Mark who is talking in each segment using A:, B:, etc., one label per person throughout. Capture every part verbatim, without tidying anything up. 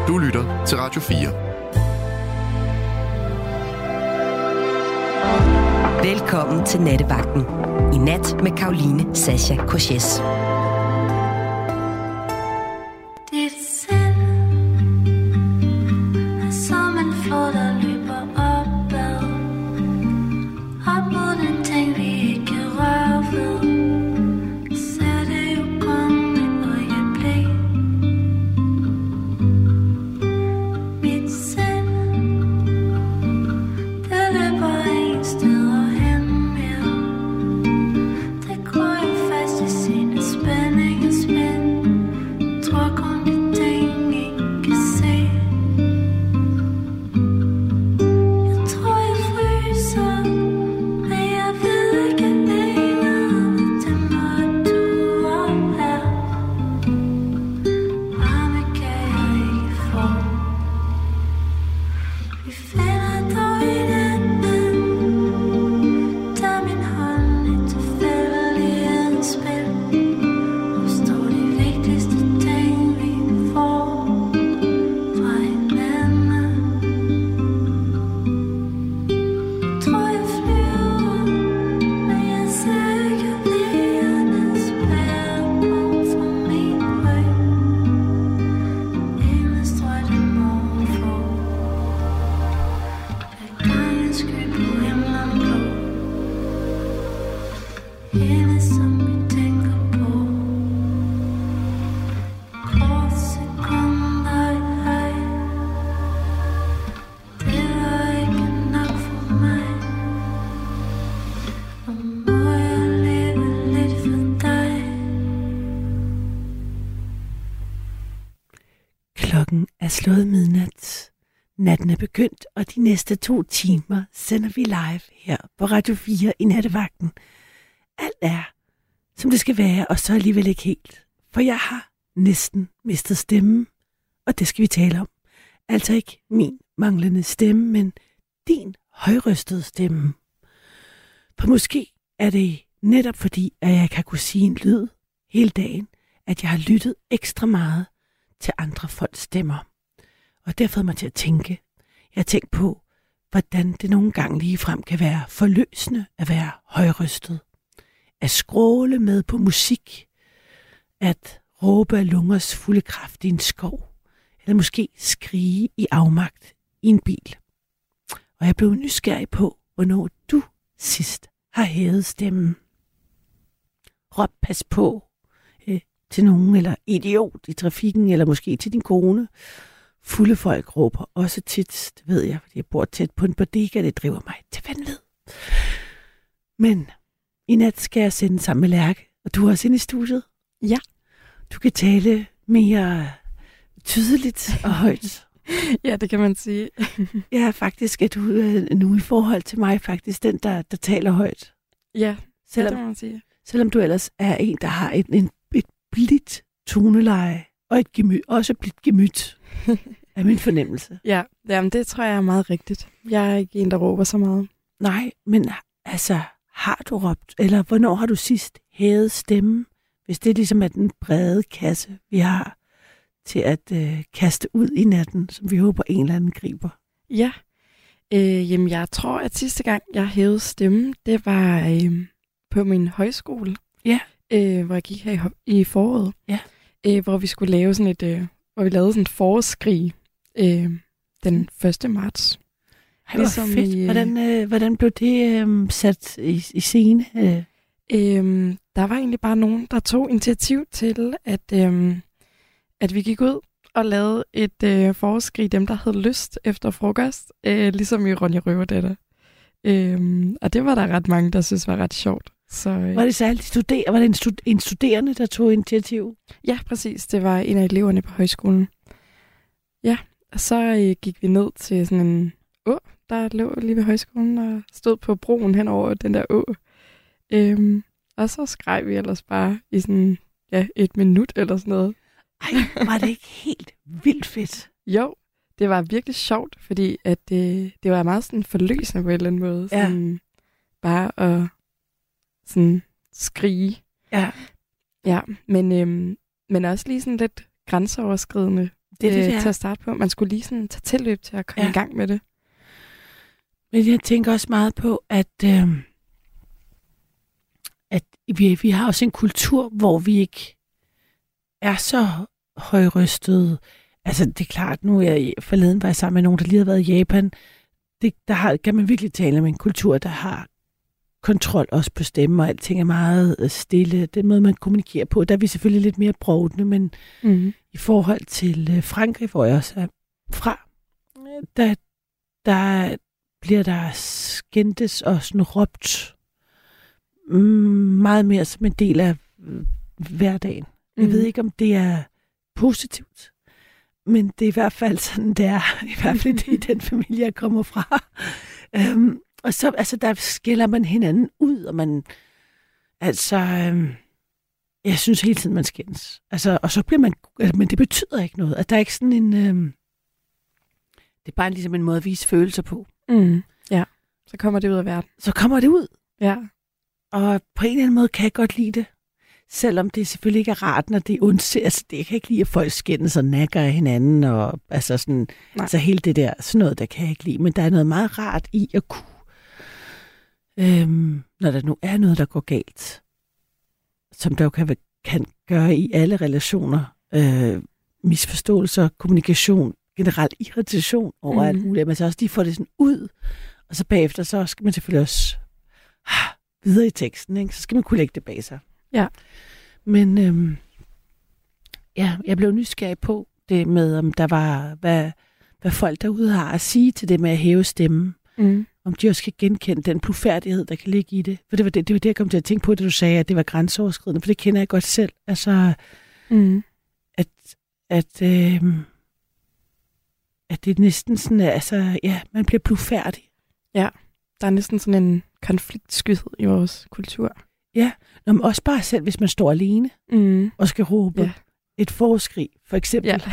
A: Du lytter til Radio fire.
B: Velkommen til Nattevagten. I nat med Karoline Sascha Koches.
C: Er slået midnat. Natten er begyndt, og de næste to timer sender vi live her på Radio fire i Nattevagten. Alt er, som det skal være, og så alligevel ikke helt. For jeg har næsten mistet stemmen, og det skal vi tale om. Altså ikke min manglende stemme, men din højrøstede stemme. For måske er det netop fordi, at jeg kan kunne sige en lyd hele dagen, at jeg har lyttet ekstra meget til andre folks stemmer. Og det har fået mig til at tænke. Jeg har tænkt på, hvordan det nogle gange ligefrem kan være forløsende at være højrøstet. At skråle med på musik. At råbe af lungers fulde kraft i en skov. Eller måske skrige i afmagt i en bil. Og jeg blev nysgerrig på, hvornår du sidst har hævet stemmen. Råb pas på øh, til nogen, eller idiot i trafikken, eller måske til din kone. Fulde folk råber også tit, det ved jeg, fordi jeg bor tæt på en bodega, det driver mig til vanvid. Men i nat skal jeg sende sammen med Lærke, og du er også inde i studiet.
D: Ja.
C: Du kan tale mere tydeligt og højt.
D: Ja, det kan man sige.
C: Ja, faktisk er du nu i forhold til mig faktisk den, der, der taler højt.
D: Ja,
C: selvom,
D: det kan man sige.
C: Selvom du ellers er en, der har et, en, et blidt toneleje, og et gemyt, også blidt gemyt, er min fornemmelse.
D: Ja, jamen det tror jeg er meget rigtigt. Jeg er ikke en, der råber så meget.
C: Nej, men altså, har du råbt, eller hvornår har du sidst hævet stemmen, hvis det ligesom er den brede kasse, vi har til at øh, kaste ud i natten, som vi håber en eller anden griber?
D: Ja, øh, jamen jeg tror, at sidste gang, jeg hævede stemmen, det var øh, på min højskole,
C: ja.
D: øh, hvor jeg gik her i, i foråret,
C: ja.
D: øh, hvor vi skulle lave sådan et, øh, hvor vi lavede sådan et forårsskrig øh, den første marts.
C: Det var ligesom fedt. I, øh, hvordan, øh, hvordan blev det øh, sat i, i scene? Øh?
D: Øh, der var egentlig bare nogen, der tog initiativ til, at, øh, at vi gik ud og lavede et øh, forårsskrig, dem der havde lyst efter frokost, øh, ligesom i Ronja Røverdatter. Øh, og det var der ret mange, der synes var ret sjovt. Så, øh,
C: var det særligt studer- var det en, stud- en studerende, der tog initiativ?
D: Ja, præcis. Det var en af eleverne på højskolen. Ja, og så øh, gik vi ned til sådan en å, der lå lige ved højskolen og stod på broen hen over den der å. Øhm, og så skreg vi ellers bare i sådan ja, et minut eller sådan noget.
C: Ej, var det ikke helt vildt fedt?
D: Jo, det var virkelig sjovt, fordi at det, det var meget sådan forløsende på en eller anden måde.
C: Ja.
D: Sådan, bare at sådan skrige.
C: Ja.
D: Ja, men, øhm, men også lige sådan lidt grænseoverskridende.
C: det er det,
D: øh,
C: det er.
D: til at starte på. Man skulle lige sådan tage tilløb til at komme
C: Ja.
D: i gang med det.
C: Men jeg tænker også meget på, at, øh, at vi, vi har også en kultur, hvor vi ikke er så højrystede. Altså, det er klart, nu er jeg forleden var jeg sammen med nogen, der lige har været i Japan. Det, der har, kan man virkelig tale om en kultur, der har kontrol også på stemmen, og alting er meget stille. Den måde, man kommunikerer på, der er vi selvfølgelig lidt mere brovdende, men
D: Mm.
C: i forhold til Frankrig, hvor jeg også er fra, der, der bliver der skændtes og sådan råbt mm, meget mere som en del af hverdagen. Jeg
D: Mhm.
C: ved ikke, om det er positivt, men det er i hvert fald sådan, det er. I hvert fald i den familie, jeg kommer fra. Øhm, og så, altså, der skiller man hinanden ud, og man, altså, øhm, jeg synes hele tiden, man skændes. Altså, og så bliver man, altså, men det betyder ikke noget. At der er ikke sådan en, øhm, det er bare ligesom en måde at vise følelser på.
D: Mm. Ja, så kommer det ud af verden.
C: Så kommer det ud,
D: Ja.
C: og på en eller anden måde kan jeg godt lide det. Selvom det selvfølgelig ikke er rart, når det er ondt. Altså, det jeg kan ikke lide, at folk skændes og nakker af hinanden, og altså sådan, altså hele det der, sådan noget, der kan jeg ikke lide. Men der er noget meget rart i at kunne, øhm, når der nu er noget, der går galt, som der jo kan, kan gøre i alle relationer, øh, misforståelser, kommunikation, generelt irritation over mm. alt muligt, men så også de får det sådan ud, og så bagefter, så skal man selvfølgelig også ah, videre i teksten, ikke? Så skal man kunne lægge det bag sig.
D: Ja.
C: Men øhm, ja, jeg blev nysgerrig på det med, om der var, hvad, hvad folk derude har at sige til det med at hæve stemmen.
D: Mm.
C: Om de også kan genkende den blufærdighed, der kan ligge i det. For det var det, det var det, jeg kom til at tænke på, da du sagde, at det var grænseoverskridende, for det kender jeg godt selv. Altså,
D: Mm.
C: at, at, øhm, at det er næsten sådan, altså, ja, man bliver blufærdig.
D: Ja, der er næsten sådan en konfliktskyhed i vores kultur.
C: Ja, Nå, men også bare selv, hvis man står alene
D: Mm.
C: og skal råbe
D: Ja.
C: et forskrig, for eksempel.
D: Ja.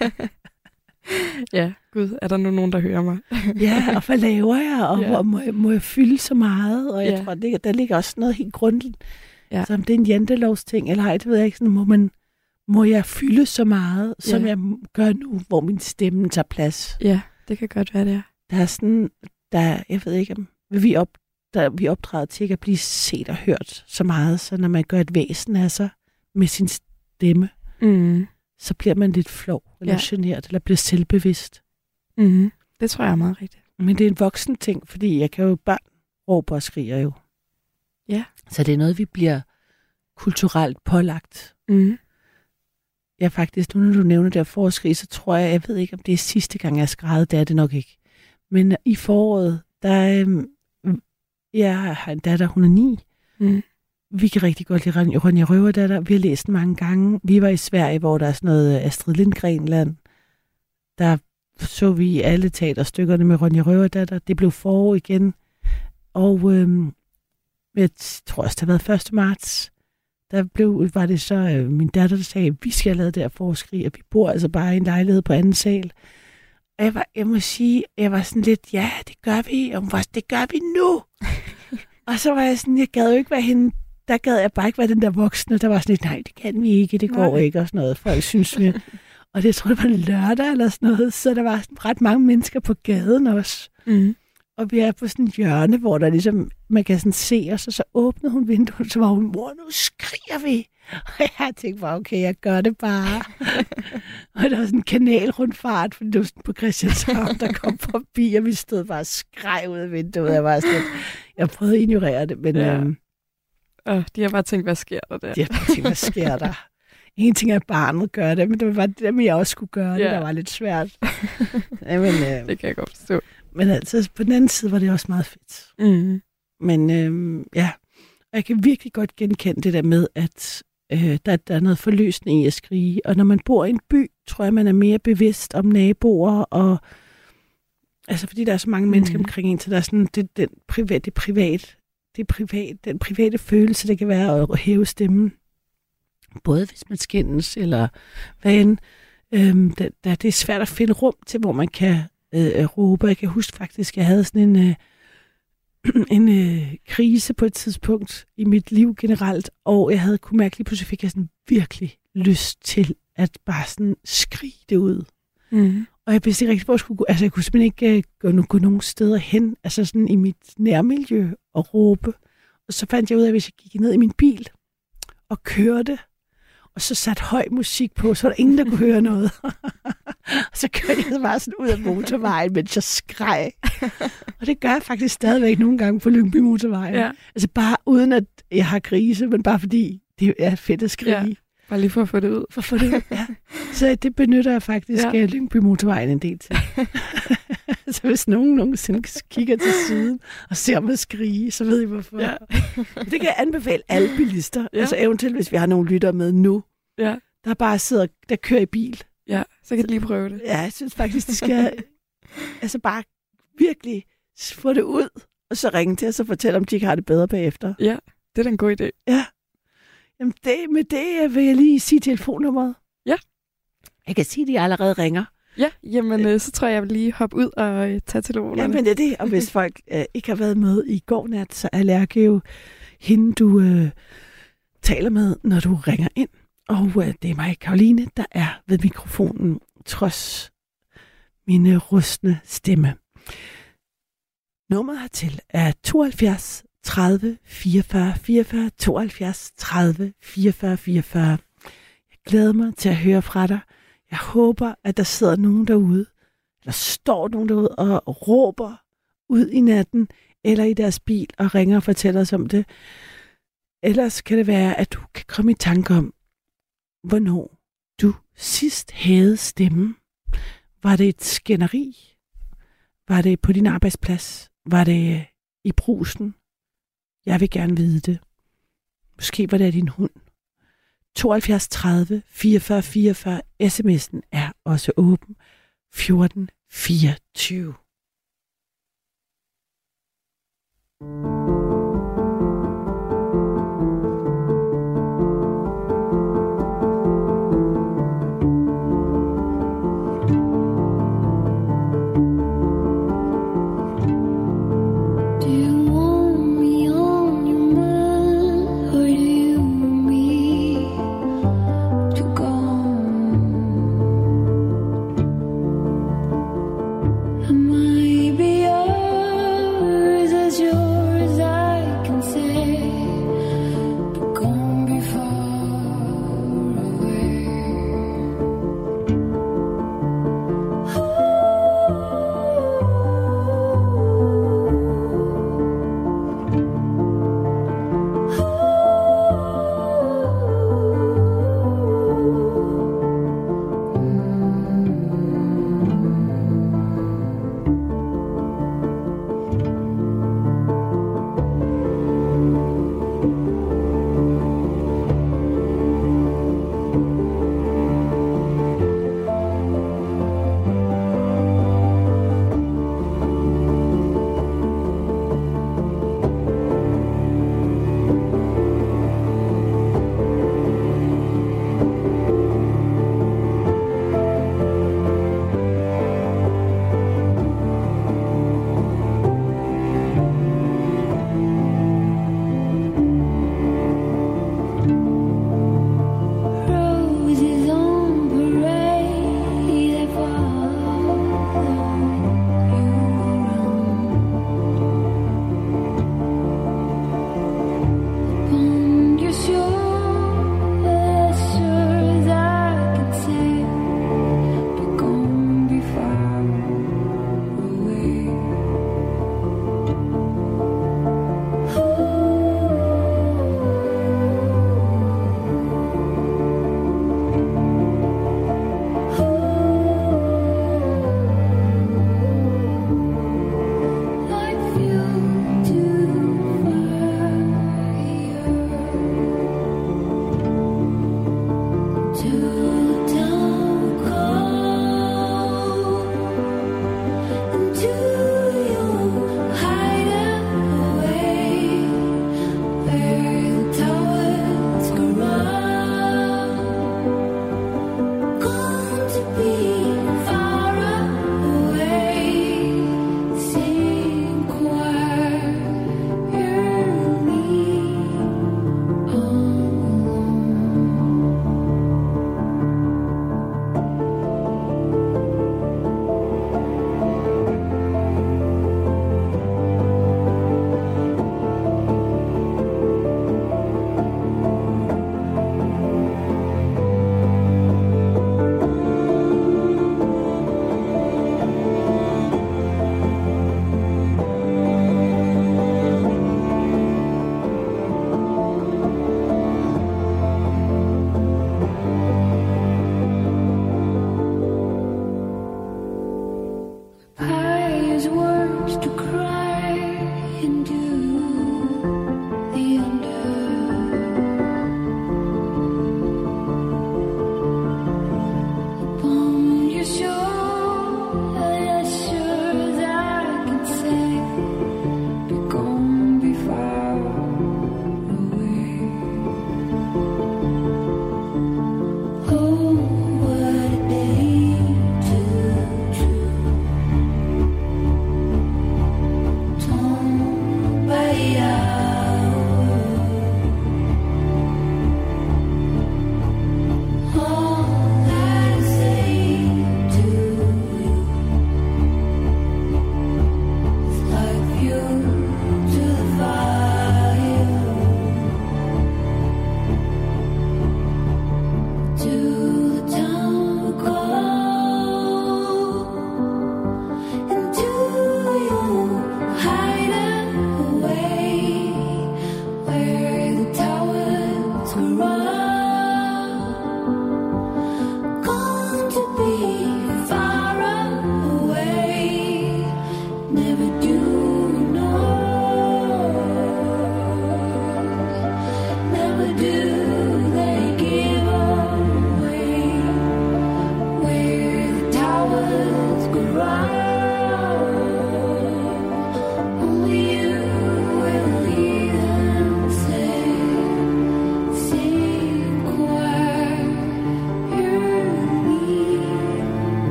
D: Ja, gud, er der nu nogen, der hører mig?
C: Ja, og hvad laver jeg, og
D: Ja.
C: hvor må jeg, må jeg fylde så meget? Og jeg
D: Ja.
C: tror, det, der ligger også noget helt grundigt.
D: Ja.
C: Så om det er en jantelovsting, eller ej, det ved jeg ikke. Sådan, må, man, må jeg fylde så meget, som
D: Ja.
C: jeg gør nu, hvor min stemme tager plads?
D: Ja, det kan godt være, det er.
C: Der er sådan, der, jeg ved ikke, om vi, op, der, vi opdrager til ikke at blive set og hørt så meget, så når man gør et væsen af sig med sin stemme,
D: Mm.
C: så bliver man lidt flov, eller
D: Ja.
C: genert, eller bliver selvbevidst.
D: Mm. Det tror jeg er meget rigtigt.
C: Men det er en voksen ting, fordi jeg kan jo børn råbe og skriger jo.
D: Ja.
C: Så det er noget, vi bliver kulturelt pålagt.
D: Mm.
C: Jeg faktisk, nu når du nævner det her forskrig, så tror jeg, jeg ved ikke, om det er sidste gang, jeg skrædede, det er det nok ikke. Men i foråret, der øhm, jeg har en datter, hun er ni.
D: Mm.
C: Vi kan rigtig godt lide Ronja Røverdatter. Vi har læst den mange gange. Vi var i Sverige, hvor der er sådan noget Astrid Lindgren-land. Der så vi alle teaterstykkerne med Ronja Røverdatter. Det blev forår igen. Og øhm, jeg tror også, det har været første marts. Der blev, var det så øh, min datter, der sagde, at vi skal have lavet det her forskrig, og vi bor altså bare i en lejlighed på anden sal. Og jeg, var, jeg må sige, jeg var sådan lidt, ja, det gør vi. Og hun var, det gør vi nu. Og så var jeg sådan, jeg gad jo ikke være hende, der gad jeg bare ikke være den der voksne, der var sådan lidt, nej, det kan vi ikke, det går
D: Nej.
C: ikke, og sådan noget. Folk synes vi. Og det jeg tror jeg, det var lørdag eller sådan noget, så der var sådan ret mange mennesker på gaden også.
D: Mm.
C: Og vi er på sådan et hjørne, hvor der ligesom, man kan sådan se os, og så åbnede hun vinduet, så var hun, mor, nu skriger vi. Og jeg tænkte bare, okay, jeg gør det bare. Og der var sådan en kanalrundfart, for det var sådan på Christianshavn, der kom forbi, og vi stod bare og skreg ud af vinduet. Jeg var sådan, jeg prøvede at ignorere det, men
D: Ja.
C: øhm,
D: Og de har bare tænkt, hvad sker der der?
C: jeg tænkte, hvad sker der? En ting er, at barnet gør det, men det var bare det, med jeg også skulle gøre det,
D: Ja.
C: der var lidt svært. Ja, men, øh,
D: Det kan jeg godt forstå.
C: men altså, på den anden side var det også meget fedt.
D: Mm.
C: Men øh, ja, og jeg kan virkelig godt genkende det der med, at øh, der, der er noget forløsende i at skrige. Og når man bor i en by, tror jeg, man er mere bevidst om naboer, og altså fordi der er så mange mm. mennesker omkring en, så der er sådan det, den privat, det privat, det privat, den private følelse, det kan være at hæve stemmen. Både hvis man skændes, eller hvad end. Øhm, der, der, det er svært at finde rum til, hvor man kan øh, råbe. Jeg kan huske faktisk, at jeg havde sådan en, øh, en øh, krise på et tidspunkt i mit liv generelt, og jeg havde kunne mærke lige pludselig, fik jeg sådan virkelig lyst til at bare sådan skrige det ud.
D: Mm.
C: Og jeg vidste ikke rigtig, hvor jeg skulle gå. Altså, jeg kunne simpelthen ikke uh, gå, gå nogen steder hen, altså sådan i mit nærmiljø og råbe. Og så fandt jeg ud af, at hvis jeg gik ned i min bil og kørte, og så satte høj musik på, så var der ingen, der kunne høre noget. Og så kørte jeg bare sådan ud af motorvejen, mens jeg skreg. Og det gør jeg faktisk stadigvæk nogle gange på Lyngby Motorvejen. Ja. Altså bare uden, at jeg har krise, men bare fordi det er fedt at skrige. Ja.
D: Bare lige for at få det ud.
C: For at få det ud, ja. Så det benytter jeg faktisk ja. af Lyngby Motorvejen en del til. Så hvis nogen nogensinde kigger til siden og ser mig skrige, så ved I hvorfor. Ja. Det kan jeg anbefale alle bilister. Ja. Altså eventuelt, hvis vi har nogle lyttere med nu, ja. der bare sidder, der kører i bil.
D: Ja, så kan de lige prøve det.
C: Ja, jeg synes faktisk, de skal altså bare virkelig få det ud, og så ringe til os og fortælle, om de ikke har det bedre bagefter.
D: Ja, det er da en god idé.
C: Ja. Jamen det, med det vil jeg lige sige telefonnummeret.
D: Ja.
C: Jeg kan sige, at de allerede ringer.
D: Ja, jamen øh, så tror jeg, jeg vil lige hoppe ud og øh, tage telefonerne.
C: Jamen det er det, og hvis folk øh, ikke har været med i går nat, så er Lærke jo hende, du øh, taler med, når du ringer ind. Og øh, det er mig, Karoline, der er ved mikrofonen, trods min rustne stemme. Nummeret hertil er tooghalvfjerds tredive fireogfyrre fireogfyrre, tooghalvfjerds tredive fireogfyrre fireogfyrre. Jeg glæder mig til at høre fra dig. Jeg håber, at der sidder nogen derude, eller står nogen derude og råber ud i natten, eller i deres bil og ringer og fortæller os om det. Ellers kan det være, at du kan komme i tanke om, hvornår du sidst havde stemme. Var det et skænderi? Var det på din arbejdsplads? Var det i brusen? Jeg vil gerne vide det. Måske var det din hund. tooghalvfjerds tredive fireogfyrre fireogfyrre. sms'en er også åben. fjorten fireogtyve.
A: Yours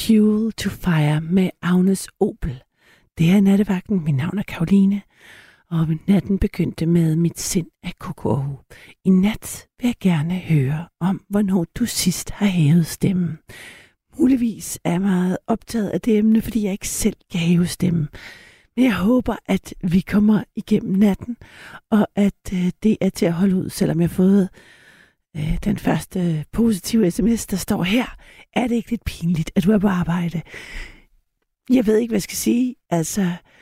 C: Fuel to Fire med Agnes Obel. Det er Nattevagten. Mit navn er Karoline. Og natten begyndte med Mit sind af Coco. I nat vil jeg gerne høre om, hvornår du sidst har hævet stemmen. Muligvis er jeg meget optaget af det emne, fordi jeg ikke selv kan hæve stemmen. Men jeg håber, at vi kommer igennem natten, og at øh, det er til at holde ud, selvom jeg har fået øh, den første positive sms, der står her. Er det ikke lidt pinligt, at du er på arbejde? Jeg ved ikke, hvad jeg skal sige. Altså,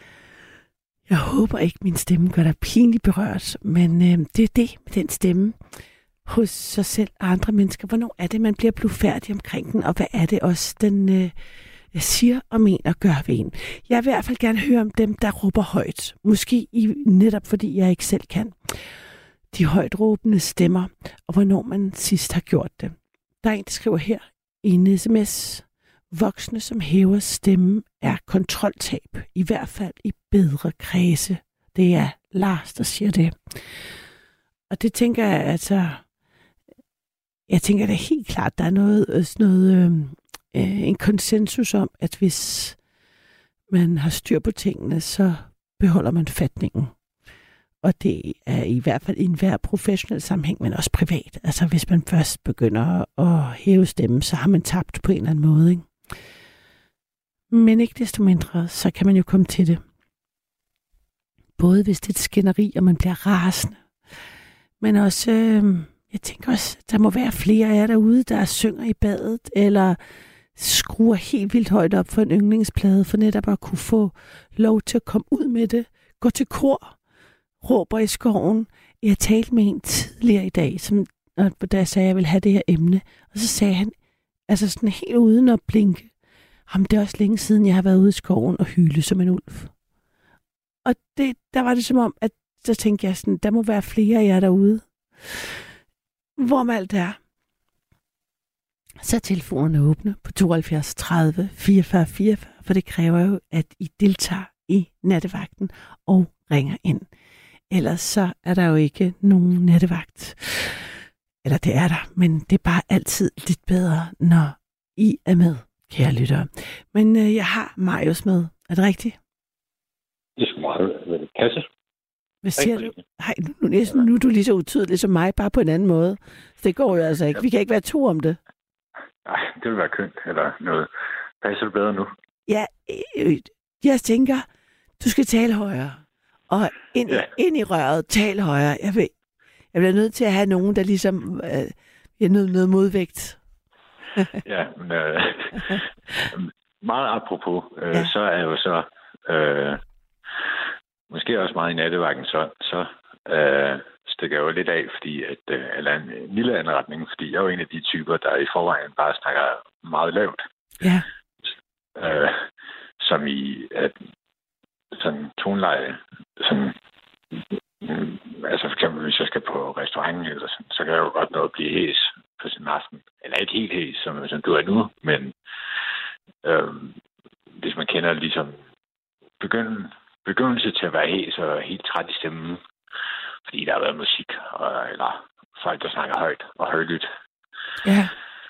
C: jeg håber ikke, min stemme gør dig pinligt berørt, men øh, det er det med den stemme hos sig selv og andre mennesker. Hvornår er det, man bliver blufærdig omkring den, og hvad er det også, den øh, siger og mener gør ved en? Jeg vil i hvert fald gerne høre om dem, der råber højt. Måske i, netop fordi jeg ikke selv kan. De højt råbende stemmer, og hvornår man sidst har gjort det. Der er en, der skriver her i en sms: voksne, som hæver stemmen, er kontroltab. I hvert fald i bedre kredse. Det er Lars, der siger det. Og det tænker jeg, altså... Jeg tænker, det er helt klart, der er noget, sådan noget, øh, en konsensus om, at hvis man har styr på tingene, så beholder man fatningen. Og det er i hvert fald i enhver professionel sammenhæng, men også privat. Altså hvis man først begynder at hæve stemmen, så har man tabt på en eller anden måde, ikke? Men ikke desto mindre, så kan man jo komme til det. Både hvis det er et skænderi, og man bliver rasende, men også... Øh, Jeg tænker også, der må være flere af jer derude, der synger i badet, eller skruer helt vildt højt op for en yndlingsplade, for netop at kunne få lov til at komme ud med det. Gå til kor, råber i skoven. Jeg talte med en tidligere i dag, som, da jeg sagde, at jeg ville have det her emne. Og så sagde han, altså sådan helt uden at blinke, jamen det er også længe siden, jeg har været ude i skoven og hyle som en ulv. Og det, der var det som om, at så tænkte jeg sådan, der må være flere af jer derude, hvorom alt er. Så er telefonen åbne på tooghalvfjerds tredive fireogfyrre fireogfyrre, for det kræver jo, at I deltager i nattevagten og ringer ind. Ellers så er der jo ikke nogen nattevagt. Eller det er der, men det er bare altid lidt bedre, når I er med, kære lyttere. Men øh, jeg har Marius med. Er det rigtigt?
A: Det er sgu meget kasse.
C: Hvad siger du? Hej, nu, nu, nu er du lige så utydelig som mig, bare på en anden måde. Så det går jo altså ikke. Vi kan ikke være to om det.
A: Nej, det vil være kønt, eller noget. Passer det bedre nu?
C: Ja, øh, jeg tænker, du skal tale højere. Og ind, ja. ind i røret, tale højere. Jeg, vil, jeg bliver nødt til at have nogen, der ligesom øh, er noget, noget modvægt.
A: Ja, men øh, meget apropos, øh, ja. så er jo så... Øh, Måske også meget i nattevagten, så, så øh, stikker jeg jo lidt af, fordi at, øh, eller en, en lille anretning, fordi jeg er jo en af de typer, der i forvejen bare snakker meget lavt.
C: Ja.
A: Øh, som i at, sådan toneleje, sådan, mm, altså for eksempel, hvis jeg skal på restaurant eller sådan, så kan jeg jo godt nå at blive hæs på sin aften. Eller ikke helt hæs, som, som du er nu, men øh, hvis man kender ligesom begyndelsen, begyndelse til at være hæs og helt træt i stemmen, fordi der har været musik, og, eller folk, der snakker højt og højlydt.
C: Ja.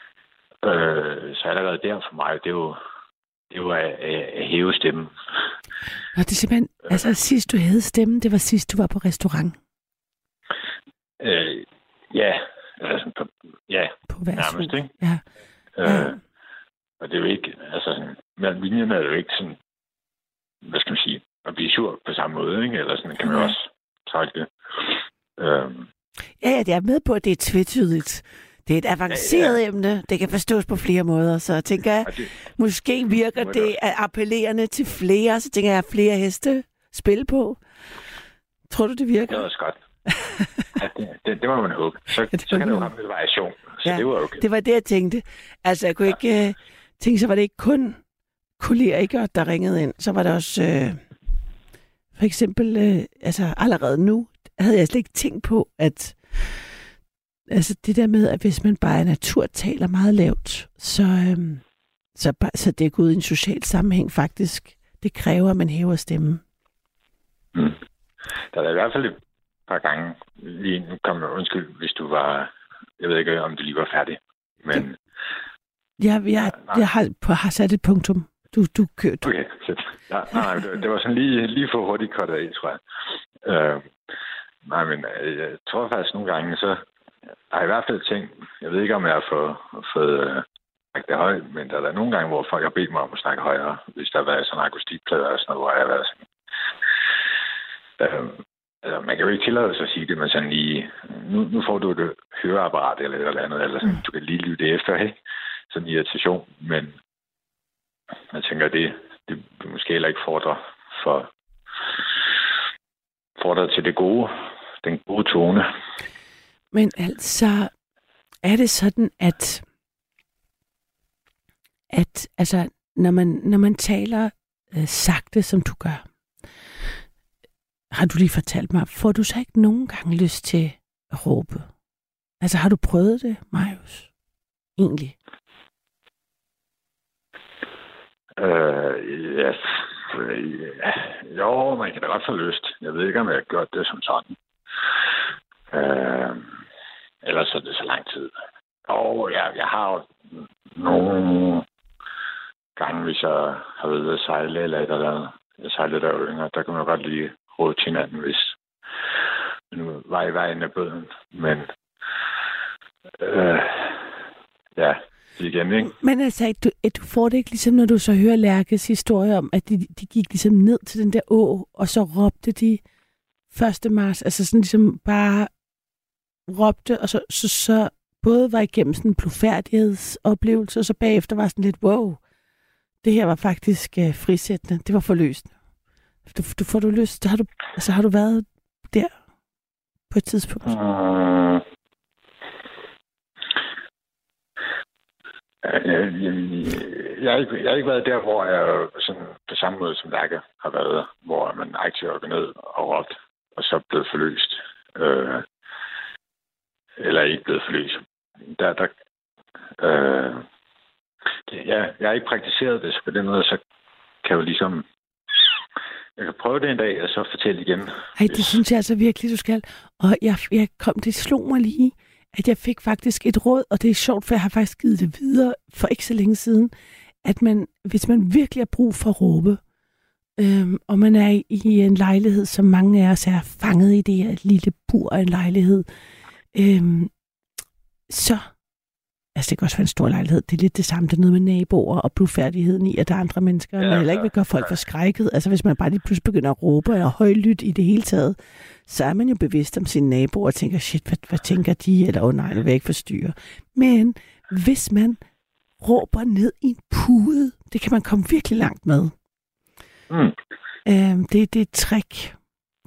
A: Øh, så allerede der for mig, det er jo, det er jo at, at hæve stemmen.
C: Nå, det er simpelthen, øh, altså sidst du havde stemmen, det var sidst du var på restaurant?
A: Øh, ja, eller sådan på, ja,
C: på
A: nærmest, ikke?
C: Ja.
A: Øh,
C: ja.
A: Og det er jo ikke, altså sådan, mellem linjerne er det jo ikke sådan, hvad skal man sige, at blive sur på samme måde, ikke? Eller sådan kan man ja. også trække det. Øhm.
C: Ja, ja, jeg er med på, at det er tvetydigt. Det er et avanceret ja, ja. emne. Det kan forstås på flere måder, så jeg tænker jeg, det, måske virker det, det appellerende til flere, så tænker jeg, at flere heste spille på. Tror du, det virker?
A: Det er også godt. Ja, det, det, det må man håbe. Så, ja, så kan det jo have en variation. Så
C: ja,
A: det var okay.
C: Det var det, jeg tænkte. Altså, jeg kunne ja. ikke uh, tænke, så var det ikke kun kolleger, der ringede ind. Så var det også, uh, for eksempel, uh, altså allerede nu, havde jeg slet ikke tænkt på, at altså det der med, at hvis man bare i natur taler meget lavt, så, øhm, så, så det er gået i en social sammenhæng faktisk. Det kræver, at man hæver stemmen.
A: Mm. Der er i hvert fald et par gange, lige nu kom jeg undskyld, hvis du var, jeg ved ikke, om du lige var færdig, men
C: Jeg, jeg, jeg har, har sat et punktum. Du, du kørte.
A: Okay, fedt. Ja, nej, det, det var sådan lige, lige for hurtigt kottet af, tror jeg. Øh, nej, men jeg tror faktisk nogle gange, så har jeg i hvert fald tænkt, jeg ved ikke, om jeg har fået, fået øh, det højt, men der er der nogle gange, hvor folk har bedt mig om at snakke højere, hvis der har været sådan en akustikplade og sådan noget, hvor jeg har været sådan. Øh, altså, man kan jo ikke tillade sig at sige det, men sådan lige, nu, nu får du et høreapparat eller et eller andet, eller sådan, du kan lige lytte det efter, ikke? Sådan en irritation, men jeg tænker, det, det måske heller ikke fordrer for fordrer til det gode, den gode tone.
C: Men altså, er det sådan, at, at altså, når man, når man taler øh, sagte, som du gør, har du lige fortalt mig, får du så ikke nogen gange lyst til at råbe? Altså, har du prøvet det, Marius? Egentlig?
A: Øh, ja, ja, jo, man kan da godt få lyst. Jeg ved ikke, om jeg har gjort det som sådan. Øh, ellers er det så lang tid. Og ja, jeg har jo nogle gange, hvis jeg har været ude at sejle eller et eller andet. Jeg sejlede der jo yngre, der kan man godt lige råde til hinanden, hvis man var i vejen af båden. Men øh, ja, igen, ikke?
C: Men altså, du, du får det ikke ligesom, når du så hører Lærkes historie om, at de, de gik ligesom ned til den der å, og så råbte de første marts, altså sådan ligesom bare råbte, og så, så, så både var igennem sådan en blufærdighedsoplevelse, og så bagefter var sådan lidt, wow, det her var faktisk uh, frisættende, det var forløsende. Du, du får du lyst, har du, altså har du været der på et tidspunkt?
A: Uh... Jeg, jeg, jeg, har ikke, jeg har ikke været der, hvor jeg sådan, på samme måde som Lærke har været, hvor man aktivt har gået ned og råbt, og så blevet forløst. Øh, eller ikke blevet forløst. Der, der, øh, ja, jeg har ikke praktiseret det, så på den måde, så kan jeg jo ligesom... Jeg kan prøve det en dag, og så fortælle igen.
C: Ej, det synes jeg altså virkelig, du skal. Og jeg, jeg kom, det slog mig lige, at jeg fik faktisk et råd, og det er sjovt, for jeg har faktisk givet det videre for ikke så længe siden, at man, hvis man virkelig har brug for at råbe, øhm, og man er i, i en lejlighed, som mange af os er fanget i det her lille bur af en lejlighed, øhm, så, altså det kan også være en stor lejlighed, det er lidt det samme, det er noget med naboer og blufærdigheden i, at der er andre mennesker, ja, man heller ikke vil gøre folk forskrækket. Altså hvis man bare lige pludselig begynder at råbe eller højlydt i det hele taget, så er man jo bevidst om sine naboer og tænker, shit, hvad, hvad tænker de? Eller, åh oh, nej, nu vil jeg ikke forstyrre. Men hvis man råber ned i en pude, det kan man komme virkelig langt med.
A: Mm.
C: Øhm, det, det er et trick.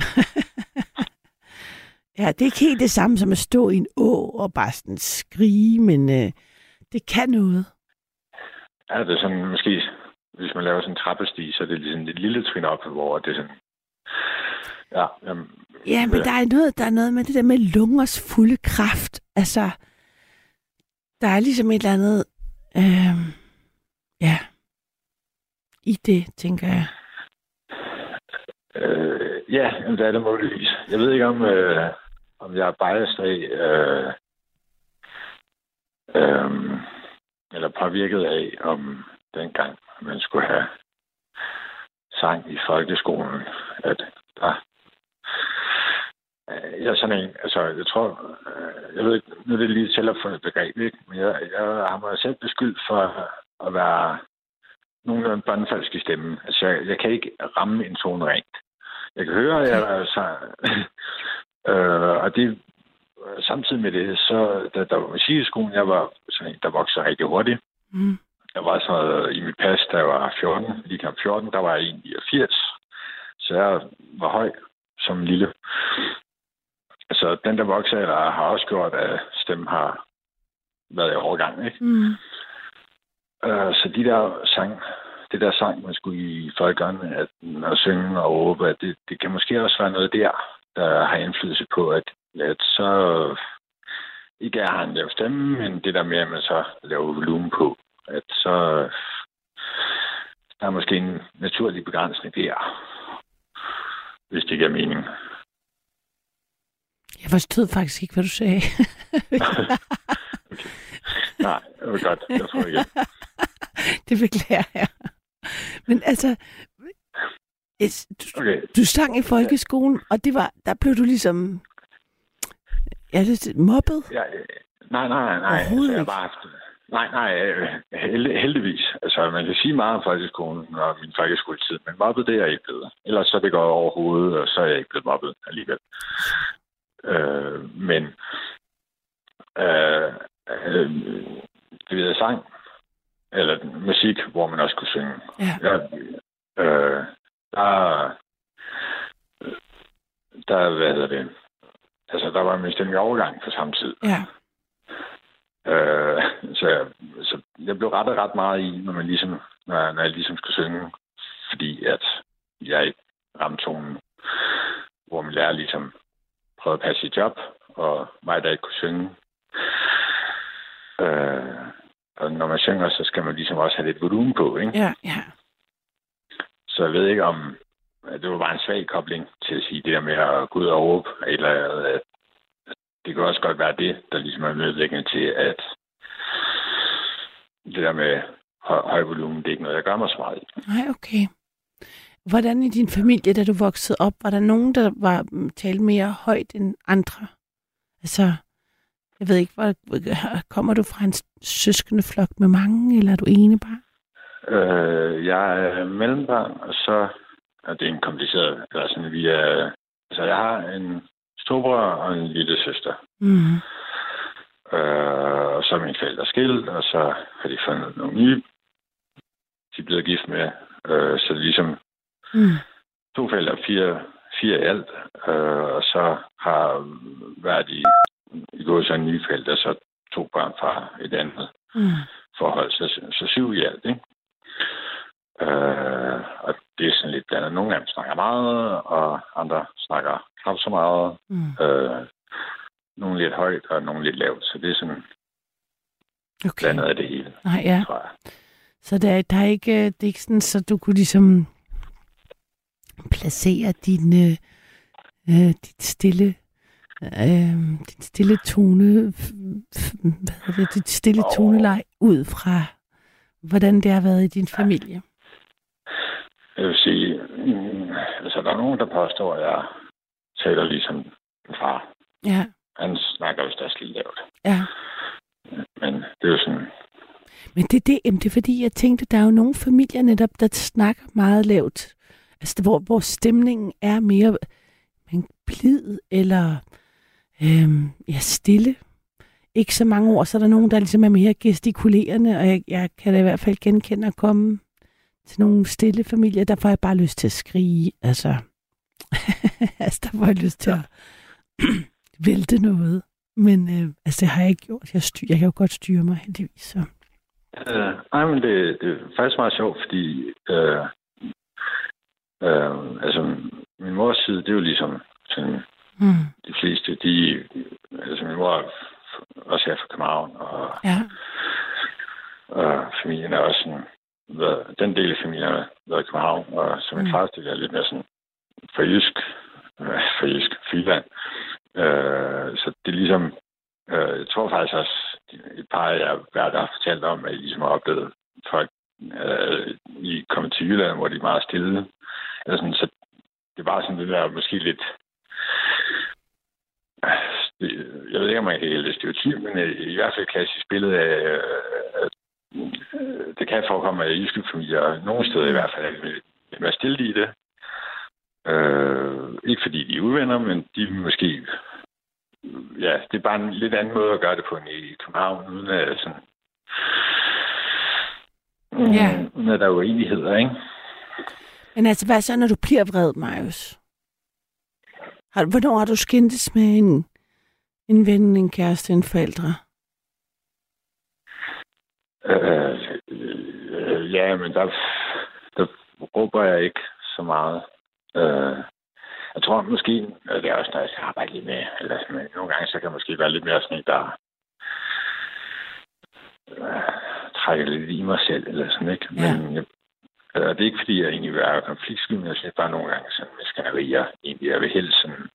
C: Ja, det er ikke helt det samme som at stå i en å og bare sådan skrige, men øh, det kan noget.
A: Ja, det er sådan, måske, hvis man laver sådan en trappestige, så er det ligesom et lille trin op, hvor det er sådan... Ja, jamen,
C: ja, men der er, noget, der er noget med det der med lungers fulde kraft. Altså, der er ligesom et eller andet... Øh, ja, i det, tænker jeg.
A: Øh, ja, jamen, det er det muligvis. Jeg ved ikke, om, øh, om jeg er biased af, øh, øh, eller påvirket af, om dengang man skulle have sang i folkeskolen, at der... Øh, jeg er sådan en, altså, jeg tror, øh, jeg ved ikke, nu er det lige tilopfundet begreb, ikke? Men jeg, jeg har mig selv beskyldt for at være nogenlunde båndfalsk i stemmen. Altså, jeg, jeg kan ikke ramme en tone rent. Jeg kan høre, at jeg altså, øh, og det samtidig med det, så da der var musik i skolen, jeg var sådan en, der voksede rigtig hurtigt. Mm. Jeg var så i mit pas, da jeg var fjorten, lige knap fjorten, der var jeg en komma niogfirs. Så jeg var høj som lille. Så den der voksealder har også gjort, at stemmen har været i overgang, ikke? Mm. Øh, så de der sang, det der sang, man skulle i folkene, at, at synge og råbe, at det, det kan måske også være noget der, der har indflydelse på, at, at så ikke er han lavet stemme, men det der med, at man så laver volumen på, at så der er måske en naturlig begrænsning der, hvis det giver mening.
C: Jeg forstod faktisk ikke, hvad du sagde.
A: Okay. Nej, det var godt. Jeg tror ikke.
C: Det beklager jeg. Men altså, du, okay. du sang i folkeskolen, og det var, der blev du ligesom, ja, det mobbet?
A: Ja, nej, nej, nej. Altså, jeg bare haft, nej, nej, held, heldigvis. Altså, man kan sige meget om folkeskolen og min folkeskoletid, men mobbet, det er jeg ikke blevet. Ellers så det går over hovedet, og så er jeg ikke blevet mobbet alligevel. Øh, men øh, øh, det ved jeg sang, eller musik, hvor man også kunne synge.
C: Ja.
A: Jeg, øh, der, der, hvad hedder det, altså der var min stemmelig overgang på samme tid.
C: Ja.
A: Øh, så, jeg, så jeg blev rettet ret meget i, når man ligesom, når, når jeg ligesom skulle synge, fordi at jeg ikke ramte tonen, hvor min lærer ligesom prøvede at passe sit job, og mig, der ikke kunne synge. Øh, og når man synger, så skal man ligesom også have lidt volumen på, ikke?
C: Ja, ja.
A: Så jeg ved ikke, om det var bare en svag kobling til at sige det der med at gå ud og råbe, eller at det kan også godt være det, der ligesom er medvirkende til, at det der med høj, høj volumen, det er ikke noget, jeg gør mig så meget i.
C: Nej, okay. Hvordan i din familie, da du voksede op, var der nogen, der var talt mere højt end andre? Altså, jeg ved ikke, hvor, kommer du fra en søskende flok med mange, eller er du enebarn?
A: Øh, jeg er mellembarn, og så og det er en kompliceret, eller sådan, vi er, altså jeg har en storbror og en lille søster.
C: Mm.
A: Øh, og så er mine forældre skilt, og så har de fundet nogle nye, de er blevet gift med, øh, så det er ligesom
C: mm.
A: to forældre, fire, fire i alt, øh, og så har været i, i gået så en nye forældre, så to børn fra et andet
C: mm.
A: forhold, så, så syv i alt, ikke? Øh, og det er sådan lidt blandet. Nogle af dem snakker meget, og andre snakker knap så meget.
C: Mm.
A: Øh, nogle lidt højt, og nogle lidt lavt. Så det er sådan
C: okay.
A: blandet af det hele,
C: nej, ja.
A: tror jeg.
C: Så der, der er ikke, det er ikke sådan, så du kunne ligesom placere din, øh, dit stille øh, dit stille tone, hvad hedder det, dit stille oh. toneleg ud fra, hvordan det har været i din familie?
A: Jeg vil sige, mm, altså der er nogen, der påstår, at jeg taler ligesom en far.
C: Ja.
A: Han snakker jo stadig lidt lavt.
C: Ja.
A: Men det er jo sådan...
C: Men det, det, det er fordi, jeg tænkte, der er jo nogle familier netop, der snakker meget lavt. Altså, hvor, hvor stemningen er mere men, blid eller øhm, ja, stille. Ikke så mange ord, så er der nogen, der ligesom er mere gestikulerende, og jeg, jeg kan da i hvert fald genkende at komme til nogle stille familier, der får jeg bare lyst til at skrige. Altså, altså der får jeg lyst til at vælte noget. Men øh, altså, det har jeg ikke gjort. Jeg, styr, jeg kan jo godt styre mig, heldigvis. Så.
A: Øh, nej, men det, det er faktisk meget sjovt, fordi øh, øh, altså, min mors side, det er jo ligesom sådan,
C: mm.
A: de fleste, de, altså min mor er også her fra København, og,
C: ja.
A: og familien er også sådan, den del af familien har været i København, og så min mm. fars del er lidt mere sådan for jysk, for jysk, Finland. Øh, så det er ligesom, øh, jeg tror faktisk også, et par af jer, der har fortalt om, at I ligesom har oplevet folk, øh, I kommer til Jylland, hvor de er meget stille. Eller sådan, så det var sådan det der måske lidt, jeg ved ikke, om man kan kalde det stereotyp, men i hvert fald et klassisk billede af, at det kan forekomme af jyske familier, nogle steder i hvert fald, er lidt mere stille i det. Øh, ikke fordi de er uvenner, men de måske... Ja, det er bare en lidt anden måde at gøre det på end i København, uden at sådan...
C: Ja.
A: Uden at der er uenigheder, ikke?
C: Men altså, hvad så, når du bliver vred, Marius? Har, hvornår har du skændtes med en, en ven, en kæreste, en forældre?
A: Øh, øh, ja, men der, der råber jeg ikke så meget. Øh, jeg tror måske, at det er også, når jeg skal arbejde lidt med, eller sådan, nogle gange, så kan jeg måske være lidt mere sådan en, der øh, trækker lidt i mig selv, eller sådan, ikke?
C: Ja.
A: Men jeg, øh, det er ikke, fordi jeg egentlig vil være konfliktsky, men jeg synes bare nogle gange sådan med skænderier, egentlig jeg vil helst sådan,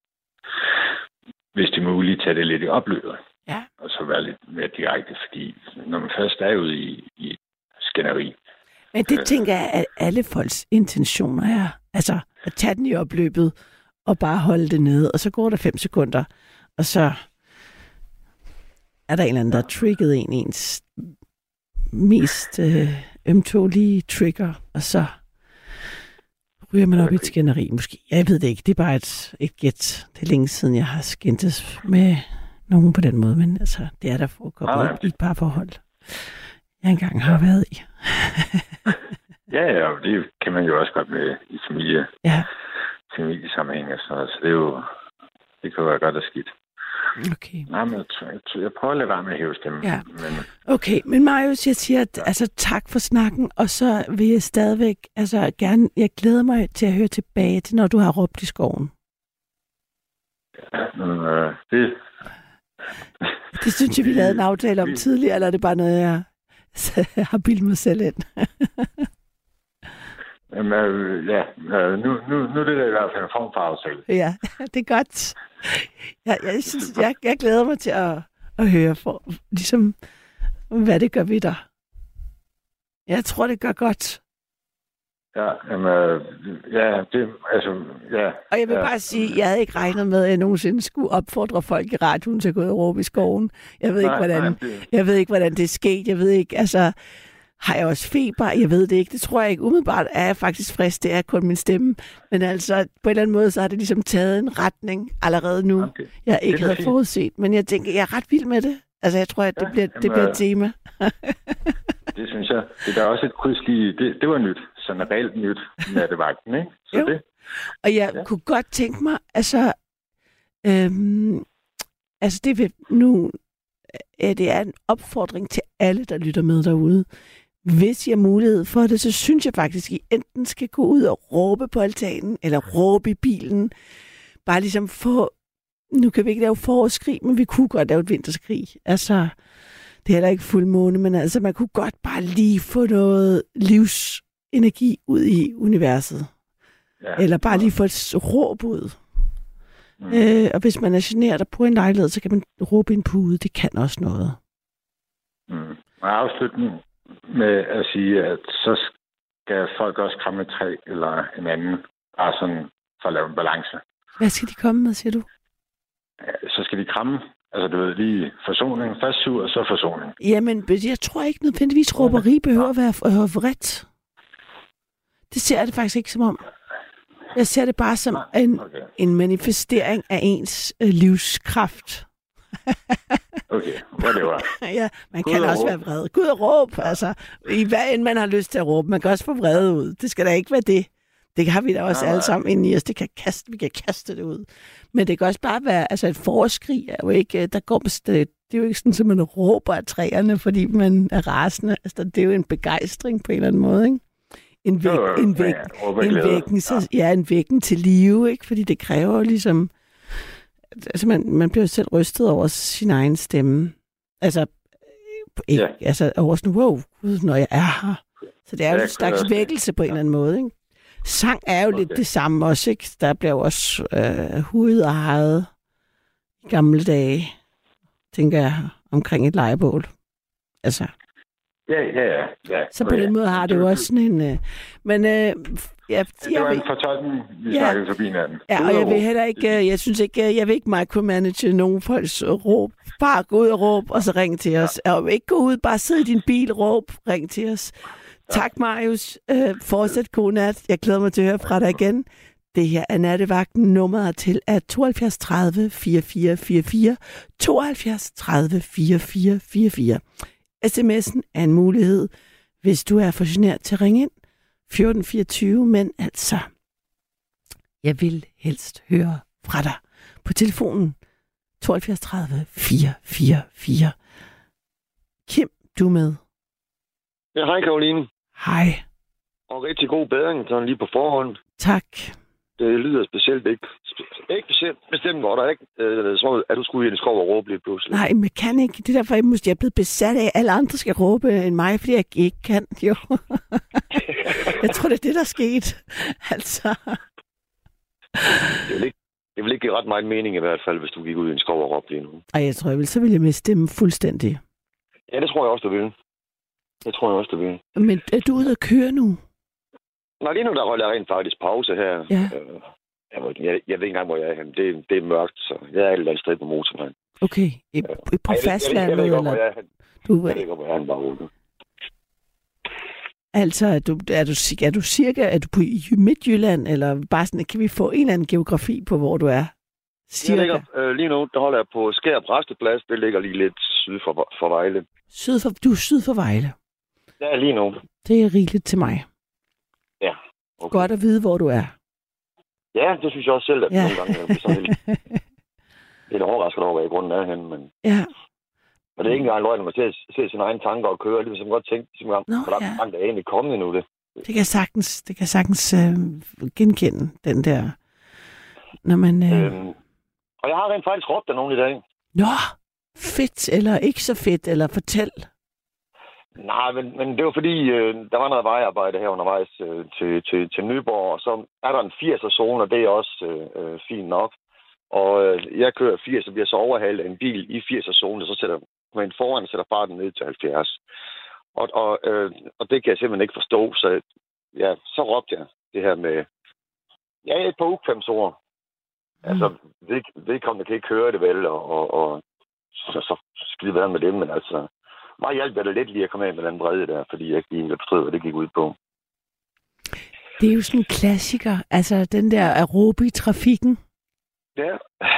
A: hvis det er muligt, tage det lidt i opløbet.
C: Ja.
A: Og så være lidt mere direkte, fordi når man først er er ude i, i skænderi.
C: Men det tænker jeg, at alle folks intentioner er. Altså, at tage den i opløbet og bare holde det nede, og så går der fem sekunder, og så er der en eller anden, der har trigget en ens mest øh, ømtålige trigger, og så ryger man op i et skænderi måske. Jeg ved det ikke, det er bare et, et gæt. Det er længe siden, jeg har skændtes med nogen på den måde, men altså, det er der forekommet i et par forhold, jeg engang har været i.
A: Ja, ja, og det kan man jo også godt med i familie.
C: Ja.
A: Familiesammenhæng og sådan noget, så det er jo, det kan være godt og skidt.
C: Okay.
A: Nej, men jeg, jeg prøver at lade være med at hæve stemmen.
C: Ja.
A: Men...
C: Okay, men Marius, jeg siger, at, altså, tak for snakken, og så vil jeg stadigvæk, altså gerne, jeg glæder mig til at høre tilbage til, når du har råbt i skoven.
A: Ja, men øh, det...
C: Det synes jeg, vi lavede en aftale om tidligere, eller er det bare noget, jeg har bildet mig selv ind?
A: Jamen, øh, ja, øh, nu, nu, nu er det da i hvert fald en form for aftale.
C: Ja, det er godt. Jeg, jeg, synes, jeg, jeg glæder mig til at, at høre, for, ligesom, hvad det gør ved dig. Jeg tror, det gør godt.
A: Ja, jamen, øh, ja, det, altså, ja.
C: Og jeg vil
A: ja.
C: bare sige, jeg havde ikke regnet med, at jeg nogensinde skulle opfordre folk i radioen til at gå ud og råbe i skoven. Jeg ved, nej, ikke, hvordan, nej, det... jeg ved ikke, hvordan det er sket. Jeg ved ikke, altså... Har jeg også feber? Jeg ved det ikke. Det tror jeg ikke. Umiddelbart er jeg faktisk frisk. Det er kun min stemme. Men altså, på en eller anden måde, så har det ligesom taget en retning allerede nu. Okay. Jeg ikke havde fint. forudset. Men jeg tænker, jeg er ret vild med det. Altså, jeg tror, at det, ja, bliver, jamen, det bliver et tema.
A: Det synes jeg. Det er også et kryds i... Det, det var nyt. Sådan reelt nyt med det vagten, ikke? Så
C: jo.
A: Det.
C: Og jeg ja. kunne godt tænke mig, altså... Øhm, altså, det vil nu... Øh, det er en opfordring til alle, der lytter med derude. Hvis I har mulighed for det, så synes jeg faktisk, at I enten skal gå ud og råbe på altanen, eller råbe i bilen. Bare ligesom få... Nu kan vi ikke lave forårskrig, men vi kunne godt lave et vinterskrig. Altså, det er heller ikke fuldmåne, men altså, man kunne godt bare lige få noget livsenergi ud i universet. Ja. Eller bare lige få et råb ud. Mm. Øh, og hvis man er generet på en lejlighed, så kan man råbe en pude. Det kan også noget.
A: Mm. Og afslutning med at sige, at så skal folk også kramme et træ eller en anden, bare sådan for at lave en balance.
C: Hvad skal de komme med, siger du?
A: Ja, så skal de kramme. Altså, du ved, lige forsoning. Først sur, og så forsoning.
C: Jamen, jeg tror ikke nødvendigvis, råberi behøver at være vredt. Det ser jeg det faktisk ikke som om. Jeg ser det bare som en, okay. en manifestering af ens øh, livskraft.
A: Okay, hvad det var.
C: Ja, man Gud kan også råb. være vred. Gud og råb, altså. I hvad end man har lyst til at råbe. Man kan også få vrede ud. Det skal da ikke være det. Det har vi da også nej, alle sammen inde i os. Det kan kaste, vi kan kaste det ud. Men det kan også bare være, altså et forårskrig er jo ikke, der går det, det er jo ikke sådan, at man råber af træerne, fordi man er rasende. Altså, det er jo en begejstring på en eller anden måde, ikke? En, væk, jo, en, væk, ja, en, vækken, så, ja, en vækken til live, ikke? Fordi det kræver ligesom... Altså, man, man bliver selv rystet over sin egen stemme. Altså, ikke, ja. altså over sådan, wow, Gud, når jeg er her. Så det er jo ja, en slags vækkelse på en ja. eller anden måde, ikke? Sang er jo okay. lidt det samme også, ikke? Der bliver jo også øh, hudet og haret i gamle dage, tænker jeg, omkring et lejebål. Altså...
A: Ja, ja, ja. ja.
C: Så på den måde har det jo også sådan en... Øh, men... Øh, ja,
A: ja, det var en fortolkning, vi ja, snakkede forbi hinanden.
C: Ja, og jeg vil heller ikke... Jeg synes ikke, jeg vil ikke micromanage nogen folks råb. Bare gå ud og råb, og så ring til os. Ja. Og ikke gå ud, bare sidde i din bil, råb, ring til os. Ja. Tak, Marius. Øh, fortsæt god nat. Jeg glæder mig til at høre fra dig igen. Det her er Nattevagten. Nummeret til er tooghalvfjerds tredive fireogfyrre fireogfyrre. tooghalvfjerds tredive fireogfyrre fireogfyrre. sms'en er en mulighed, hvis du er for genert til at ringe ind. fjorten fireogtyve, men altså, jeg vil helst høre fra dig på telefonen tooghalvfjerds tredive fireogfyrre fireogfyrre. Kim, du er med.
E: Ja, hej Karoline.
C: Hej.
E: Og rigtig god bedring, sådan lige på forhånd.
C: Tak.
E: Det lyder specielt ikke. Ikke specielt bestemt godt, ikke? Øh, så er du skulle i en skov og råbe lidt pludselig.
C: Nej, men kan ikke. Det er derfor, jeg, måske, jeg er blevet besat af, at alle andre skal råbe end mig, fordi jeg ikke kan. Jo. Jeg tror, det er det, der er sket. Altså.
E: Det vil, ikke, det vil ikke give ret meget mening i hvert fald, hvis du gik ud i en skov og råbte lige nu.
C: Ej, jeg tror, jeg vil. Så vil jeg med stemme fuldstændig.
E: Ja, det tror jeg også, du vil. Det tror jeg også, det vil.
C: Men er du ude at køre nu?
E: Nej, lige nu der holder jeg rent faktisk pause her.
C: Ja.
E: Øh, jeg, jeg, jeg ved ikke engang, hvor jeg er henne. Det, det er mørkt, så jeg er et eller andet sted på motorvejen.
C: Okay, I,
E: Ja.
C: på
E: Ej, jeg,
C: fastlandet?
E: Jeg, jeg, jeg, jeg,
C: eller?
E: jeg, jeg, jeg,
C: Du,
E: jeg ved ikke, hvor jeg er henne, bare roligt.
C: altså, er du, er, du, er du cirka, er du på i Midtjylland, eller bare sådan, kan vi få en eller anden geografi på, hvor du er? Cirka.
E: Jeg ligger, øh, lige nu, der holder jeg på Skær Præsteplads. Det ligger lige lidt syd for, for Vejle.
C: Syd for, du er syd for Vejle.
E: Ja, lige nu.
C: Det er rigeligt til mig.
E: Ja. Okay.
C: Godt at vide, hvor du er.
E: Ja, det synes jeg også selv, at
C: Ja.
E: ja. nogle gange jeg bliver sådan lidt, lidt overrasket over, hvad i grunden er henne. Men,
C: Ja.
E: men det er ikke engang løgn, når man ser, ser sine egne tanker og kører. Det er som godt tænkt, hvor
C: Nå,
E: langt
C: ja.
E: langt er egentlig kommet nu det.
C: Det kan jeg sagtens, det kan jeg sagtens øh, genkende, den der, når man... Øh...
E: Øhm, og jeg har rent faktisk råbt af nogen i dag.
C: Nå, fedt, eller ikke så fedt, eller fortæl.
E: Nej, men, men det var fordi, øh, der var noget vejarbejde her undervejs øh, til, til, til Nyborg, og så er der en firsers-zone, og det er også øh, fint nok. Og øh, jeg kører firs, og bliver så overhalet af en bil i firsers-zonen, og så sætter man foran og sætter farten ned til halvfjerds. Og, og, øh, og det kan jeg simpelthen ikke forstå, så ja, så råbte jeg det her med, ja, et par ukvemsord. Mm. Altså, ved, vedkommende kan ikke høre det vel, og, og, og så, så skide være med det, men altså, mig hjalp jeg da lidt lige at komme af med den brede der, fordi jeg ikke lige forstod, hvad det gik ud på.
C: Det er jo sådan en klassiker, altså den der aerobi trafikken.
E: Ja.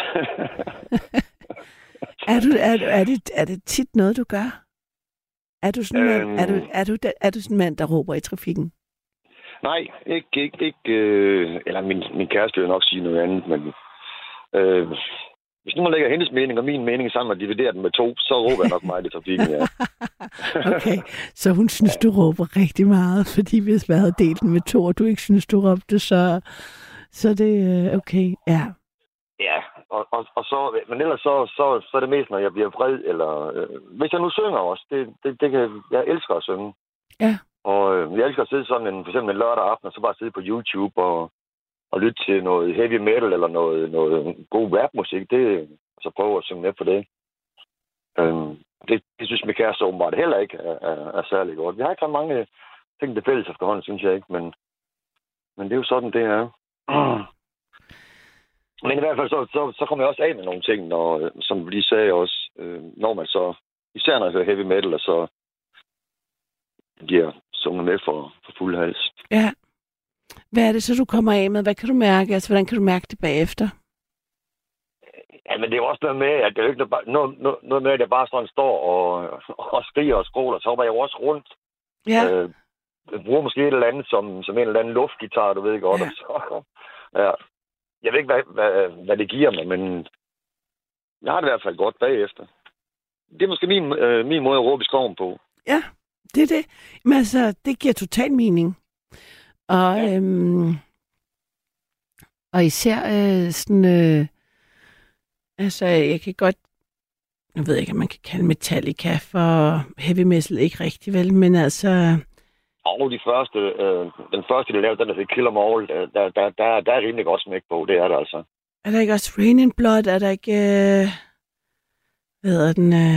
C: er, du, er, du, er, det, er det tit noget, du gør? Er du sådan, øhm... man, er du, er du, er du sådan en mand, der råber i trafikken?
E: Nej, ikke, ikke, ikke øh, eller min, min kæreste vil nok sige noget andet, men øh, hvis nu man lægger hendes mening og min mening sammen og dividerer den med to, så råber jeg nok meget i trafikken, ja.
C: Okay, så hun synes, du råber rigtig meget, fordi hvis man havde delt den med to, og du ikke synes, du råbte, så, så det er okay, ja.
E: Ja, og, og, og så, men ellers så, så, så er det mest, når jeg bliver vred, eller øh, hvis jeg nu synger også, det, det, det kan, jeg elsker at synge.
C: Ja.
E: Og øh, jeg elsker at sidde sådan en, for eksempel en lørdag aften, og så bare sidde på YouTube og, og lytte til noget heavy metal, eller noget, noget god rapmusik, det, så prøve at synge med på det. Øhm, det, det synes min kæreste åbenbart heller ikke er, er, er særlig godt. Vi har ikke så mange ting, det fælles efterhånden, synes jeg ikke, men, men det er jo sådan, det er. Men i hvert fald, så, så, så kommer jeg også af med nogle ting, når, som vi lige sagde også, øh, når man så, især når jeg hører heavy metal, og så bliver sunget med for, for fuld hals.
C: Ja. Hvad er det så, du kommer af med? Hvad kan du mærke? Altså, hvordan kan du mærke det bagefter?
E: Ja, men det er jo også noget med, at det er jo ikke noget, noget, noget med, at jeg bare sådan står og, og skriger og skråler, så hopper jeg jo også rundt.
C: Ja.
E: Øh, jeg bruger måske et eller andet som, som en eller anden luftgitar, du ved godt. Ja. Og så, ja. Jeg ved ikke, hvad, hvad, hvad det giver mig, men jeg har det i hvert fald godt bagefter. Det er måske min, øh, min måde at råbe i skoven på.
C: Ja, det er det. Men altså, det giver total mening. Og, ja. øhm, og især øh, sådan... Øh, altså, jeg kan godt... Jeg ved ikke, om man kan kalde Metallica for heavy metal, ikke rigtig vel, men altså...
E: Og de første, øh, den første, de lavede, den der hedder Kill 'Em All, der, der, der, der, der er rimelig godt smæk på, det er der altså.
C: Er der ikke også Rain in Blood? Er der ikke... Øh, hvad hedder den? Øh,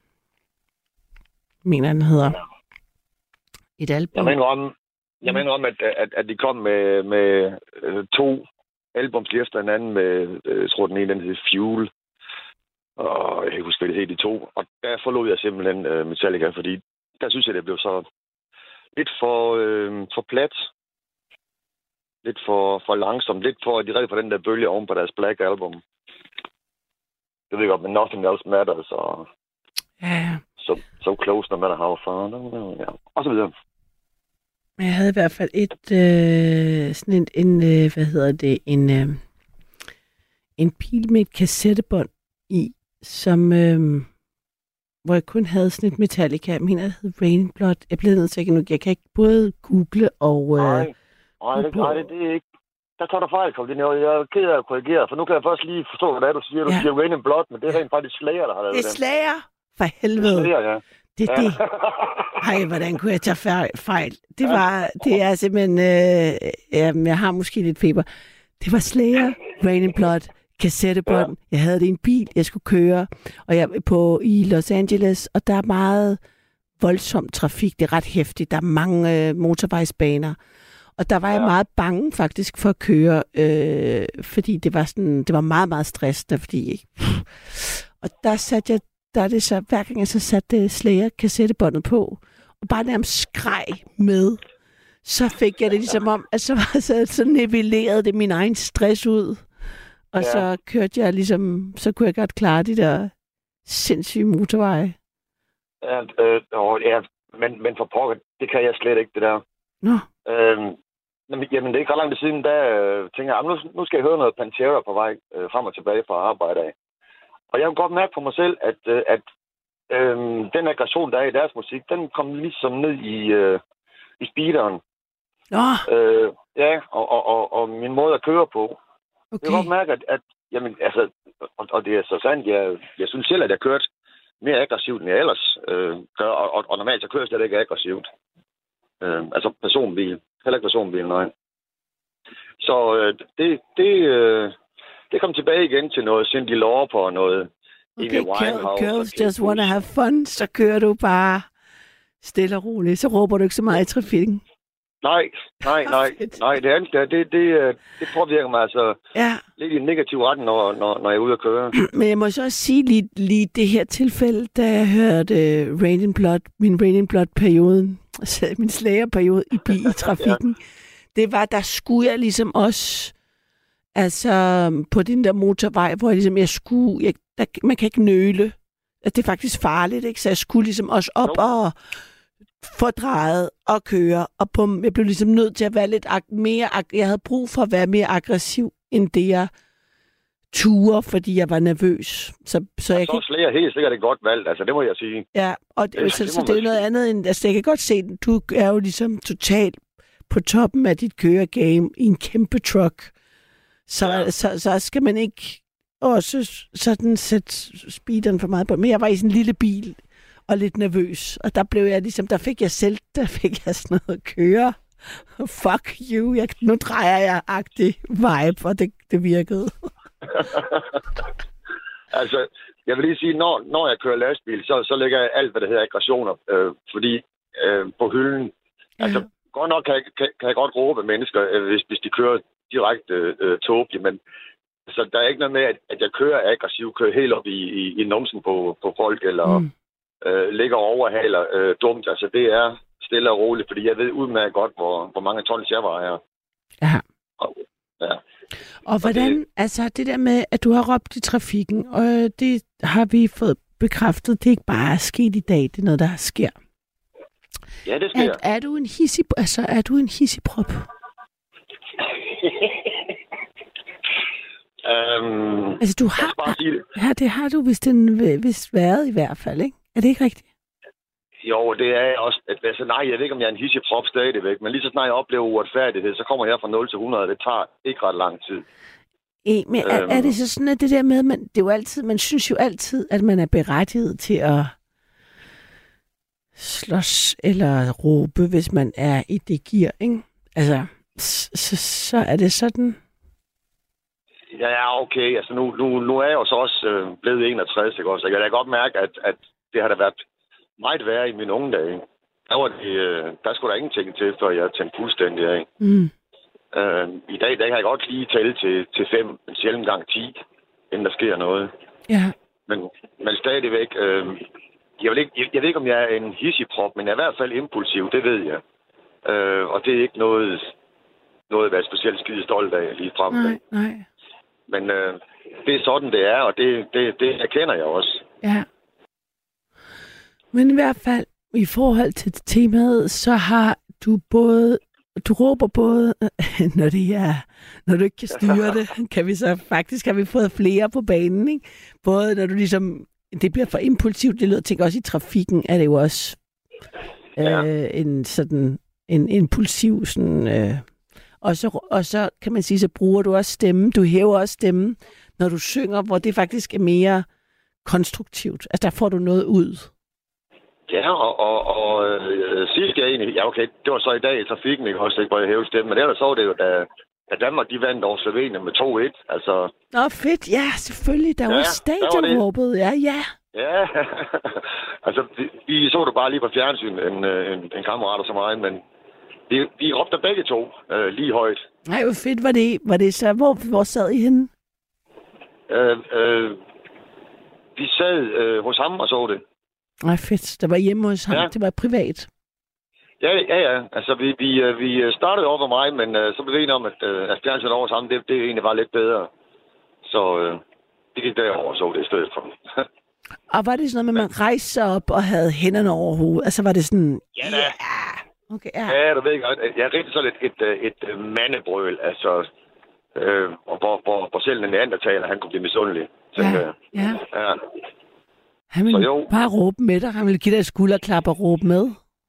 C: mener den hedder... Et album?
E: Jeg mener om, jeg mener om at, at, at de kom med, med øh, to albums efter hinanden med, øh, jeg tror den ene, den hedder Fuel. Og jeg kan huske, hvad det hed, de to. Og der forlod jeg simpelthen øh, Metallica, fordi der synes jeg, det blev så lidt for, øh, for plat. Lidt for, for langsomt. Lidt for, at de redde for den der bølge oven på deres Black Album. Det ved jeg godt, men Nothing Else Matters. Og
C: ja.
E: So, so Close, No Matter How Far. Ja. Og så videre.
C: Jeg havde i hvert fald et, øh, sådan en, en øh, hvad hedder det, en, øh, en pil med et kassettebånd i, som, øh, hvor jeg kun havde sådan et Metallica. Jeg mener, det hed Rain Blood. Jeg blev nødt til at nu. Jeg kan ikke både google og... Øh,
E: nej, nej, det, nej det, det er ikke. Der tager du fejl, Karoline. Jeg er ked af at korrigere, for nu kan jeg først lige forstå, hvad det er, du siger. Du ja. siger Rain in Blood, men det er rent faktisk Slayer, der har lavet
C: det.
E: Det
C: er Slayer, for helvede.
E: Det er Slayer, ja.
C: Det er det. Ej, hvordan kunne jeg tage fejl? Det var, det er simpelthen, øh, jamen, jeg har måske lidt feber. Det var Slayer, Rain in Blood, kassettebånd. Ja. Jeg havde det i en bil, jeg skulle køre, og jeg på i Los Angeles, og der er meget voldsom trafik. Det er ret hæftigt. Der er mange øh, motorvejsbaner. Og der var jeg
E: Ja.
C: meget bange faktisk for at køre, øh, fordi det var sådan, det var meget, meget stressende, fordi pff, og der satte jeg, der er det så, hver gang jeg så satte Slayer kassettebåndet på, og bare nærmest skreg med, så fik jeg det ligesom om, at så, var, så, så nivellerede det min egen stress ud. Og
E: Ja.
C: så kørte jeg ligesom, så kunne jeg godt klare de der sindssyge motorveje.
E: Ja, øh, og, ja men, men for pokker, det kan jeg slet ikke, det der.
C: Nå,
E: Øhm, jamen, jamen, det er ikke ret lang tid siden, der øh, tænker jeg, nu, nu skal jeg høre noget Pantera på vej øh, frem og tilbage fra arbejde af. Og jeg vil godt mærke på mig selv, at, øh, at øh, den aggression, der er i deres musik, den kom ligesom ned i, øh, i speederen.
C: Nå,
E: Øh, ja, og, og, og, og min måde at køre på. Jeg
C: okay.
E: kan godt mærke, at, at jamen, altså, og, og det er så sandt, jeg, jeg synes selv, at jeg kørte mere aggressivt, end jeg ellers øh, gør, og, og, og normalt så kører jeg slet ikke aggressivt. Øh, altså personbil. Heller ikke personbil, nej. Så øh, det, det, øh, det kom tilbage igen til noget Cyndi Lauper og noget
C: Okay,
E: Amy Winehouse.
C: girl, girls
E: og
C: just
E: Kate
C: wanna
E: Bush.
C: have fun, så kører du bare stille og roligt. Så råber du ikke så meget i trafikken.
E: Nej, nej, nej.
C: Fedt.
E: nej, det andet der, det, det, øh, det påvirker mig altså
C: Ja,
E: lidt i en negativ retning, når, når, når jeg er ude at køre.
C: men jeg må så også sige lige, lige det her tilfælde, da jeg hørte uh, Rain in Blood, min Rain in Blood-perioden, altså min Slayer-periode i, bi- i trafikken, ja. Det var, der skulle jeg ligesom også, altså på den der motorvej, hvor jeg ligesom, jeg skulle, jeg, der, man kan ikke nøle, at det er faktisk farligt, ikke? Så jeg skulle ligesom også op
E: Jo.
C: og få drejet og køre, og på, jeg blev ligesom nødt til at være lidt ag- mere, ag- jeg havde brug for at være mere aggressiv, end det jeg ture, fordi jeg var nervøs. Så, så jeg kan
E: Så Slayer helt sikkert et godt valg, altså det må jeg sige.
C: ja, og det,
E: Det-
C: så,
E: det
C: så
E: må
C: det er
E: man
C: noget
E: sige.
C: andet end, altså jeg kan godt se, du er jo ligesom totalt på toppen af dit køregame i en kæmpe truck. Så,
E: Ja.
C: så, så skal man ikke også sådan sætte speederen for meget på. Men jeg var i sådan en lille bil og lidt nervøs, og der blev jeg ligesom, der fik jeg selv, der fik jeg sådan noget at køre. Fuck you, jeg, nu drejer jeg agtig vibe, og det, det virkede.
E: Altså, jeg vil lige sige, når, når jeg kører lastbil, så, så lægger jeg alt, hvad der hedder aggressioner, øh, fordi øh, på hylden. Altså,
C: Ja.
E: godt nok kan, kan, kan jeg godt råbe mennesker, øh, hvis, hvis de kører direkte øh, tåbeligt, men altså, der er ikke noget med, at, at jeg kører aggressivt, kører helt op i, i, i numsen på, på folk, eller
C: Mm.
E: øh, ligger og overhaler øh, dumt. Altså, det er stille og roligt, fordi jeg ved udmærket godt, hvor, hvor mange tons jeg vejer.
C: Ja.
E: Og, ja.
C: Og hvordan, altså det der med, at du har råbt i trafikken, og det har vi fået bekræftet, det er ikke bare sket i dag, det er noget, der sker.
E: ja, det sker.
C: Er, er du en hissig, altså er du en hissigprop?
E: øhm,
C: Altså du
E: jeg skal bare
C: har,
E: sige det.
C: ja, det har du vist, en, vist været i hvert fald, ikke? Er det ikke rigtigt?
E: Jo, det er jeg også. At, altså, nej, jeg ved ikke, om jeg er en hissig prop stadigvæk, men lige så snart jeg oplever uretfærdighed, så kommer jeg fra nul til hundrede, og det tager ikke ret lang tid.
C: E, men er,
E: Øhm.
C: er det så sådan, at det der med, man, det er jo altid, man synes jo altid, at man er berettiget til at slås eller råbe, hvis man er i det gear, ikke? Altså, så, så, så er det sådan.
E: Ja, ja, okay. Altså, nu, nu, nu er jeg jo så også øh, blevet enogtres, ikke også? Jeg kan da godt mærke, at, at det har da været meget værre i mine unge dage. Der, var det, øh, der skulle der ingenting til, før jeg tændte fuldstændig af.
C: Mm.
E: Øh, I dag, der kan jeg godt lige tælle til, til fem, men sjældent gang ti, inden der sker noget.
C: Ja.
E: Men, men stadigvæk, øh, jeg, vil ikke, jeg, jeg ved ikke, om jeg er en hissigprop, men jeg er i hvert fald impulsiv, det ved jeg. Øh, og det er ikke noget, noget at være specielt skide stolt af lige frem.
C: Nej, nej.
E: Men øh, det er sådan, det er, og det, det, det erkender jeg også.
C: Ja. Men i hvert fald, i forhold til temaet, så har du både, du råber både, når det er, når du ikke kan styre det, kan vi så, faktisk har vi fået flere på banen, ikke? Både når du ligesom, det bliver for impulsivt, det lyder, jeg tænker også i trafikken, er det jo også øh,
E: Ja.
C: en sådan, en impulsiv sådan, øh, og så, og så kan man sige, så bruger du også stemmen, du hæver også stemmen, når du synger, hvor det faktisk er mere konstruktivt. Altså, der får du noget ud.
E: Ja, og, og, og øh, sidst jeg egentlig, ja okay, det var så i dag i trafikken, ikke også, ikke, hvor jeg hævede stemmen, men ellers så var det jo, da, da Danmark, de vandt over Slovenien med to et, altså...
C: Nå, fedt. Ja, selvfølgelig. Der var
E: Ja,
C: ja,
E: der var det.
C: stadionråbet. Ja, ja.
E: Ja, altså, vi, vi så det bare lige på fjernsyn, en, en, en kammerat som mig, men vi, vi råbte begge to øh, lige højt.
C: Nej, hvor fedt var det. Var det så, hvor, hvor sad I henne?
E: Øh, øh, vi sad øh, hos ham og så det.
C: Nej, fedt. Det var hjemme hos ham. Ja. Det var privat.
E: Ja, ja, ja. Altså, vi, vi, vi startede over mig, men uh, så blev vi enige om, at, uh, at fjernsynet over sammen, det, det egentlig var lidt bedre. Så uh, det gik derover og så det i stedet for.
C: Og var det sådan noget med, at man rejste sig op og havde hænderne over hovedet? Altså, var det sådan...
E: Ja, da.
C: Yeah. Okay, ja.
E: Ja, du ved ikke. Jeg er rigtig sådan et, et, et, et mandebrøl, altså... Øh, og hvor, hvor, hvor selv en neandertaler, han kunne blive misundelig. Så,
C: ja,
E: øh,
C: ja.
E: ja.
C: Han ville bare råbe med dig. Han ville give dig et skulderklap og råbe med.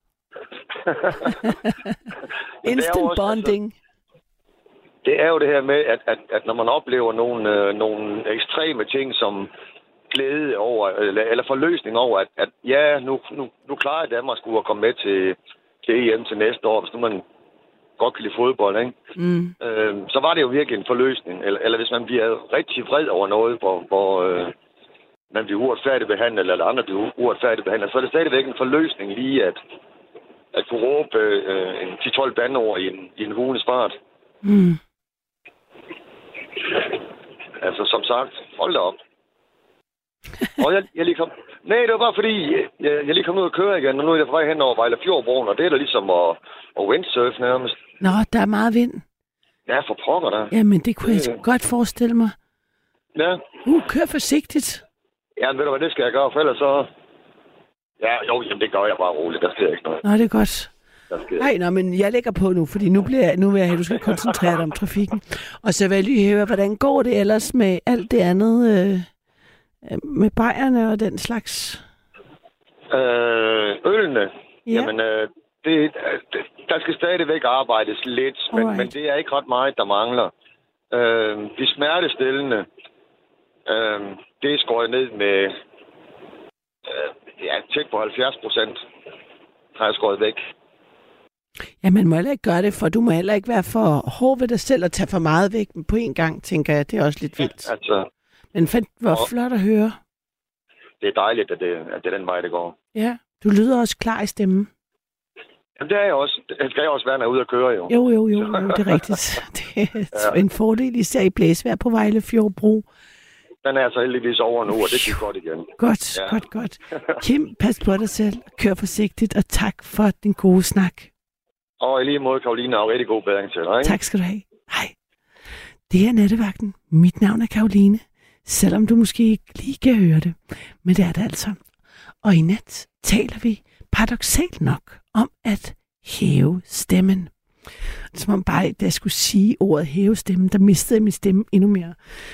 C: Instant også, bonding. Altså,
E: det er jo det her med, at, at, at når man oplever nogle, øh, nogle ekstreme ting, som glæde over, eller, eller forløsning over, at, at ja, nu, nu, nu klarer Danmark sgu at komme med til, til E M til næste år, hvis nu man godt kan lide fodbold, ikke? Mm. Øh, så var det jo virkelig en forløsning. Eller, eller hvis man bliver rigtig vred over noget, hvor, hvor øh, man bliver uretfærdigt behandlet, eller andre bliver uretfærdigt behandlet, så er det stadigvæk en forløsning lige at at kunne råbe øh, en ti tolv bandeord i en, i en hugende spart. Mm. Altså, som sagt, hold da op. Og jeg, jeg lige kom... Nej, det var bare fordi, jeg, jeg lige kom ud og køre igen, og nu er jeg på vej hen over Vejle Fjordbroen, og det er da ligesom at, at windsurfe nærmest.
C: Nå, der er meget vind.
E: Ja, for pokker der.
C: Jamen, det kunne jeg godt forestille mig.
E: Ja.
C: Uh, kør forsigtigt.
E: Ja, men ved du hvad, det skal jeg gøre, for ellers så... Ja, jo, jamen det gør jeg bare roligt. Der sker ikke noget.
C: Nå, det er godt. Nej, nå, men jeg lægger på nu, fordi nu, bliver jeg, nu vil jeg have, at du skal koncentrere dig om trafikken. Og så vil jeg lige høre, hvordan går det ellers med alt det andet, øh, med bajerne og den slags?
E: Øh, ølene? Ja. Jamen, øh, det, det, der skal stadigvæk arbejdes lidt, men, men det er ikke ret meget, der mangler. Øh, de smertestillende, øh, det er skåret ned med... Øh, ja, tæt på halvfjerds procent har jeg skåret væk.
C: Ja, man må heller ikke gøre det, for du må heller ikke være for hård ved dig selv og tage for meget væk på en gang, tænker jeg. Det er også lidt vildt.
E: Ja, altså,
C: men fandt, hvor og, flot at høre.
E: Det er dejligt, at det, at det er den vej, det går.
C: Ja, du lyder også klar i stemmen.
E: Jamen, det er jeg også. Det skal jeg også være, når jeg er ude at køre, jo.
C: Jo, jo, jo, jo det er rigtigt. Det er ja. En fordel, især i blæsvejr på Vejle Fjordbro.
E: Den er altså heldigvis over nu, og det gik godt igen.
C: Godt, ja. godt, godt. Kim, pas på dig selv. Kør forsigtigt, og tak for din gode snak.
E: Og i lige måde, Karoline, og rigtig god bedring til dig.
C: Tak skal du have. Hej. Det er Nattevagten. Mit navn er Karoline, selvom du måske ikke lige kan høre det. Men det er det altså. Og i nat taler vi paradoksalt nok om at hæve stemmen. Som om bare, da jeg skulle sige ordet hæve stemmen, der mistede jeg min stemme endnu mere.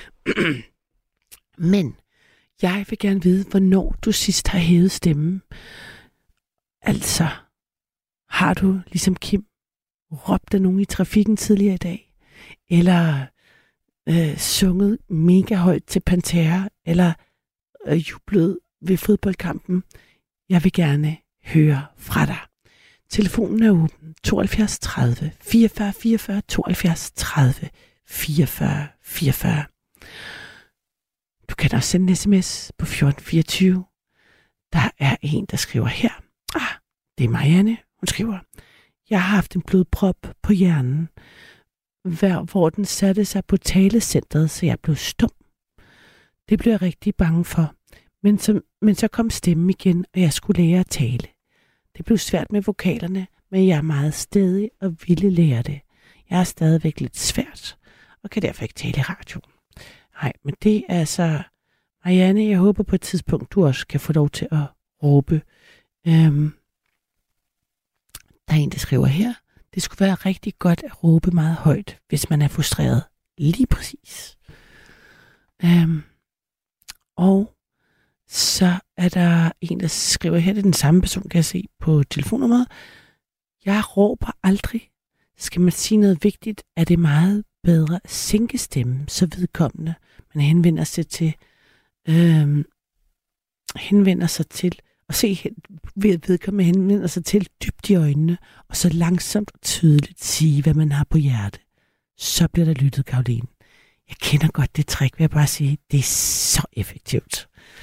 C: Men jeg vil gerne vide, hvornår du sidst har hævet stemmen. Altså, har du, ligesom Kim, råbt af nogen i trafikken tidligere i dag? Eller øh, sunget mega højt til Pantera? Eller øh, jublet ved fodboldkampen? Jeg vil gerne høre fra dig. Telefonen er åben. tooghalvfjerds tredive fireogfyrre fireogfyrre tooghalvfjerds tredive fireogfyrre fireogfyrre. Du kan også sende en sms på fjorten fireogtyve. Der er en, der skriver her. Ah, det er Marianne. Hun skriver, jeg har haft en blodprop på hjernen, hvor den satte sig på talecentret, så jeg blev stum. Det blev jeg rigtig bange for. Men så, men så kom stemmen igen, og jeg skulle lære at tale. Det blev svært med vokalerne, men jeg er meget stædig og ville lære det. Jeg er stadigvæk lidt svært, og kan derfor ikke tale i radioen. Nej, men det er altså... Marianne, jeg håber på et tidspunkt, du også kan få lov til at råbe. Øhm, der er en, der skriver her. Det skulle være rigtig godt at råbe meget højt, hvis man er frustreret. Lige præcis. Øhm, og så er der en, der skriver her. Det er den samme person, kan jeg se på telefonnummeret. Jeg råber aldrig. Skal man sige noget vigtigt, er det meget bedre at sænke stemmen, så vedkommende man henvender sig til øhm, henvender sig til og se ved vedkommende henvender sig til dybt i øjnene, og så langsomt og tydeligt sige, hvad man har på hjerte. Så bliver der lyttet, Karoline. Jeg kender godt det trick, vil jeg bare sige. Det er så effektivt.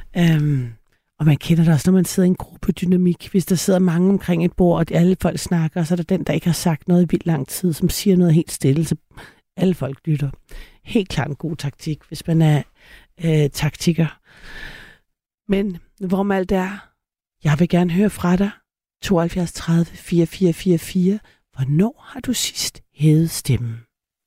C: Øhm, og man kender det også, når man sidder i en gruppedynamik. Hvis der sidder mange omkring et bord, og alle folk snakker, så er der den, der ikke har sagt noget i vildt lang tid, som siger noget helt stille, så alle folk lytter. Helt klart en god taktik, hvis man er øh, taktiker. Men hvorom alt er, jeg vil gerne høre fra dig. tooghalvfjerds tredive fireogfyrre fireogfyrre. Hvornår har du sidst hævet stemmen?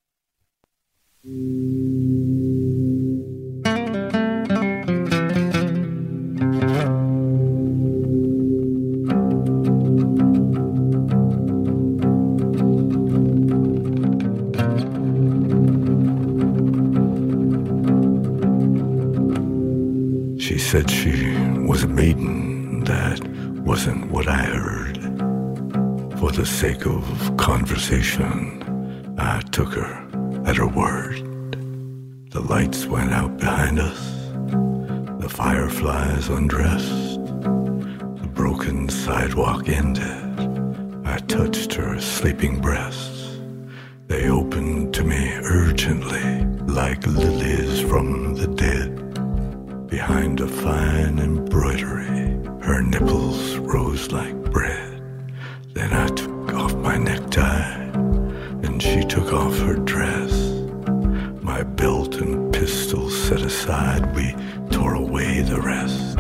F: She said she was a maiden. That wasn't what I heard. For the sake of conversation, I took her at her word. The lights went out behind us. The fireflies undressed. The broken sidewalk ended. I touched her sleeping breasts. They opened to me urgently, like lilies from the dead. Behind a fine embroidery, her nipples rose like bread. Then I took off my necktie, and she took off her dress. My belt and pistol set aside, we tore away the rest.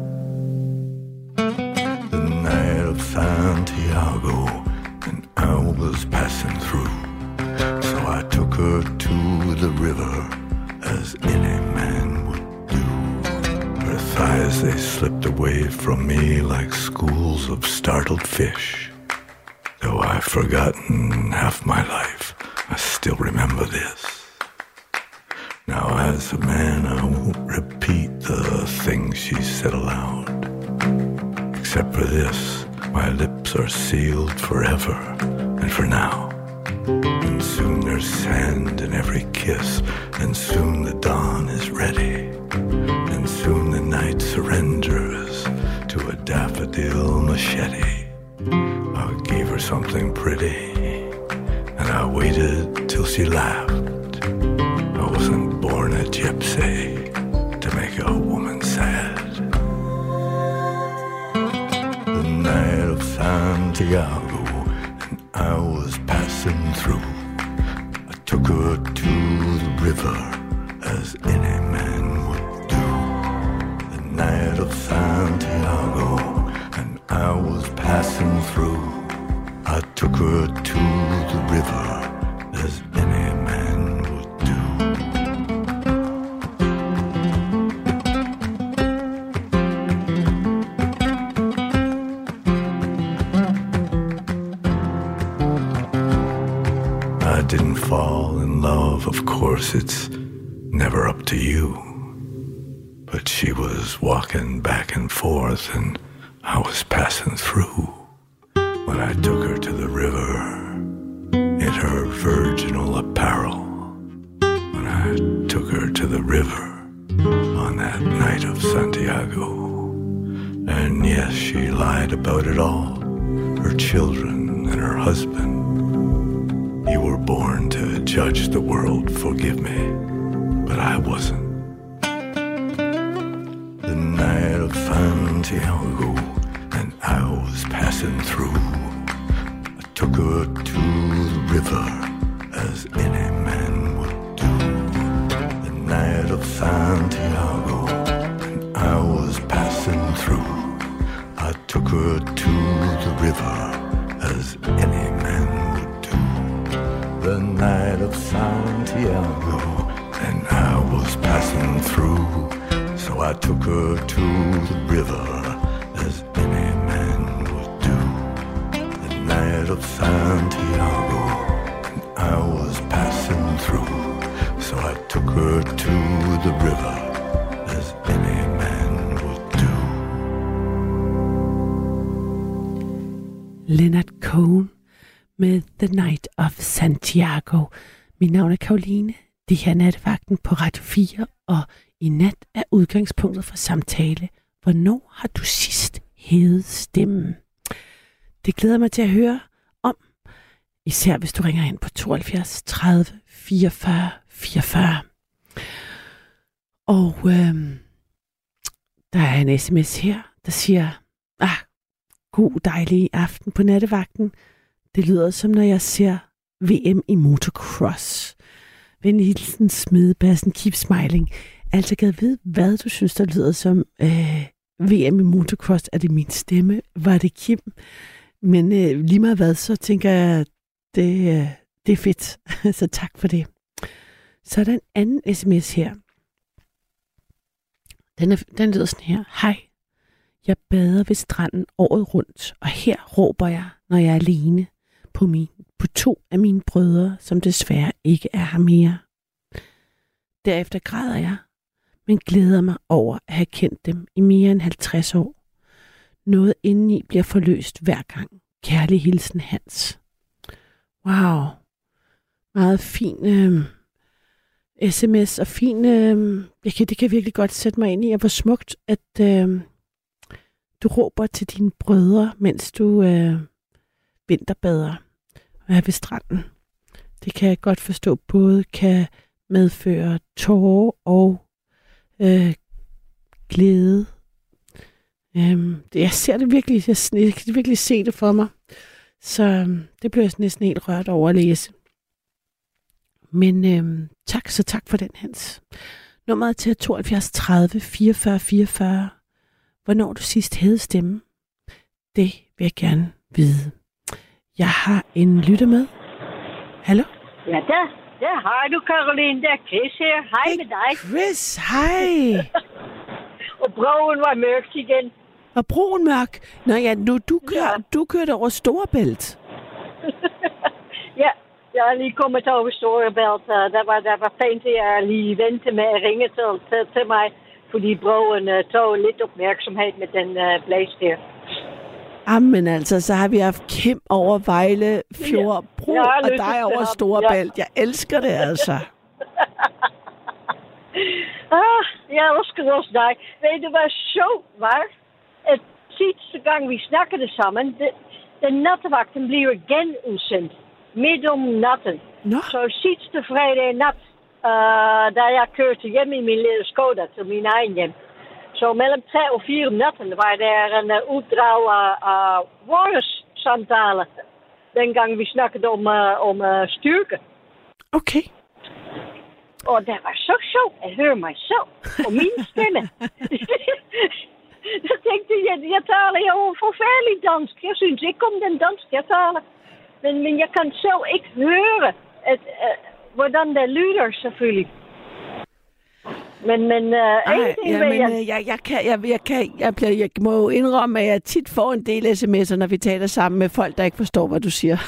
F: The night of Santiago, and I was passing through. So I took her to the river, as any man would. Her thighs, they slipped away from me like schools of startled fish. Though I've forgotten half my life, I still remember this. Now as a man, I won't repeat the things she said aloud. Except for this, my lips are sealed forever and for now. And soon there's sand in every kiss, and soon the dawn is ready. And soon the night surrenders to a daffodil machete. I gave her something pretty, and I waited till she laughed. I wasn't born a gypsy to make a woman sad. The night of Santiago, and I was passing through. I took her to the river, as any man would do. The night of Santiago, and I was passing through. I took her to the river, as any man would do. I didn't fall in love, of course, it's never up to you. But she was walking back and forth, and I was passing through. When I took her to the river, in her virginal apparel. When I took her to the river, on that night of Santiago. And yes, she lied about it all, her children and her husband. You were born to judge the world, forgive me, but I wasn't. The night of Santiago, and I was passing through. I took her to the river, as any man would do. The night of Santiago, and I was passing through. I took her to the river, as any man would do. The night of Santiago, and I was passing through. So I took her to the river, as any man would do. The night of Santiago, and I was passing through. So I took her to the river, as any man would do.
C: Leonard Cohen med The Night of Santiago. Mit navn er Karoline. Det her er Nattevagten på Radio fire, og i nat er udgangspunktet for samtale. Hvornår har du sidst hævet stemmen? Det glæder mig til at høre om, især hvis du ringer ind på tooghalvfjerds tredive fireogfyrre fireogfyrre. Og øhm, Der er en sms her, der siger, ah, god dejlig aften på nattevagten. Det lyder som, når jeg ser V M i motocross. Venlig hilsen, smedebassen, keep smiling. Altså, kan jeg vide, hvad du synes, der lyder som øh, V M i motocross? Er det min stemme? Var det Kim? Men øh, lige meget hvad, så tænker jeg, det, øh, det er fedt. Så tak for det. Så er der en anden sms her. Den, er, den lyder sådan her. Hej, jeg bader ved stranden året rundt, og her råber jeg, når jeg er alene, på, min, på to af mine brødre, som desværre ikke er her mere. Derefter græder jeg, men glæder mig over at have kendt dem i mere end halvtreds år. Noget indeni bliver forløst hver gang. Kærlig hilsen, Hans. Wow. Meget fin øh, sms og fin... Øh, jeg kan, det kan virkelig godt sætte mig ind i, at hvor smukt, at øh, du råber til dine brødre, mens du øh, vinterbader og er ved stranden. Det kan jeg godt forstå både kan medføre tårer og øh, glæde. Øhm, det, jeg ser det virkelig, jeg, jeg kan virkelig se det for mig. Så øhm, det bliver jeg næsten helt rørt over at læse. Men øhm, tak, så tak for den, Hans. Nummeret til tooghalvfjerds tredive fireogfyrre fireogfyrre. Hvornår du sidst havde stemme? Det vil jeg gerne vide. Jeg har en lytter med. Hallo?
G: Ja, der, der har du, Caroline. Der er Chris her. Hej hey, med dig.
C: Chris, hej.
G: Og broen var mørkt igen.
C: Og broen mørk? Nå ja, nu, du, kører, ja. du kørte over Storebælt.
G: Ja, jeg er lige kommet over Storebælt. Der var, der var pænt, at jeg lige vente med at ringe til, til, til mig, fordi broen uh, tog lidt opmærksomhed med den uh, blæs der.
C: Jamen altså, så har vi haft Kim over Vejle Fjord Bro, ja, og dig over Storebælt. Ja. Jeg elsker det altså.
G: Ah, jeg elsker også dig. Ved du, hvad sjovt var? At sidste gang vi snakkede sammen, de, den nattevagten bliver genudsendt. Midt om natten.
C: Nå.
G: Så sidste fredag nat, uh, da jeg kørte hjem i min lille Skoda til min egen hjem. Så mellem tre og fire om natten var der en uh, uddrag af uh, vores samtale. Dengang vi snakkede om, uh, om uh, styrke.
C: Okay.
G: Og det var så sjovt at høre mig selv og min stemme. Jeg tænkte, jeg, jeg taler jo forfærdeligt dansk. Jeg synes ikke om den dansk, jeg taler. Men, men jeg kan selv ikke høre, at, uh, hvordan det lyder selvfølgelig. Men, men uh, Ej, en ting
C: ja,
G: vil
C: men,
G: jeg...
C: jeg... Jeg, kan, jeg, jeg, kan, jeg, bliver, jeg må jo indrømme, at jeg tit får en del sms'er, når vi taler sammen med folk, der ikke forstår, hvad du siger.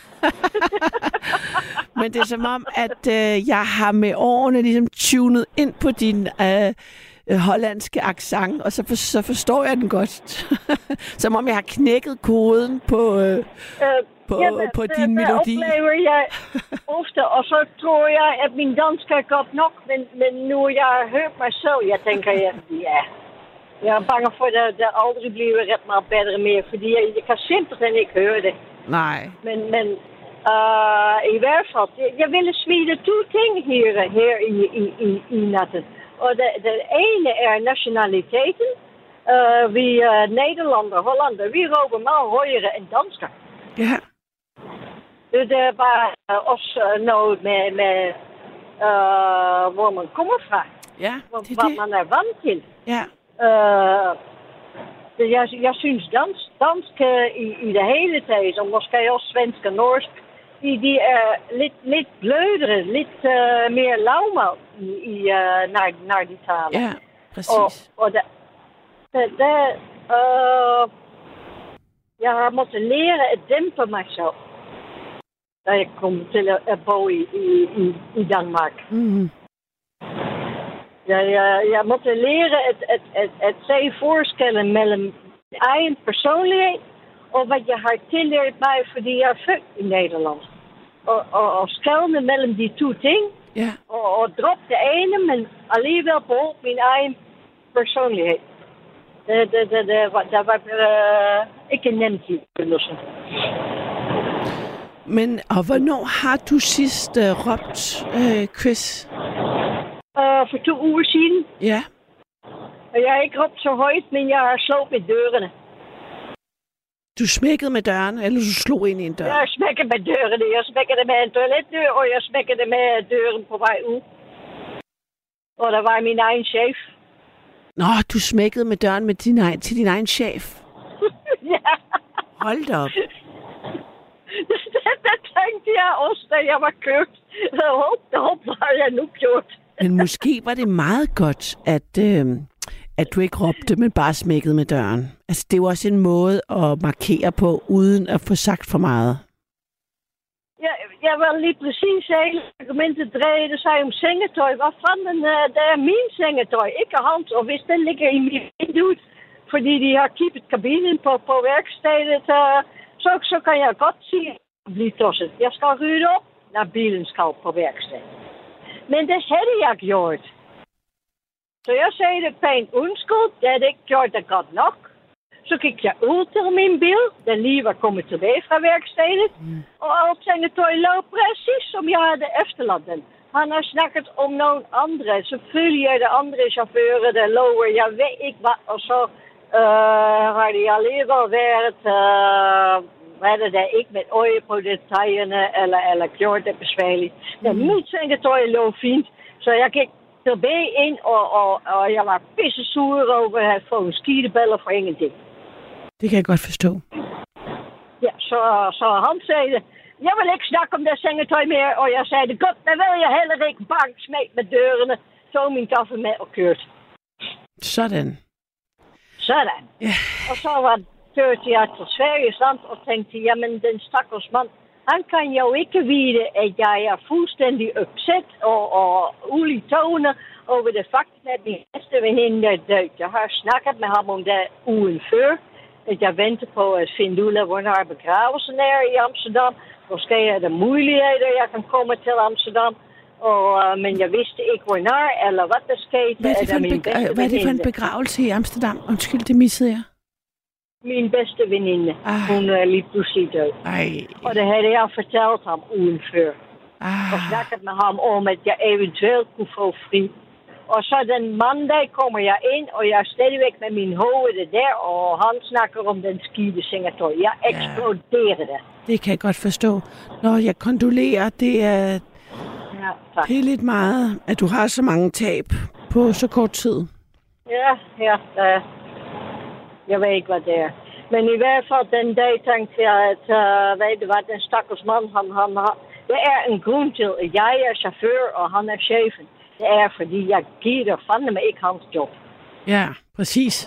C: Men det er som om, at øh, jeg har med årene ligesom tunet ind på din øh, hollandske accent, og så, for, så forstår jeg den godt. Som om jeg har knækket koden på, øh, øh, på,
G: ja,
C: på
G: det,
C: din
G: det
C: melodi.
G: Det oplever jeg ofte, og så tror jeg, at min dansk er godt nok, men, men nu jeg har hørt mig selv, jeg tænker, ja, ja. Jeg er bange for, at det aldrig bliver ret meget bedre mere, fordi jeg, jeg kan simpelthen ikke høre det.
C: Nej.
G: Men, men uh, i hvert fald, jeg, jeg ville smide to ting her, her i, i, i, i natten. Og det, det ene er nationaliteten. Uh, vi uh, Nederlander, Hollander, vi råber meget højere end dansker.
C: Ja.
G: Det er bare uh, også uh, noget med, med uh, hvor man kommer fra.
C: Ja,
G: det
C: er
G: hvad
C: det.
G: man er vant til.
C: Ja.
G: Uh, det, jeg, jeg synes dansk, dansk uh, i, i det hele taget, og måske også svensk og norsk, de, de er lidt, lidt blødere, lidt uh, mere lavmælt i, i, uh, når, når de taler.
C: Ja, præcis.
G: Og, og det, det, det, uh, jeg har måttet lære at dæmpe mig selv, da jeg kom til at, at bo i, i, i, i Danmark.
C: Mm-hmm.
G: Jeg, jeg, jeg måtte lære at, at, at, at se forskellen mellem egen personlighed og hvad jeg har tillært mig, fordi jeg er født i Nederland. Og, og, og skelne mellem de to ting.
C: Ja.
G: Og, og droppe det ene, men alligevel beholde min egen personlighed. Det, det, det, det, det var uh, ikke nemt i begyndelsen.
C: Men, og hvornår har du sidst uh, råbt, uh, Chris?
G: Uh, for to uger siden.
C: Ja.
G: Og jeg har ikke råbt så højt, men jeg har slået med dørene.
C: Du smækkede med døren, eller du slog ind i en dør?
G: Jeg smækkede med dørene. Jeg smækkede det med en toiletdør, og jeg smækkede det med døren på vej ud. Og der var min egen chef.
C: Nå, du smækkede med døren med din egen, til din egen chef?
G: Ja.
C: Hold da op.
G: det, det tænkte jeg også, da jeg var købt. Jeg håber, det håber jeg nu gjort.
C: Men måske var det meget godt, at, øh, at du ikke råbte, men bare smækkede med døren. Altså, det er jo også en måde at markere på, uden at få sagt for meget.
G: Jeg, jeg var lige præcis hele argumentet drejede sig om sengetøj. Hvad fanden, uh, det er min sengetøj, ikke hans. Og hvis den ligger i mit vindue, fordi de har kippet kabinen på, på værkstedet, uh, så, så kan jeg godt sige, at blive tosset. Jeg skal rydde op, når bilen skal på værkstedet. Men det havde jeg gjort. Så jeg sagde det pænt undskyld, det havde ikke gjort det godt nok. Så gik jeg ud til min bil, den lige var kommet tilbage fra værkstedet. Mm. Og alt sengetøj lå præcis som jeg havde efterladt den. Han har snakket om nogle andre. Selvfølgelig er det andre chauffører, der lover, jeg ved ikke hvad. Og så uh, har de alligevel været, uh, hvad er det ikke med øje på detaljerne, eller, eller gjort det besværligt. Mm. Men mit sengetøj lå fint, så jeg gik tilbage ind, og, og, og jeg var pisse sur over at have fået skideballer for ingenting.
C: Det kan jeg godt forstå.
G: Ja, så, så han sagde det. Jeg vil ikke snakke om det sengetøj mere, og jeg sagde det godt, det vil jeg heller ikke. Bang, smæk med dørene, tog min kaffe med og kørte.
C: Sådan.
G: Sådan.
C: Ja.
G: Og så var kørte jeg til Sveriges land og tænkte, jamen den stakkels mand, han kan jo ikke vide, at jeg er fuldstændig opsat og, og ulig tone over det faktum, at min bedste veninde er død. Jeg har snakket med ham om det ugen før, at jeg venter på at finde ud af, hvornår begravelsen er i Amsterdam. Måske er der muligheder, at jeg kan komme til Amsterdam. Og, uh, men jeg vidste ikke, hvornår eller hvad der skete.
C: Hvad er det for en, beg- hvad er det for en begravelse i Amsterdam? Undskyld, det missede jeg.
G: Min bedste veninde. Ah. Hun er lige pludselig død.
C: Ej.
G: Og det havde jeg fortalt ham ugen før.
C: Ah.
G: Og snakket med ham om, at jeg eventuelt kunne få fri. Og så den mandag kommer jeg ind, og jeg er stadigvæk med min hoved der, og han snakker om den skide sengetøj. Jeg eksploderer det.
C: Det kan jeg godt forstå. Når jeg kondolerer, det er,
G: ja,
C: det er lidt meget, at du har så mange tab på så kort tid.
G: Ja, ja. Uh, jeg ved ikke, hvad det er. Men i hvert fald den dag tænkte jeg, at uh, ved du hvad, den stakkels mand, han, han har... Det er en grund til, at jeg er chauffør, og han er chefen. Det er, fordi jeg giver fandme ikke hans job.
C: Ja, præcis.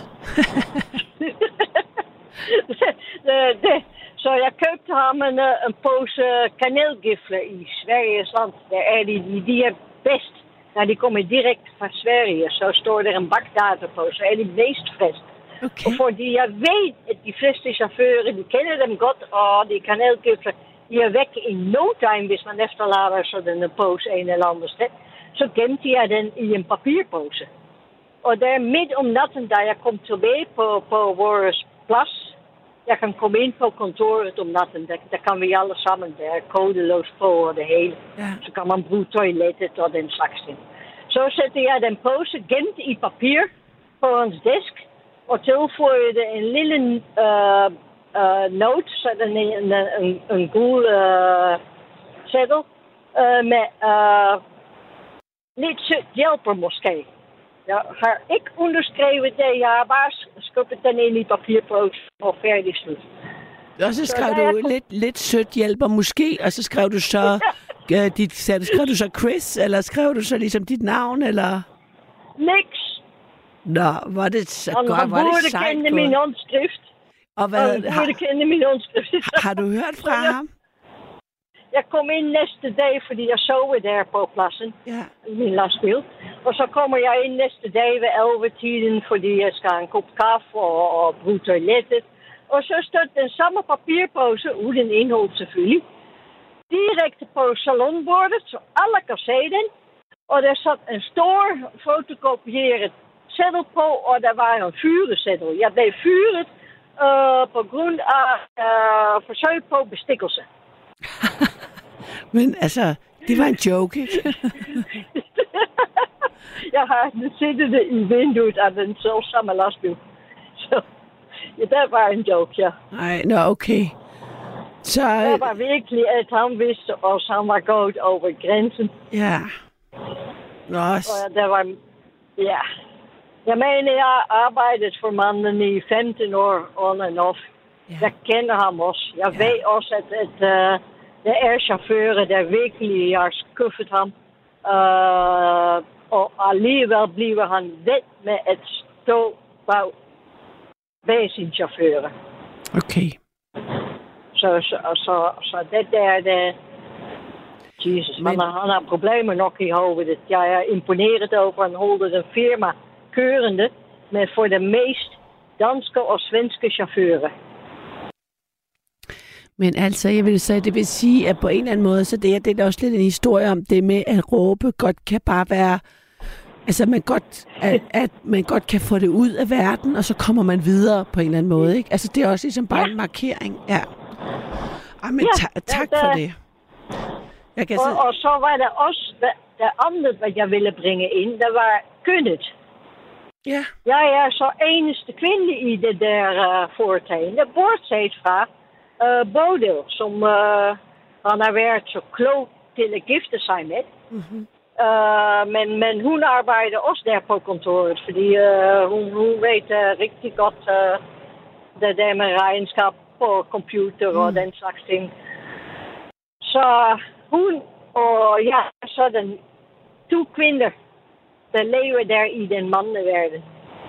G: det, det. Så jeg købte ham en, en pose kanelgifler i Sveriges land. Der er de, de, de er bedst. Når de kommer direkte fra Sverige, så står der en bakdato på, så er de mest frisk.
C: Okay.
G: Og fordi jeg ved, at de fleste chauffører, de kender dem godt, og de kanelgifler, de er væk i no time, hvis man efterlader sådan en pose en eller anden sted. Så gemte jeg den i en papirpose. Og der midt om natten, da jeg kom tilbage på, på vores plads, jeg kan komme ind på kontoret om natten, der, der kan vi alle sammen, der er kodelås på og det hele. Ja. Så kan man bruge toilettet og den slags ting. Så sætter jeg den pose gemt i papir på hans disk, og tilføjede en lille uh, uh, note, sådan en, en, en, en gul uh, seddel, uh, med... Uh, Lidt sødt hjælper måske. Jeg har ikke underskrevet det. Jeg har bare skubbet den ind i papirpose og færdig slut.
C: Og så skrev så du jeg... lidt, lidt sødt hjælper måske, og så skrev du så, uh, dit, skrev du så Chris, eller skrev du så ligesom dit navn, eller?
G: Niks.
C: Nå, var det så
G: han,
C: godt,
G: han
C: var det sejt.
G: Han burde kende min håndskrift.
C: Og hvad?
G: Han burde har... kende min håndskrift.
C: Har du hørt fra ham?
G: Jeg kom ind næste dag, fordi jeg sov der på pladsen
C: ja.
G: i min lastbil. Og så kommer jeg ind næste dag ved elleve-tiden, fordi jeg skal have en kop kaffe og, og bruge toilettet. Og så stod den samme papirpose, uden indhold selvfølgelig, direkte på salonbordet, så alle kan se den. Og der zat en stor fotokopieret seddel på, og der var en fyreseddel. Jeg blev fyret uh, på grund af uh, forsøg på bestikkelse.
C: Men altså, det var en joke, ikke?
G: Jeg har siddet i vinduet af den selv samme lastbil. Så ja, det var en joke, ja.
C: Nej, nå, okay. Så...
G: Det var virkelig, at han vidste også, han var gået over grænsen.
C: Ja. Nå.
G: Og der var... Ja. Jeg mener, jeg har arbejdet for manden i femten år, on and off. Ja. Jeg kender ham også. Jeg ja. ved også, at, at uh, der er chauffører, der virkelig har skuffet ham. Uh, og alligevel bliver han ved med at stå bag, bag sin chauffører.
C: Okay.
G: Så, så, så, så det der, det... Jesus, Men... han, har, han har problemer nok i hovedet. Jeg er imponeret over, han holder en firma kørende, men for de mest danske og svenske chauffører.
C: Men altså, jeg vil sige, det vil sige, at på en eller anden måde, så det er, det er også lidt en historie om det med, at råbe godt kan bare være, altså man godt, at, at man godt kan få det ud af verden, og så kommer man videre på en eller anden måde, ikke? Altså det er også ligesom bare ja. en markering, ja. Ej, men
G: ja,
C: ta- tak
G: det,
C: for det. Jeg kan
G: og,
C: så...
G: og så var der også, det andet, hvad jeg ville bringe ind, der var kønnet.
C: Ja.
G: Jeg er så eneste kvinde i det der uh, foretagende, bortset fra uh, Bodil, som uh, han har været så klog til at gifte sig med.
C: Mm-hmm.
G: Uh, men, men hun arbejder også der på kontoret, fordi uh, hun, hun ved uh, rigtig godt uh, det der med regnskab på computer mm. og den slags ting. Så hun og jeg er sådan to kvinder, der lever der i den mandeverden.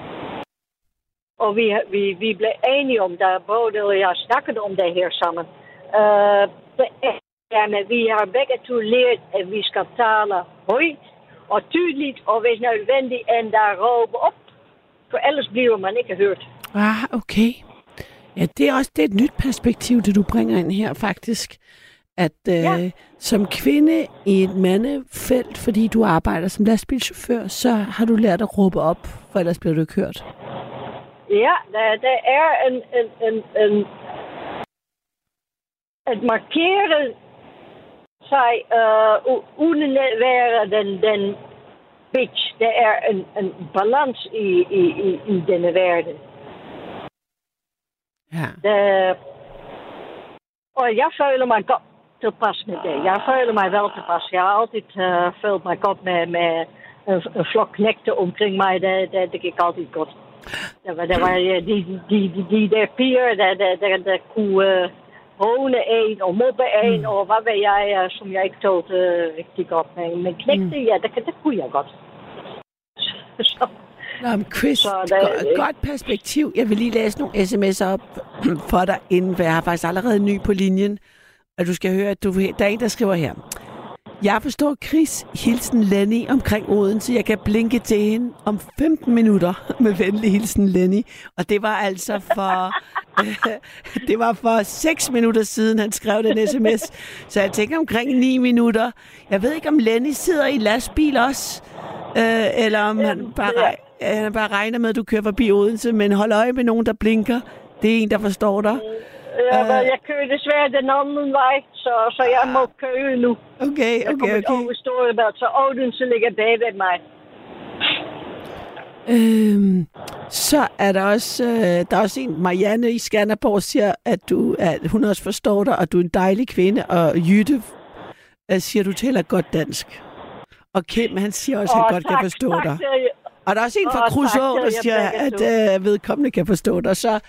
G: Og vi, vi, vi blev enige om det, både og jeg snakkede om det her sammen. Uh, det er, men vi har begge to lært, at vi skal tale højt og tydeligt, og hvis nødvendigt, endda råbe op. For ellers bliver man ikke hørt.
C: Ah, okay. Ja, det er også det er et nyt perspektiv, det du bringer ind her, faktisk. At øh, ja. som kvinde i et mandefelt, fordi du arbejder som lastbilchauffør, så har du lært at råbe op, for ellers bliver du ikke hørt.
G: Ja, der, der er en, en, en, en at markere sig uh, uden at være den, den bitch. Der er en, en balans i, i, i, i denne verden.
C: Ja.
G: Der, og jeg føler mig godt tilpas med det. Jeg føler mig wel tilpas. Jeg har altid uh, følt mig godt med, med een, een flok knekten omkring mij. Dat, dat, dat ik altijd goed. Dat, dat waren die, die, die, die der pier, dat, dat, dat, dat kunne uh, honen een of moppen een. Mm. Of wat ben jij, uh, som jeg ikke tot uh, rigtig godt. Men, men knekten, mm. ja, det, det kunne jeg godt. Så.
C: Nå, men Chris, så der, go- godt perspektiv. Jeg vil lige læse nogle sms'er op for dig inden, for jeg har faktisk allerede ny på linjen. Og du skal høre, at du, der er en, der skriver her. Jeg forstår Chris, hilsen Lenny omkring Odense. Jeg kan blinke til hende om femten minutter med venlig hilsen Lenny. Og det var altså for øh, det var for seks minutter siden, han skrev den sms. Så jeg tænker omkring ni minutter. Jeg ved ikke, om Lenny sidder i lastbil også, øh, eller om han bare, øh, bare regner med, at du kører forbi Odense. Men hold øje med nogen, der blinker. Det er en, der forstår dig.
G: Ja, uh, jeg kører desværre den anden vej, så, så jeg må køre nu.
C: Okay, okay,
G: jeg kommer
C: okay.
G: over Storebælt, så Odense ligger bag ved mig.
C: Øhm, så er der også, øh, der er også en, Marianne i Skanderborg siger, at, du, at hun også forstår dig, og du er en dejlig kvinde, og Jytte øh, siger, at du taler godt dansk. Og Kim, han siger også, at han oh, godt tak, kan forstå tak, dig. Jeg... Og der er også en fra oh, Kruså, der siger, at øh, vedkommende kan forstå dig. Så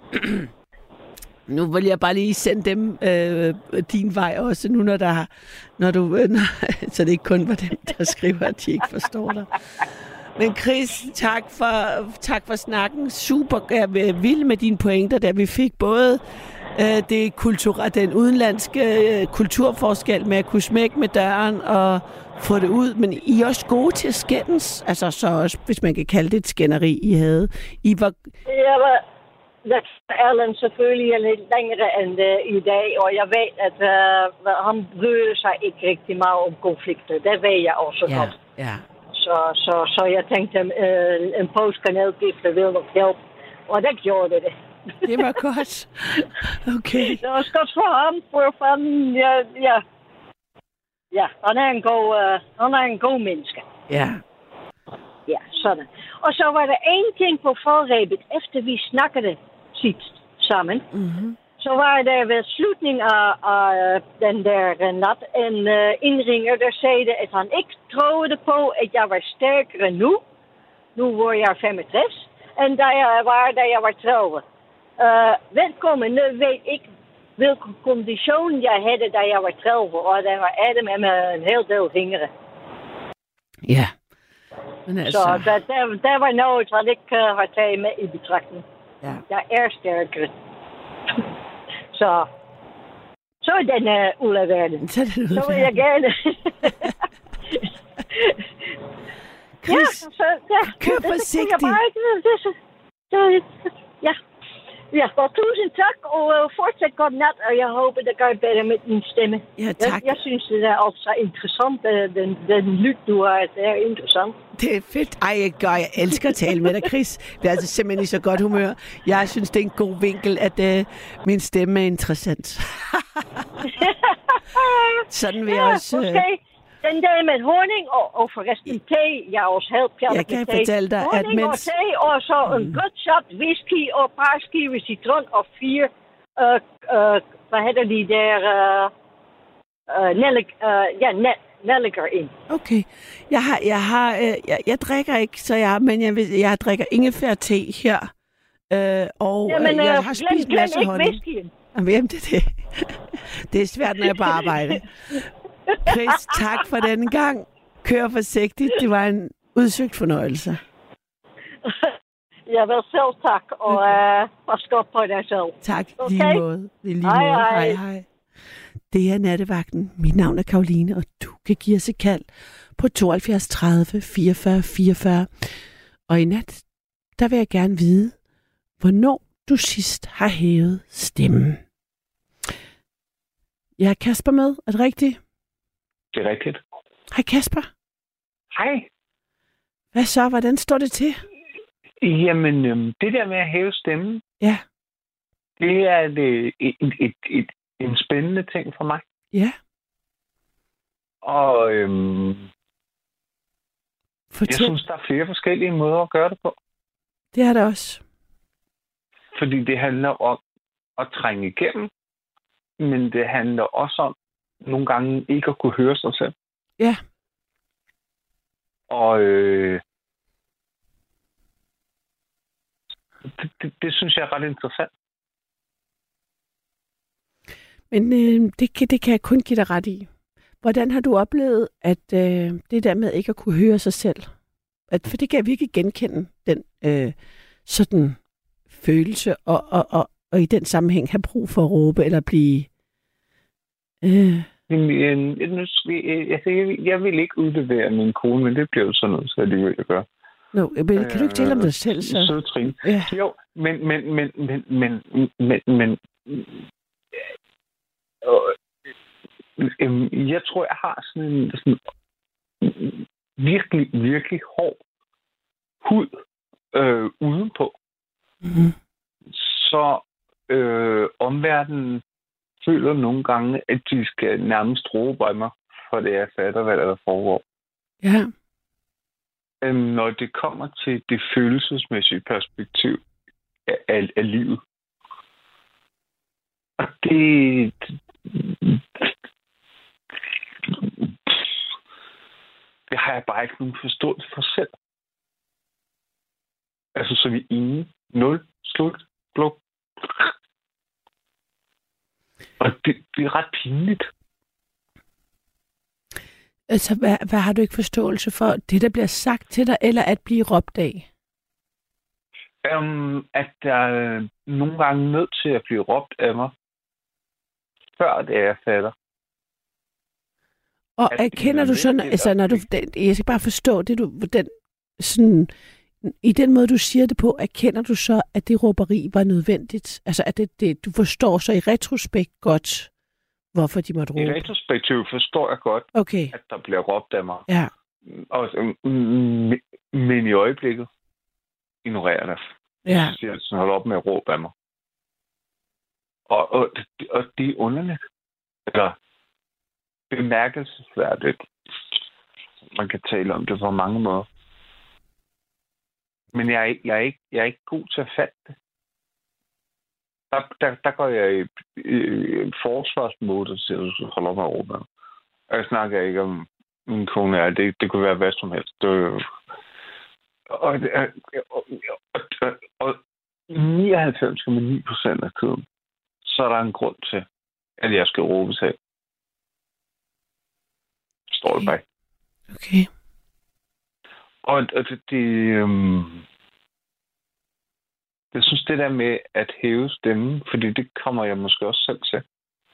C: nu vil jeg bare lige sende dem øh, din vej også, nu når der når du, øh, når, så det ikke kun var dem, der skriver, at de ikke forstår dig. Men Chris, tak for, tak for snakken. Super jeg vild med dine pointer, da vi fik både øh, det kultur, den udenlandske øh, kulturforskel med at kunne smække med døren og få det ud, men I er også gode til at skændes, altså så også, hvis man kan kalde det et skænderi, I havde. I var...
G: Ja, men det er Erlend selvfølgelig lidt længere end uh, i dag, og jeg ved, at uh, han bryder sig ikke rigtig meget om konflikter. Det ved jeg også
C: ja,
G: godt.
C: Ja.
G: Så, så, så jeg tænkte, uh, en postkanalgifter vil nok hjælpe, og det gjorde det.
C: Det var godt. Okay.
G: Det var godt for ham, for fanden, ja, ja. Ja, han er en god, uh, han er en god menneske.
C: Ja.
G: sådan. Og så var der en ting på forrebet, efter vi snakkede sidst sammen.
C: Mm-hmm.
G: Så var der ved slutningen af, af den der nat en uh, indringer, der sagde, at han ikke troede på, at jeg var stærkere nu. Nu hvor jeg er femogtres. En da jeg var, da jeg var tredive. Uh, velkommen, weet ik welke condition jeg havde, da jeg var tredive. Og der var Adam med med en hel del vingeren.
C: Ja. Men altså...
G: Så der, der, der var noget, wat ik uh, har taget med i betragtning.
C: Ja.
G: Jeg er stærkere. Så... Så er den uh, ud af verden.
C: Så, er det
G: så vil jeg gerne...
C: Chris,
G: ja, så, ja,
C: kør
G: det,
C: forsigtigt.
G: Det, bare ikke, det, det, det, ja. Ja, og tusind tak, og uh, fortsat godt nat, og jeg håber, det går bedre med din stemme.
C: Ja, tak.
G: Jeg, jeg synes, det er også interessant, den, den lyd, du har, det er interessant.
C: Det er fedt. Ej, jeg, gør, jeg elsker at tale med dig, Chris. Det er altså simpelthen i så godt humør. Jeg synes, det er en god vinkel, at uh, min stemme er interessant. Sådan vil jeg
G: ja,
C: også... Uh...
G: Okay. Den der med honning og, og forresten te, jeg er også helt pjat
C: Jeg kan
G: med te.
C: fortælle dig, at
G: honning
C: mens...
G: og te, og så en mm. godt shot whisky og et par skiver citron og fire, uh, uh, hvad hedder de der, uh, uh, nellik, uh, ja, ne, nelliker ind.
C: Okay. Jeg har, jeg har, øh, jeg, jeg drikker ikke, så jeg, men jeg, vil, jeg drikker ingefær te her. Øh, og
G: Jamen,
C: øh, jeg
G: uh,
C: har
G: glem,
C: spist en masse
G: glem
C: honning.
G: ikke whiskyen.
C: Jamen, det er det. Det er svært, når jeg er på arbejde. Chris, tak for denne gang. Kør forsigtigt. Det var en udsøgt fornøjelse.
G: Ja, vel selv tak, og uh, pas godt på dig selv.
C: Tak,
G: okay?
C: lige måde. Lige
G: hej,
C: måde.
G: hej.
C: Hej, hej. Det er Nattevagten. Mit navn er Karoline, og du kan give os et kald på tooghalvfjerds tredive fireogfyrre fireogfyrre. Og i nat, der vil jeg gerne vide, hvornår du sidst har hævet stemmen. Jeg har Kasper med. Er det rigtigt?
H: Det er rigtigt.
C: Hej Kasper.
H: Hej.
C: Hvad så? Hvordan står det til?
H: Jamen, øhm, det der med at hæve stemmen,
C: Ja.
H: det er et, et, et, et, et, en spændende ting for mig.
C: Ja.
H: Og øhm,
C: Fortæl.
H: jeg synes, der er flere forskellige måder at gøre det på.
C: Det er det også.
H: Fordi det handler om at trænge igennem, men det handler også om nogle gange ikke at kunne høre sig selv.
C: Ja.
H: Og øh, det, det, det synes jeg er ret interessant.
C: Men øh, det, kan, det kan jeg kun give dig ret i. Hvordan har du oplevet, at øh, det der med ikke at kunne høre sig selv, at, for det kan jeg virkelig genkende, den øh, sådan følelse, og, og, og, og i den sammenhæng have brug for at råbe eller blive... Øh,
H: Jamen, jeg, jeg, jeg vil ikke udlevere min kone, men det bliver jo sådan noget, så det vil jeg gøre.
C: no, men kan du ikke tale om dig selv, så?
H: Søde Trine.
C: Ja.
H: Jo, men, men, men, men, men, men, men øh, jeg tror, jeg har sådan en sådan, virkelig, virkelig hård hud øh, udenpå.
C: Mm-hmm.
H: Så øh, omverdenen føler nogle gange, at de skal nærmest råbe af mig, for det jeg fatter, hvad der foregår.
C: Ja.
H: Øhm, når det kommer til det følelsesmæssige perspektiv af, af, af livet. Og det... Det har jeg bare ikke nogen forståelse for selv. Altså, så vi ingen, nul, slut, blok. Og det, det er ret pinligt.
C: Altså, hvad, hvad har du ikke forståelse for? Det, der bliver sagt til dig, eller at blive råbt af?
H: Um, at der er nogle gange nødt til at blive råbt af mig, før det er, jeg fatter.
C: Og at erkender du sådan, altså, når du, jeg skal bare forstå det, du, den, sådan, i den måde, du siger det på, erkender du så, at det råberi var nødvendigt? Altså, at det, det, du forstår så i retrospekt godt, hvorfor de måtte råbe?
H: I retrospektiv forstår jeg godt,
C: okay.
H: at der bliver råbt af mig.
C: Ja.
H: Og, men i øjeblikket ignorerer det.
C: Ja.
H: Så siger jeg, sådan, hold op med at råbe af mig. Og, og, og det er underligt. Eller bemærkelsesværdigt. Man kan tale om det på mange måder. Men jeg er, ikke, jeg, er ikke, jeg er ikke god til at fatte det. Der, der, der går jeg i, i, i forsvarsmode og siger, at du skal holde op med at råbe. Og jeg snakker ikke om min kone. Er. Det, det kunne være hvad som helst. Det, og, og, og, og, og nioghalvfems komma ni procent af tiden, så er der en grund til, at jeg skal råbe selv. Står det bag.
C: Okay.
H: Og, og det, det øhm, jeg synes, det der med at hæve stemmen, fordi det kommer jeg måske også selv til,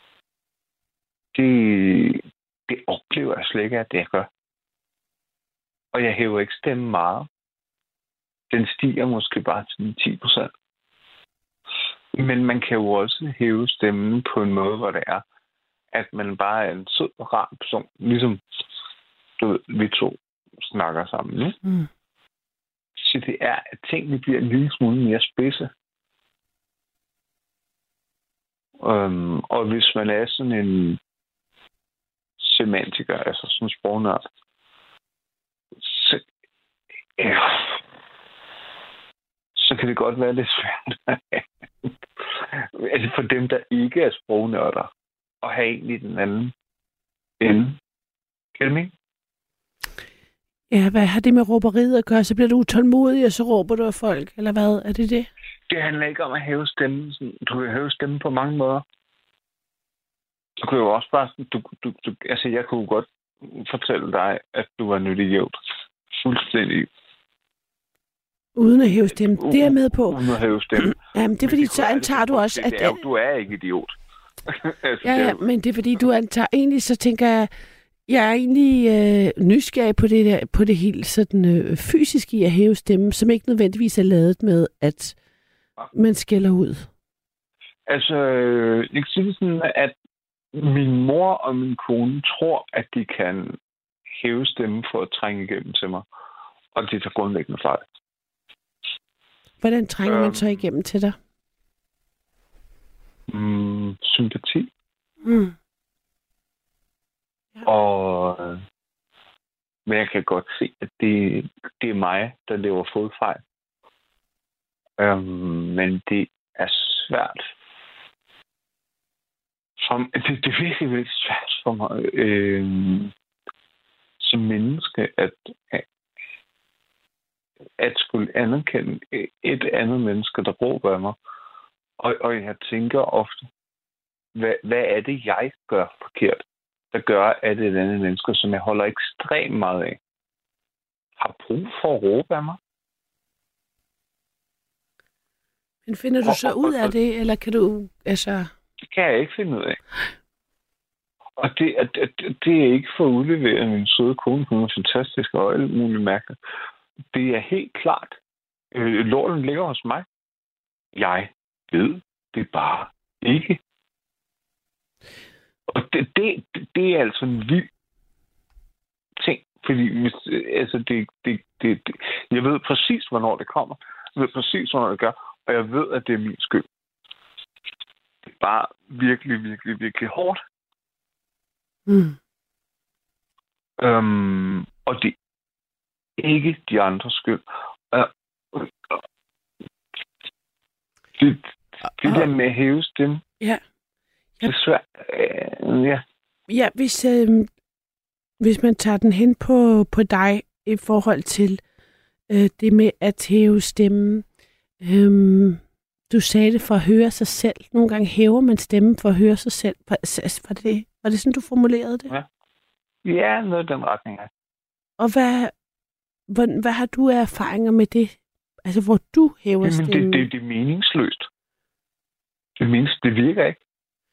H: det, det oplever jeg slet ikke, at det jeg gør. Og jeg hæver ikke stemmen meget. Den stiger måske bare til ti procent. Men man kan jo også hæve stemmen på en måde, hvor det er, at man bare er en sød og rar person. Ligesom du ved, vi to snakker sammen. Ikke? Mm. Så det er, at tingene bliver en lille smule mere spidse. Um, og hvis man er sådan en semantiker, altså sådan en sprognørd, så, ja, så kan det godt være lidt svært. Altså for dem, der ikke er sprognørder, at have en i den anden ende. Kan
C: Ja, hvad har det med råberiet at gøre? Så bliver du utålmodig, og så råber du af folk, eller hvad? Er det det?
H: Det handler ikke om at hæve stemmen. Du kan hæve stemmen på mange måder. Du kan jo også bare... Du, du, du, altså, jeg kunne godt fortælle dig, at du var en idiot. Fuldstændig.
C: Uden at hæve stemmen. Det er jeg med på.
H: Uden at hæve stemmen.
C: Jamen, det er fordi, så antager du også, at...
H: Det er, du er ikke idiot.
C: altså, ja, ja, men det er fordi, du antager... Egentlig så tænker jeg... Jeg er egentlig øh, nysgerrig på det, der, på det helt sådan, øh, fysiske i at hæve stemmen, som ikke nødvendigvis er lavet med, at man skælder ud.
H: Altså, jeg kan sige sådan, at min mor og min kone tror, at de kan hæve stemmen for at trænge igennem til mig. Og det tager grundlæggende fejl.
C: Hvordan trænger øhm, man så igennem til dig?
H: Mm, sympati.
C: Mm.
H: Ja. Og men jeg kan godt se, at det, det er mig, der laver fodfejl. Øhm, men det er svært. Som, det, det er virkelig, virkelig svært for mig øh, som menneske, at, at, at skulle anerkende et andet menneske, der råber af mig. Og, og jeg tænker ofte, hvad, hvad er det, jeg gør forkert, der gør, at et andet menneske, som jeg holder ekstremt meget af, har brug for at råbe af mig.
C: Men finder du så ud af det, eller kan du, altså...
H: Det kan jeg ikke finde ud af. Og det, det, det er ikke for at udlevere min søde kone, hun er fantastisk og alt muligt mærkeligt. Det er helt klart. Øh, lorten ligger hos mig. Jeg ved det bare ikke. Og det, det, det er altså en vild ting, fordi hvis, altså det, det, det, det, jeg ved præcis, hvornår det kommer. Jeg ved præcis, hvornår det gør, og jeg ved, at det er min skyld. Det er bare virkelig, virkelig, virkelig hårdt.
C: Mm.
H: Øhm, og det er ikke de andres skyld. Uh, uh, uh, det, det der med at hæve stemme.
C: Ja.
H: Det er svært. Uh, ja.
C: Ja, hvis, øh, hvis man tager den hen på, på dig i forhold til øh, det med at hæve stemmen. Øh, du sagde det for at høre sig selv. Nogle gange hæver man stemmen for at høre sig selv. Var, var, det, var det sådan, du formulerede det?
H: Ja, ja noget i den retning. Ja.
C: Og hvad, hvad, hvad har du af erfaringer med det? Altså, hvor du hæver
H: Jamen,
C: stemmen?
H: Det, det, det er meningsløst. Det, menes, det virker ikke.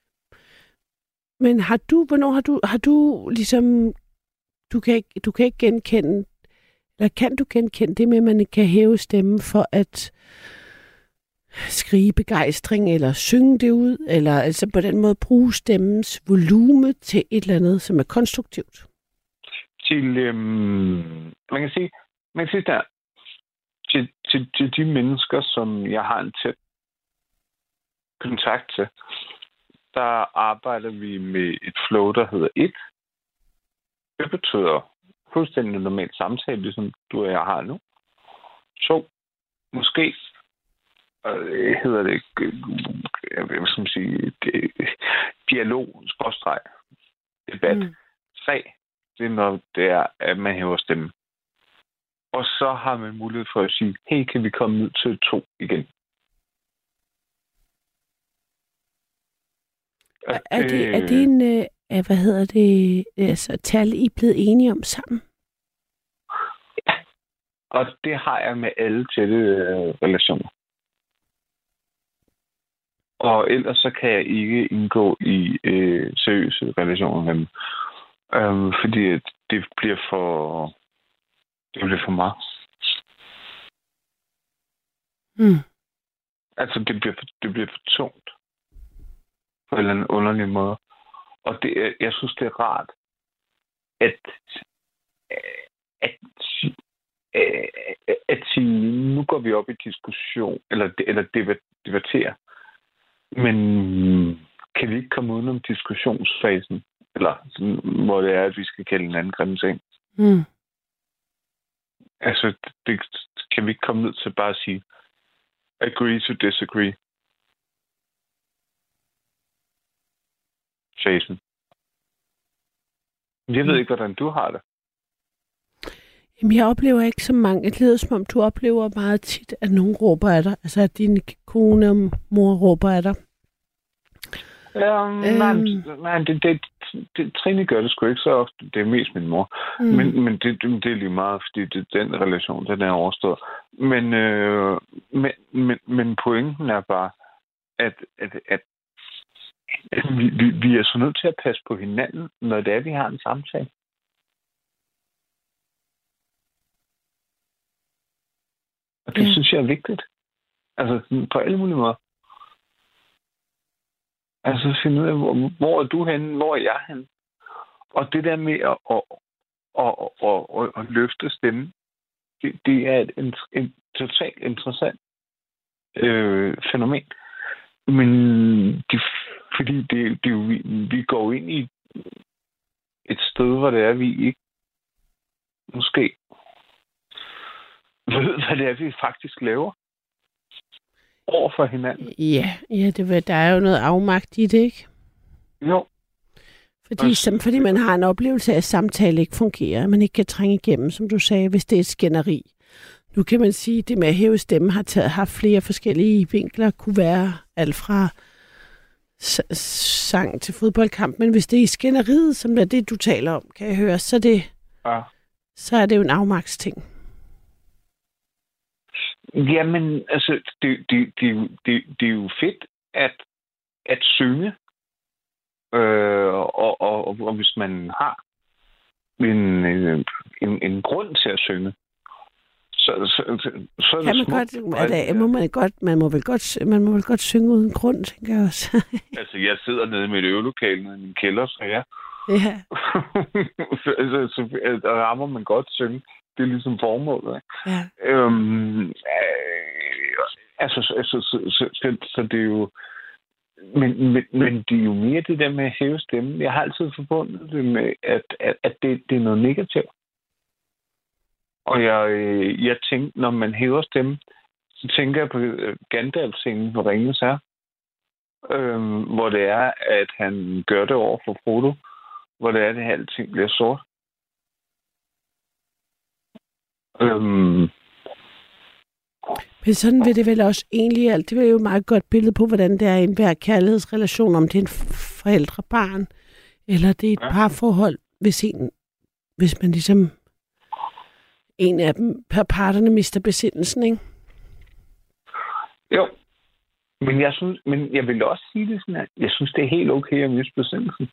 C: Men har du, hvornår har du, har du ligesom, du kan ikke, du kan ikke genkende, eller kan du genkende det med, at man kan hæve stemmen for at skrige begejstring, eller synge det ud, eller altså på den måde bruge stemmens volume til et eller andet, som er konstruktivt?
H: Til, øhm, man kan sige, man kan sige der, til, til, til de mennesker, som jeg har en tæt kontakt til, der arbejder vi med et flow, der hedder et. Det betyder fuldstændig normal samtale, ligesom du og jeg har nu. To, måske øh, hedder det, øh, hvad skal man sige, det, dialog, skråstreg, debat. Mm. Tre, det er når det er, at man hæver stemmen. Og så har man mulighed for at sige, hey, kan vi komme ned til to igen?
C: Er, er, det, er det en, øh, hvad hedder det, altså tal, I er blevet enige om sammen?
H: Ja, og det har jeg med alle tætte øh, relationer. Og ellers så kan jeg ikke indgå i øh, seriøse relationer med dem. Øhm, fordi det bliver for det bliver for meget.
C: Mm.
H: Altså, det bliver, for, det bliver for tungt. På en eller anden underlig måde. Og det, jeg synes, det er rart, at at, at, at sige, nu går vi op i diskussion, eller, eller debattere. Men kan vi ikke komme udenom diskussionsfasen? Eller sådan, hvor det er, at vi skal kalde en anden grimme ting.
C: Mm.
H: Altså, det, kan vi ikke komme ned til bare at sige, agree to disagree. Fasen. Jeg ved ikke, hvordan du har det.
C: Jamen, jeg oplever ikke så mange. Det lyder som om, du oplever meget tit, at nogen råber af dig. Altså, at din kone og mor råber af dig.
H: Um, øhm. Nej, nej det, det, det, Trine gør det sgu ikke så ofte. Det er mest min mor. Mm. Men, men det, det, det er lige meget, fordi det, den relation, den er overstået. Men, øh, men, men, men pointen er bare, at, at, at, at vi, vi, vi er så nødt til at passe på hinanden, når det er, vi har en samtale. Og det ja. synes jeg er vigtigt. Altså, på alle mulige måder. Altså, finde ud af, hvor, hvor er du henne, hvor er jeg henne? Og det der med at, at, at, at, at, at løfte stemmen, det, det er et, en, en totalt interessant øh, fænomen. Men det, fordi det, det, vi, vi går ind i et sted, hvor det er, vi ikke måske ved, hvad det er, vi faktisk laver over for hinanden.
C: Ja, ja det, der er jo noget afmagt i det, ikke?
H: Jo.
C: Fordi, som, fordi man har en oplevelse af, at samtale ikke fungerer, at man ikke kan trænge igennem, som du sagde, hvis det er et skænderi. Nu kan man sige, at det med at hæve stemmen har taget, haft flere forskellige vinkler, kunne være alt fra sang til fodboldkamp, men hvis det er i skænderiet, som er det, du taler om, kan jeg høre, så, det,
H: ja.
C: så er det jo en afmagtsting.
H: Jamen, altså, det, det, det, det, det er jo fedt at, at synge, øh, og, og, og, og hvis man har en, en, en grund til at synge, så, så, så er
C: kan
H: det
C: man
H: smukt.
C: Godt, det, må man, godt, man, må vel godt, man må vel godt synge uden grund, tænker jeg også.
H: Altså, jeg sidder nede i mit øvelokale nede i min kælder, så ja.
C: Ja.
H: så, så, der rammer man godt synge. Det er ligesom formålet. Ikke?
C: Ja.
H: Øhm, øh, altså, så, så, så, så, så det er jo... Men, men, men det er jo mere det der med at hæve stemmen. Jeg har altid forbundet det med, at, at, at det, det er noget negativt. Og jeg, jeg tænker, når man hæver stemmen, så tænker jeg på Gandalf-scenen på Ringenes Herre, øhm, hvor det er, at han gør det over for Frodo, hvor det er, at alting bliver sort. Øhm.
C: Men sådan vil det vel også egentlig alt. Det er jo et meget godt billede på, hvordan det er i enhver kærlighedsrelation, om det er en forældre-barn, eller det er et ja. parforhold, hvis, en, hvis man ligesom en af dem per parterne mister besindelsen, ikke?
H: Jo. Men jeg synes, men jeg vil også sige det sådan, at jeg synes, det er helt okay at miste besindelsen.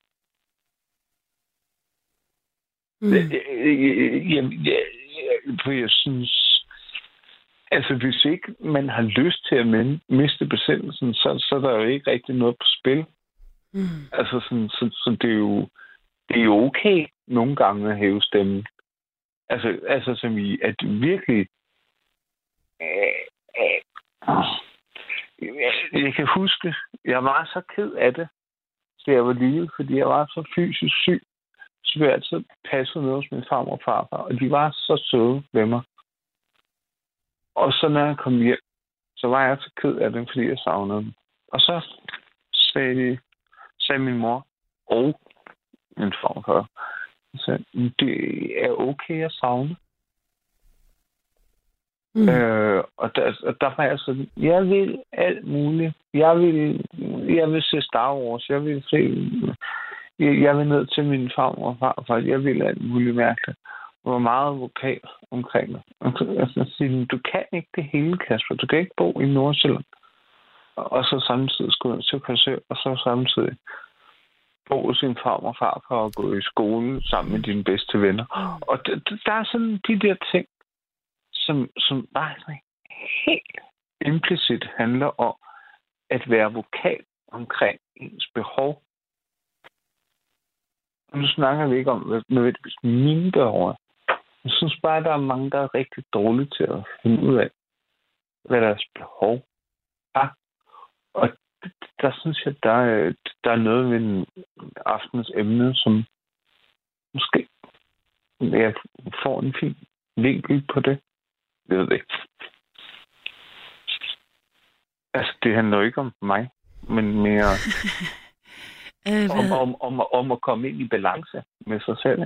H: Mm. Jeg, jeg, jeg, jeg, for jeg synes, altså hvis ikke man har lyst til at miste besindelsen, så, så er der jo ikke rigtig noget på spil. Mm. Altså sådan, så, så det er jo det er jo okay nogle gange at hæve stemmen. Altså, altså som i, at virkelig øh, øh, jeg, jeg kan huske, jeg var så ked af det, da jeg var lille, fordi jeg var så fysisk syg. Så vi altid passede ned hos min farmor og farfar, og de var så søde ved mig. Og så når jeg kom hjem, så var jeg så ked af det, fordi jeg savnede dem. Og så sagde, sagde min mor og min farfar, så det er okay at savne. Mm. Øh, og, der, og der var jeg sådan, jeg vil alt muligt. Jeg vil, jeg vil se Star Wars. Jeg vil se, jeg, jeg vil ned til min farmor og farfar. Jeg vil alt muligt mærkeligt. Jeg var meget vokal omkring det. Altså, du kan ikke det hele, Kasper. Du kan ikke bo i Nordsjælland. Og så samtidig skulle til Korsør, og så samtidig bo hos sin farmor og farfar og gå i skole sammen med dine bedste venner. Og der, der er sådan de der ting, som, som bare helt implicit handler om at være vokal omkring ens behov. Og nu snakker vi ikke om, hvad nødvendigvis mine behov er. Jeg synes bare, at der er mange, der er rigtig dårlige til at finde ud af, hvad deres behov er. Og der synes jeg, der er, der er noget ved en aftens emne, som måske jeg får en fin vinkel på det. Jeg ved det ikke. Altså, det handler jo ikke om mig, men mere om, om, om, om at komme ind i balance med sig selv.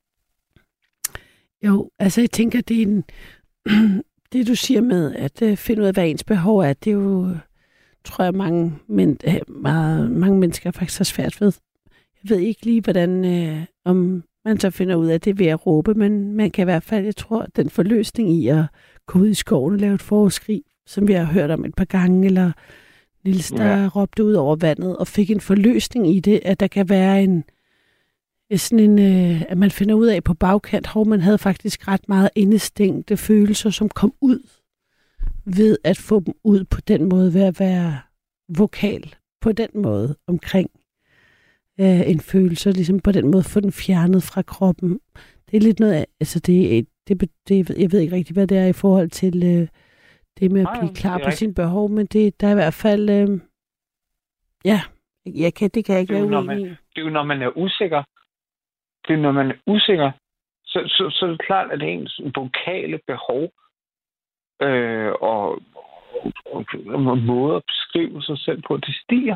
C: Jo, altså jeg tænker, det er en, det du siger med at uh, finde ud af, hvad ens behov er, det er jo, tror jeg, mange, men, meget, mange mennesker faktisk har svært ved. Jeg ved ikke lige, hvordan, uh, om man så finder ud af det ved at råbe, men man kan i hvert fald, jeg tror, den forløsning i at gå ud i skoven og lave et forskrig, som vi har hørt om et par gange, eller Niels, der ja. råbte ud over vandet og fik en forløsning i det, at der kan være en, sådan en, øh, at man finder ud af på bagkant, hvor man havde faktisk ret meget indestængte følelser, som kom ud ved at få dem ud på den måde, ved at være vokal på den måde omkring øh, en følelse, ligesom på den måde få den fjernet fra kroppen. Det er lidt noget af, altså det, det, det, jeg ved ikke rigtig, hvad det er i forhold til øh, det med at blive klar på sine behov, men det der er i hvert fald, øh, ja, jeg kan, det kan jeg ikke være uenig i.
H: Det er jo, når man er usikker. Det er, når man er usikker, så, så, så er det klart, at ens vokale behov øh, og, og, og måde at beskrive sig selv på, det stiger.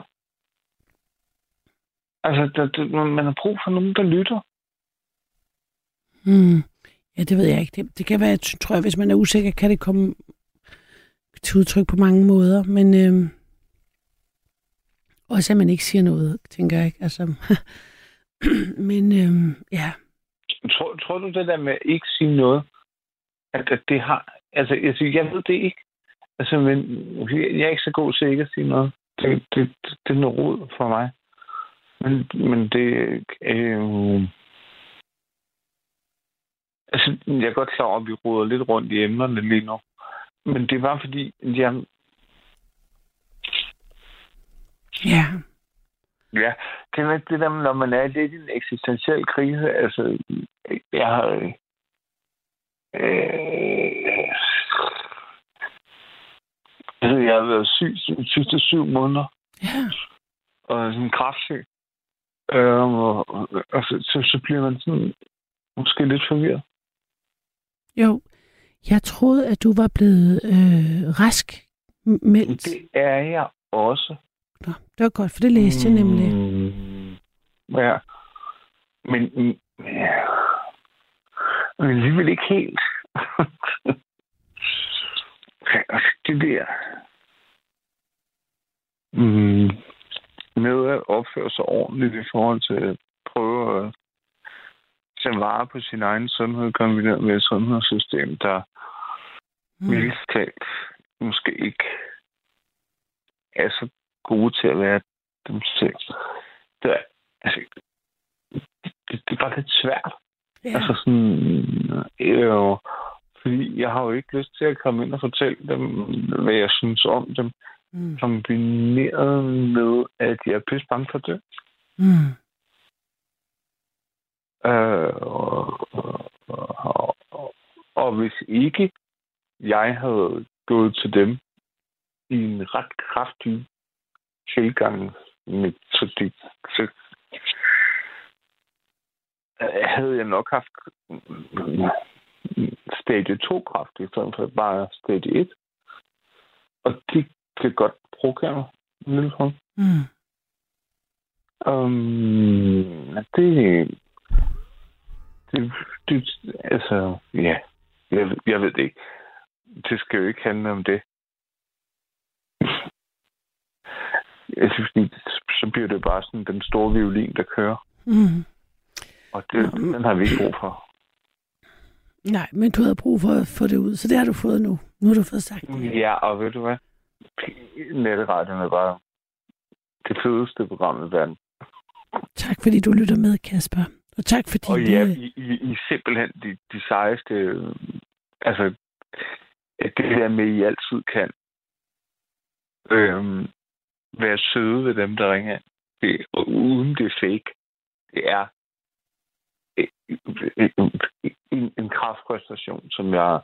H: Altså, der, der, man har brug for nogen, der lytter.
C: Hmm. Ja, det ved jeg ikke. Det, det kan være, tror jeg, hvis man er usikker, kan det komme til udtryk på mange måder, men øh, også at man ikke siger noget, tænker jeg ikke. Altså, men øh, ja.
H: Tror, tror du det der med at ikke sige noget, at, at det har, altså jeg, siger, jeg ved det ikke, altså men jeg er ikke så god til ikke at sige noget. Det, det, det, det er noget rod for mig. Men, men det øh, altså jeg er godt klar over, at vi roder lidt rundt i emnerne lige nu. Men det var fordi, jeg...
C: Ja.
H: Ja, det er det der, når man er lidt i en eksistentiel krise. Altså, jeg har... Øh, altså, jeg har været syg de sidste syv måneder.
C: Ja.
H: Og sådan kræftsyg. Øh, og, og så, så, så bliver man sådan måske lidt forvirret.
C: Jo. Jeg troede, at du var blevet øh, rask meldt.
H: Det er jeg også.
C: Nå, det var godt, for det læste jeg nemlig.
H: Mm, ja. Men, ja. Men alligevel ikke helt. Det der mm, med at opføre sig ordentligt i forhold til at prøve at tage vare på sin egen sundhed, kombineret med et sundhedssystem, der mm. vildt talt måske ikke er så gode til at være dem selv. Det er, altså, det, det er bare lidt svært. Yeah. Altså sådan, øh, fordi jeg har jo ikke lyst til at komme ind og fortælle dem, hvad jeg synes om dem, mm. kombineret med, at jeg er pisse bange for det.
C: Mm.
H: Øh, og, og, og, og, og hvis ikke jeg havde gået til dem i en ret kraftig tilgangsmetodik, så havde jeg nok haft stadie to-kræft, i stedet for bare stadie et. Og det kan godt provokere mig en lille smule.
C: Mm.
H: Um, det, det, det, altså, ja, jeg, jeg ved det ikke. Det skal jo ikke handle om det. Jeg synes, så bliver det bare sådan den store violin, der kører.
C: Mm.
H: Og det,
C: Nå,
H: den har vi ikke brug for.
C: Nej, men du havde brug for at få det ud, så det har du fået nu. Nu har du fået sagt det.
H: Ja, og ved du hvad? Netteradioen er bare det fedeste program i verden.
C: Tak fordi du lytter med, Kasper. Og tak fordi...
H: Og ja, I, I, I simpelthen de, de sejeste... Altså, det der med, I altid kan øhm, være søde ved dem, der ringer. Det, og uden det er fake. Det er en, en, en kraftpræstation, som jeg...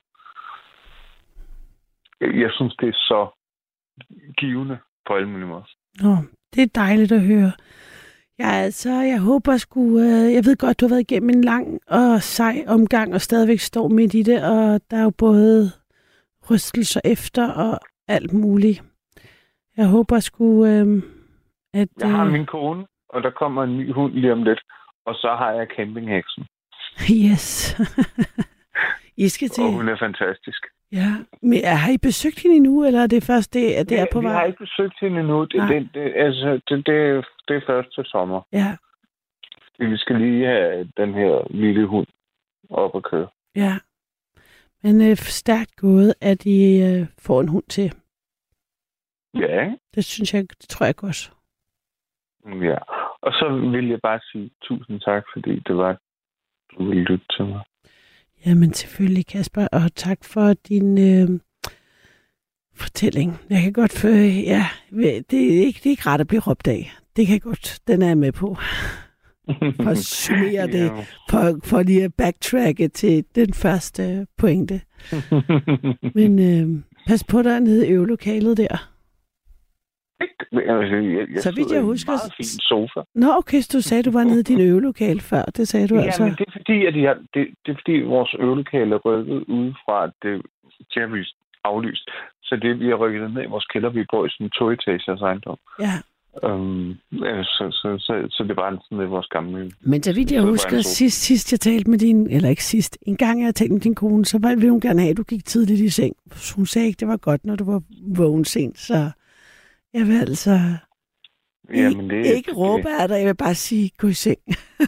H: Jeg synes, det er så givende på alle mulige måder.
C: Nå, det er dejligt at høre. Ja, altså, jeg håber sgu... Øh, jeg ved godt, du har været igennem en lang og sej omgang, og stadigvæk står midt i det, og der er jo både rystelser efter og alt muligt. Jeg håber sgu, øh, at...
H: Jeg har
C: øh,
H: min kone, og der kommer en ny hund lige om lidt, og så har jeg campingheksen.
C: Yes. I skal til...
H: Og hun er fantastisk.
C: Ja, men har I besøgt hende endnu, eller er det først det, at det er på vej?
H: Vi har ikke besøgt hende endnu. Det, det, det, altså, det, det, det er først til sommer.
C: Ja.
H: Vi skal lige have den her lille hund op at køre.
C: Ja. Men øh, stærkt gået, at I øh, får en hund til.
H: Ja, ikke?
C: Det synes jeg, det tror jeg godt.
H: Ja. Og så vil jeg bare sige tusind tak, fordi det var, du ville lytte til mig.
C: Jamen selvfølgelig, Kasper, og tak for din øh, fortælling. Jeg kan godt føle, ja, det er, ikke, det er ikke ret at blive råbt af. Det kan jeg godt, den er jeg med på. For at summere det,
H: Ja.
C: for, for lige at backtracke til den første pointe. Men øh, pas på dig nede i øvelokalet der.
H: Altså, jeg, jeg
C: Så vidt jeg husker...
H: en meget fin sofa.
C: Nå, okay, så du sagde, du var nede i din øvelokale før. Det sagde du
H: Ja,
C: altså.
H: men det er fordi, at de har, det, det er fordi vores øvelokale er rykket udefra, at det, det har vi aflyst. Så det, vi har rykket ned i vores kælder, vi bor i sådan en to-etagers ejendom.
C: Ja.
H: Um, ja, så, så, så, så det var sådan i vores gamle...
C: Men så vidt jeg
H: Så var
C: husker,
H: en sofa.
C: sidst, sidst jeg talte med din, eller ikke sidst, en gang jeg talte med din kone, så var- ville hun gerne have, at du gik tidligt i seng. Hun sagde ikke, det var godt, når du var vågen sent, så jeg vil altså
H: Jamen, det,
C: ikke råbe af dig, jeg vil bare sige, gå i seng.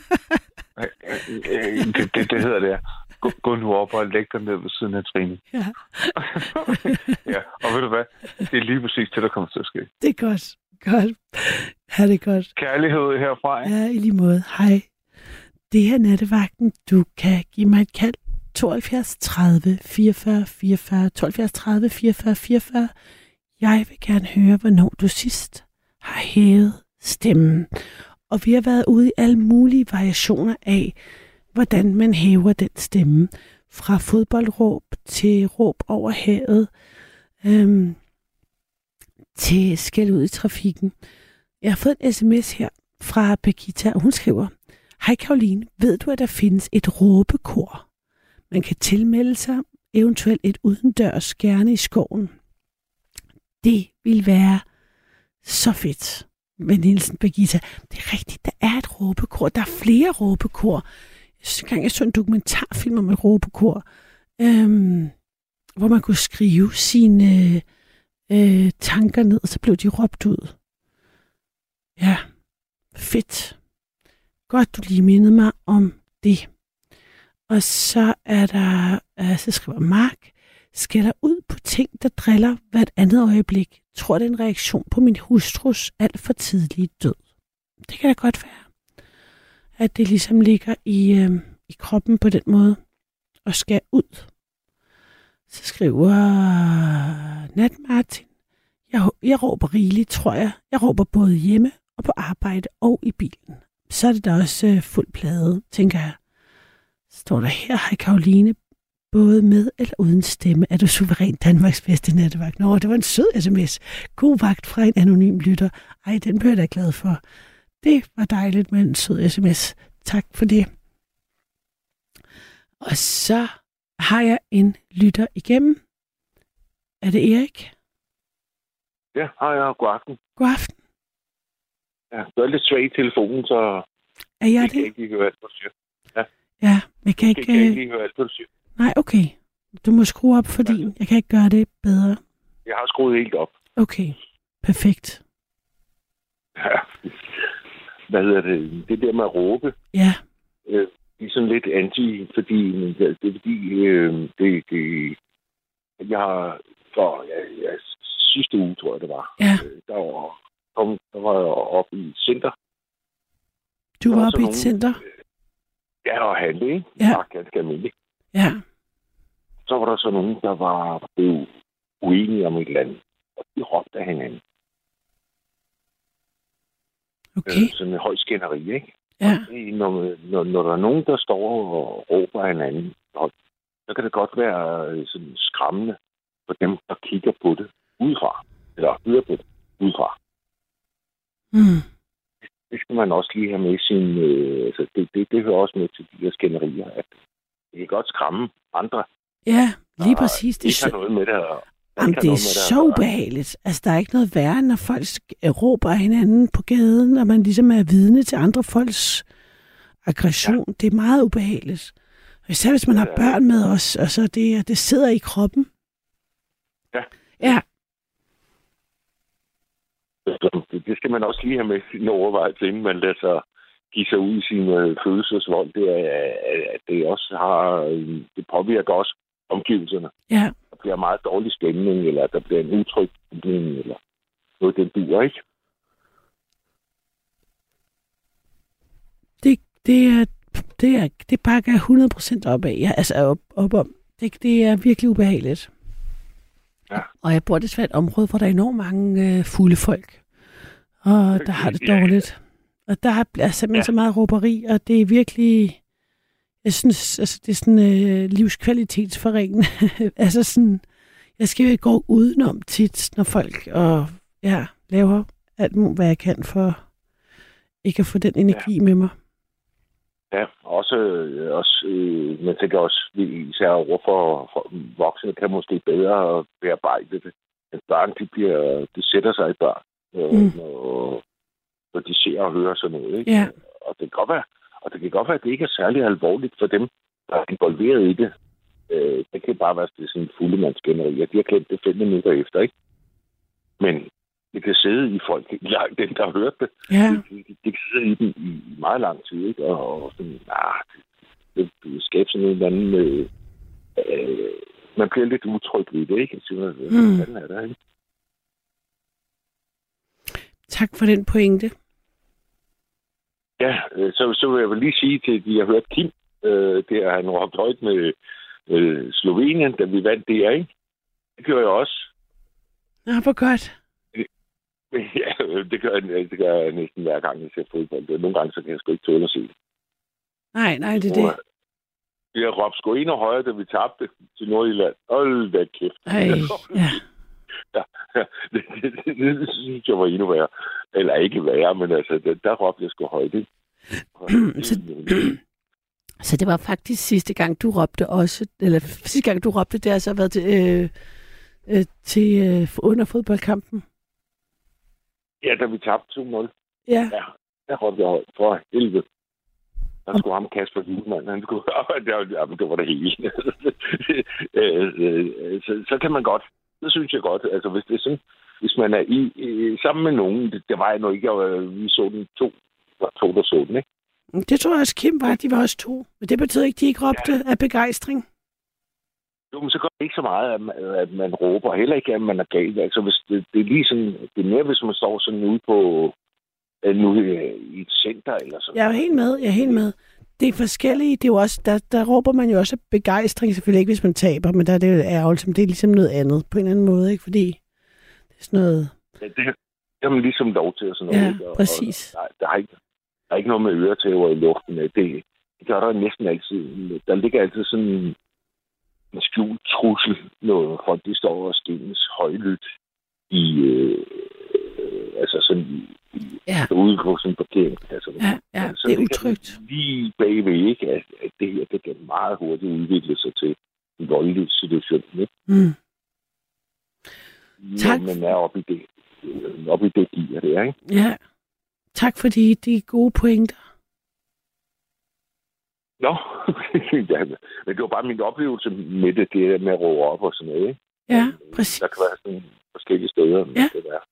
H: det, det, det, det hedder det, ja. Gå, gå nu op og læg dig ned ved siden af Trine.
C: Ja.
H: Ja, og ved du hvad? Det er lige præcis det, der kommer til at ske.
C: Det er godt. Godt. Ha' det godt.
H: Kærlighed herfra, ikke?
C: Ja, i lige måde. Hej. Det her nattevagten. Du kan give mig et kald. tooghalvfjerds tredive fireogfyrre fireogfyrre. tooghalvfjerds tredive fireogfyrre fireogfyrre. Jeg vil gerne høre, hvornår du sidst har hævet stemmen. Og vi har været ude i alle mulige variationer af, hvordan man hæver den stemme. Fra fodboldråb til råb over havet. Øhm, til skæld ud i trafikken. Jeg har fået en sms her fra Birgitta, og hun skriver: Hej Karoline, ved du, at der findes et råbekor? Man kan tilmelde sig, eventuelt et udendørs, gerne i skoven. Det vil være så fedt. Men Nielsen, Birgitta, det er rigtigt, der er et råbekor. Der er flere råbekor. Jeg synes engang, jeg så en dokumentarfilm om et råbekor, øhm, hvor man kunne skrive sine øh, tanker ned, og så blev de råbt ud. Ja, fedt. Godt, du lige mindede mig om det. Og så er der, øh, så skriver Mark, skælder ud på ting, der driller hvert andet øjeblik. Tror, det er en reaktion på min hustrus alt for tidlige død. Det kan da godt være, at det ligesom ligger i, øh, i kroppen på den måde, og skal ud. Så skriver Nat Martin, jeg, jeg råber rigeligt, tror jeg. Jeg råber både hjemme og på arbejde og i bilen. Så er det da også øh, fuld plade, tænker jeg. Står der her, hej Karoline, både med eller uden stemme, er du suveræn Danmarks bedste nattevagt. Nå, det var en sød sms. God vagt fra en anonym lytter. Ej, den blev jeg da glad for. Det var dejligt med en sød sms. Tak for det. Og så har jeg en lytter igennem. Er det Erik?
I: Ja, hej, ja, god aften.
C: God aften.
I: Ja, du er lidt svag i telefonen, så
C: Er jeg
I: jeg
C: det?
I: kan ikke lige høre alt, hvad du siger.
C: Ja, jeg kan
I: Jeg
C: ikke...
I: kan ikke
C: øh,
I: lige høre alt, hvad du siger.
C: Nej, okay. Du må skrue op for din. Jeg kan ikke gøre det bedre.
I: Jeg har skruet helt op.
C: Okay, perfekt.
I: Ja. Hvad hedder det? Det der med at råbe,
C: Ja,
I: øh, det er sådan lidt anti, fordi det er fordi, øh, det, det, jeg har for ja, ja, sidste uge, tror jeg det var,
C: ja.
I: øh, der, var kom, der var jeg oppe i et center.
C: Du
I: Der
C: var
I: var
C: oppe i
I: sådan
C: et center?
I: Ja, og handle, ikke?
C: Ja.
I: Det var ganske almindeligt.
C: Ja,
I: Så var der så nogen, der var blevet uenige om et eller andet, og de råbte af hinanden.
C: okay.
I: Øh, sådan en høj skænderi, ikke?
C: Ja,
I: Når, når, når der er nogen, der står og råber af hinanden, så kan det godt være øh, sådan skræmmende for dem, der kigger på det udefra, eller hører på det udefra.
C: mm.
I: Det skal man også lige have med sin... Øh, altså det, det, det hører også med til de her skænderier, at det kan godt skræmme andre.
C: Ja, lige
I: der
C: præcis. Det er,
I: ikke har
C: så,
I: noget med det at,
C: jamen, det er så ubehageligt. Altså, der er ikke noget værre, når folk sk- råber af hinanden på gaden, og man ligesom er vidne til andre folks aggression. Ja. Det er meget ubehageligt. Og især hvis man har børn med os, og så det, det sidder i kroppen.
I: Ja.
C: Ja,
I: Det, det skal man også lige have med sin overvejelse, inden man lader sig give sig ud i sin øh, følelsesvold. Det er, at det også har... Øh, det påvirker også omgivelserne.
C: ja.
I: Der bliver meget dårlig stemning, eller der bliver en utryg stemning, eller noget, den duer, ikke?
C: Det, det, er, det, er, det bakker jeg hundrede procent op af. Ja, altså op, op om. Det, det er virkelig ubehageligt.
I: Ja.
C: Og jeg bor desværre i et område, hvor der er enormt mange øh, fulde folk. Og der har det
I: Ja.
C: dårligt. Og der er, er simpelthen ja. så meget råberi, og det er virkelig... Jeg synes, altså, det er sådan øh, livskvalitetsforringende. altså sådan... Jeg skal jo ikke gå udenom tit, når folk og, ja, laver alt muligt, hvad jeg kan for ikke at få den energi ja. med mig.
I: Ja, også, øh, også øh, man tænker også, især over for, for voksne, kan måske bedre bearbejde det. At børn, de, bliver, de sætter sig i børn, øh, mm. når, når de ser og hører sådan noget. Ikke?
C: Ja.
I: Og, det kan godt være, og det kan godt være, at det ikke er særlig alvorligt for dem, der er involveret i det. Øh, det kan bare være det sådan fulde mandsskænderi, og de har glemt det fem minutter efter, ikke? Men det kan sidde i folk, den der har hørt det,
C: Ja.
I: det, det, det kan sidde i dem i meget lang tid, ikke? Og, og sådan, nah, det, det skaber sådan en eller anden... Øh, øh, man bliver lidt utryg ved det, ikke? Så,
C: Mm.
I: sådan er det, ikke?
C: Tak for den pointe.
I: Ja, øh, så, så vil jeg vel lige sige til, at de har hørt Kim, øh, det er han råbt højt med øh, Slovenien, da vi vandt det, ikke? Det gjorde jeg også.
C: Nå, hvor godt.
I: Ja, det gør, jeg, det gør jeg næsten hver gang, jeg ser fodbold. Nogle gange, så kan jeg sgu ikke tåle at se det.
C: Nej, nej, det er det.
I: Jeg råbte sgu endnu højere, da vi tabte til Nordjylland. Hold da kæft.
C: Ej, ja.
I: Ja, ja, det, det, det, det synes jeg var endnu værre. Eller ikke værre, men altså, der, der råbte jeg sgu højt. Ikke?
C: så, så det var faktisk sidste gang, du råbte også, eller sidste gang, du råbte, det har så været til, øh, øh, til øh, under fodboldkampen?
I: Ja, da vi tabte to nul.
C: Ja.
I: Ja, der råbte jeg højt. For helvede. Der skulle ham Kasper Hjulmand, han skulle... det, var, ja, det var det hele. så, så kan man godt. Det synes jeg godt. Altså, hvis det er sådan, hvis man er i, i sammen med nogen, det, det var jeg nu ikke, og vi så den to, var to, der så den, ikke?
C: Det tror jeg også, Kim var, de var også to. Men det betyder ikke, at de ikke råbte ja. af begejstring.
I: Jo, men så gør det ikke så meget, at man, at man råber. Heller ikke, at man er gal. Altså, hvis det, det er lige sådan, det er mere, hvis man står sådan ude på nu i et center eller sådan.
C: Jeg er helt med, jeg er helt med. Det er forskellige, det er jo også, der, der råber man jo også begejstring, selvfølgelig ikke, hvis man taber, men der er det jo ærgerligt, det er ligesom noget andet, på en eller anden måde, ikke? Fordi det er sådan noget...
I: Ja, det, det har man ligesom lov til og sådan noget.
C: Ja,
I: ikke? Og,
C: præcis.
I: Og, nej, der er ikke, der er ikke noget med øretæver i luften. Det, det gør der næsten altid. Der ligger altid sådan en skjult trussel, når folk de står og skændes højlydt i... Øh, øh, altså sådan i
C: ja.
I: ude på sådan en parkeringsplads.
C: Ja, ja,
I: så
C: det er utrygt.
I: Lige bagved, ikke, at, at det her det kan meget hurtigt udvikle sig til voldelig situation. Ikke?
C: Mm. Tak.
I: Når man er oppe i det, oppe i det gear der, ikke?
C: Ja. Tak for de, de gode pointer.
I: Nå, ja, men det var bare min oplevelse med det, det der med at råbe op og sådan noget, ikke?
C: Ja, præcis.
I: Der kan være sådan forskellige steder,
C: ja.
I: Det der.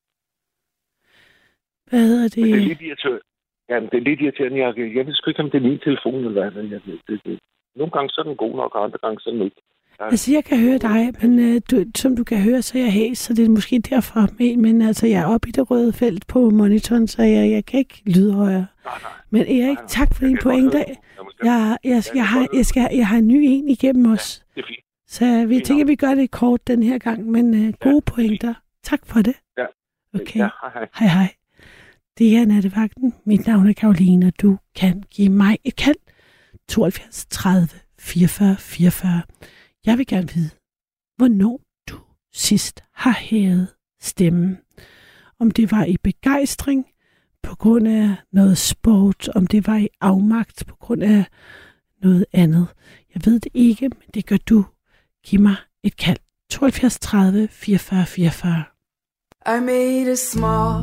C: Hvad hedder det?
I: Men det er lidt irriterende. Ja, det er lidt irriterende. Jeg, jeg ved sgu ikke, om det er min telefon eller hvad. Jeg, det, det. Nogle gange så er den god nok, og andre gange så er den ikke. Ja.
C: Altså, jeg kan høre dig, men øh, du, som du kan høre, så er jeg hæs, så det er måske derfor. Men, men altså, jeg er oppe i det røde felt på monitoren, så jeg, jeg kan ikke lyde højere.
I: Nej, nej.
C: Men Erik, nej, tak for din pointe. Jeg, jeg, jeg, jeg, har, jeg, skal, jeg har en ny en igennem os.
I: Ja, det er fint.
C: Så vi tænker, vi gør det kort den her gang, men øh, gode ja, pointer. Tak for det.
I: Ja.
C: Okay.
I: Ja, hej, hej.
C: Hej, hej. Det er Nattevagten. Mit navn er Karoline, og du kan give mig et kald. tooghalvfjerds tredive fireogfyrre fireogfyrre. Jeg vil gerne vide, hvornår du sidst har hævet stemmen. Om det var i begejstring på grund af noget sport, om det var i afmagt på grund af noget andet. Jeg ved det ikke, men det gør du. Giv mig et kald. tooghalvfjerds tredive fireogfyrre fireogfyrre.
J: I made a small,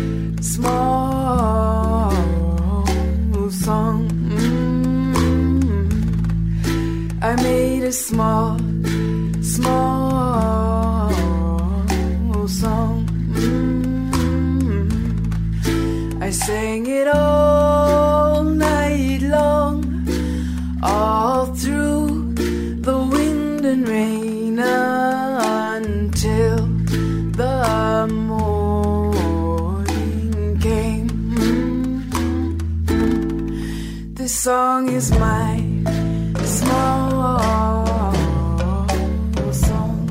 J: small song. Mm-hmm. I made a small, small song. Mm-hmm. I sang it all night long, all through the wind and rain until the morning came. This song is my small song.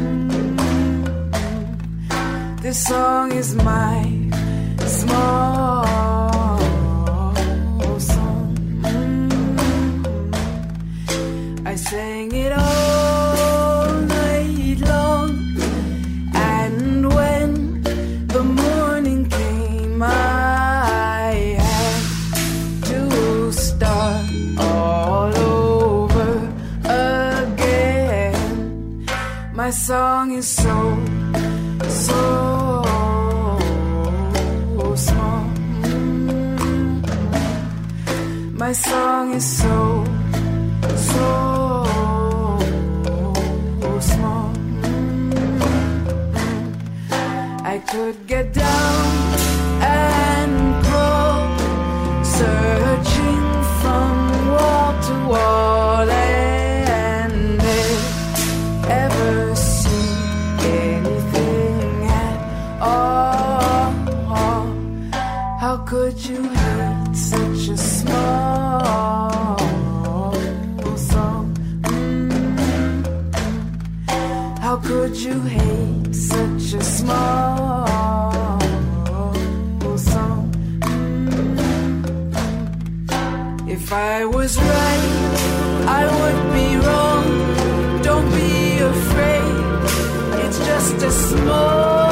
J: This song is my small song. I sang it all night long, and when the morning came, I had to start all over again. My song is so, so small. My song is so, so small. I could get down and crawl, searching from wall to wall, and ever see anything at all. How could you hate such a small song? Mm-hmm. How could you hate such a small song? Mm-hmm. If I was right, I would be wrong. Don't be afraid, it's just a small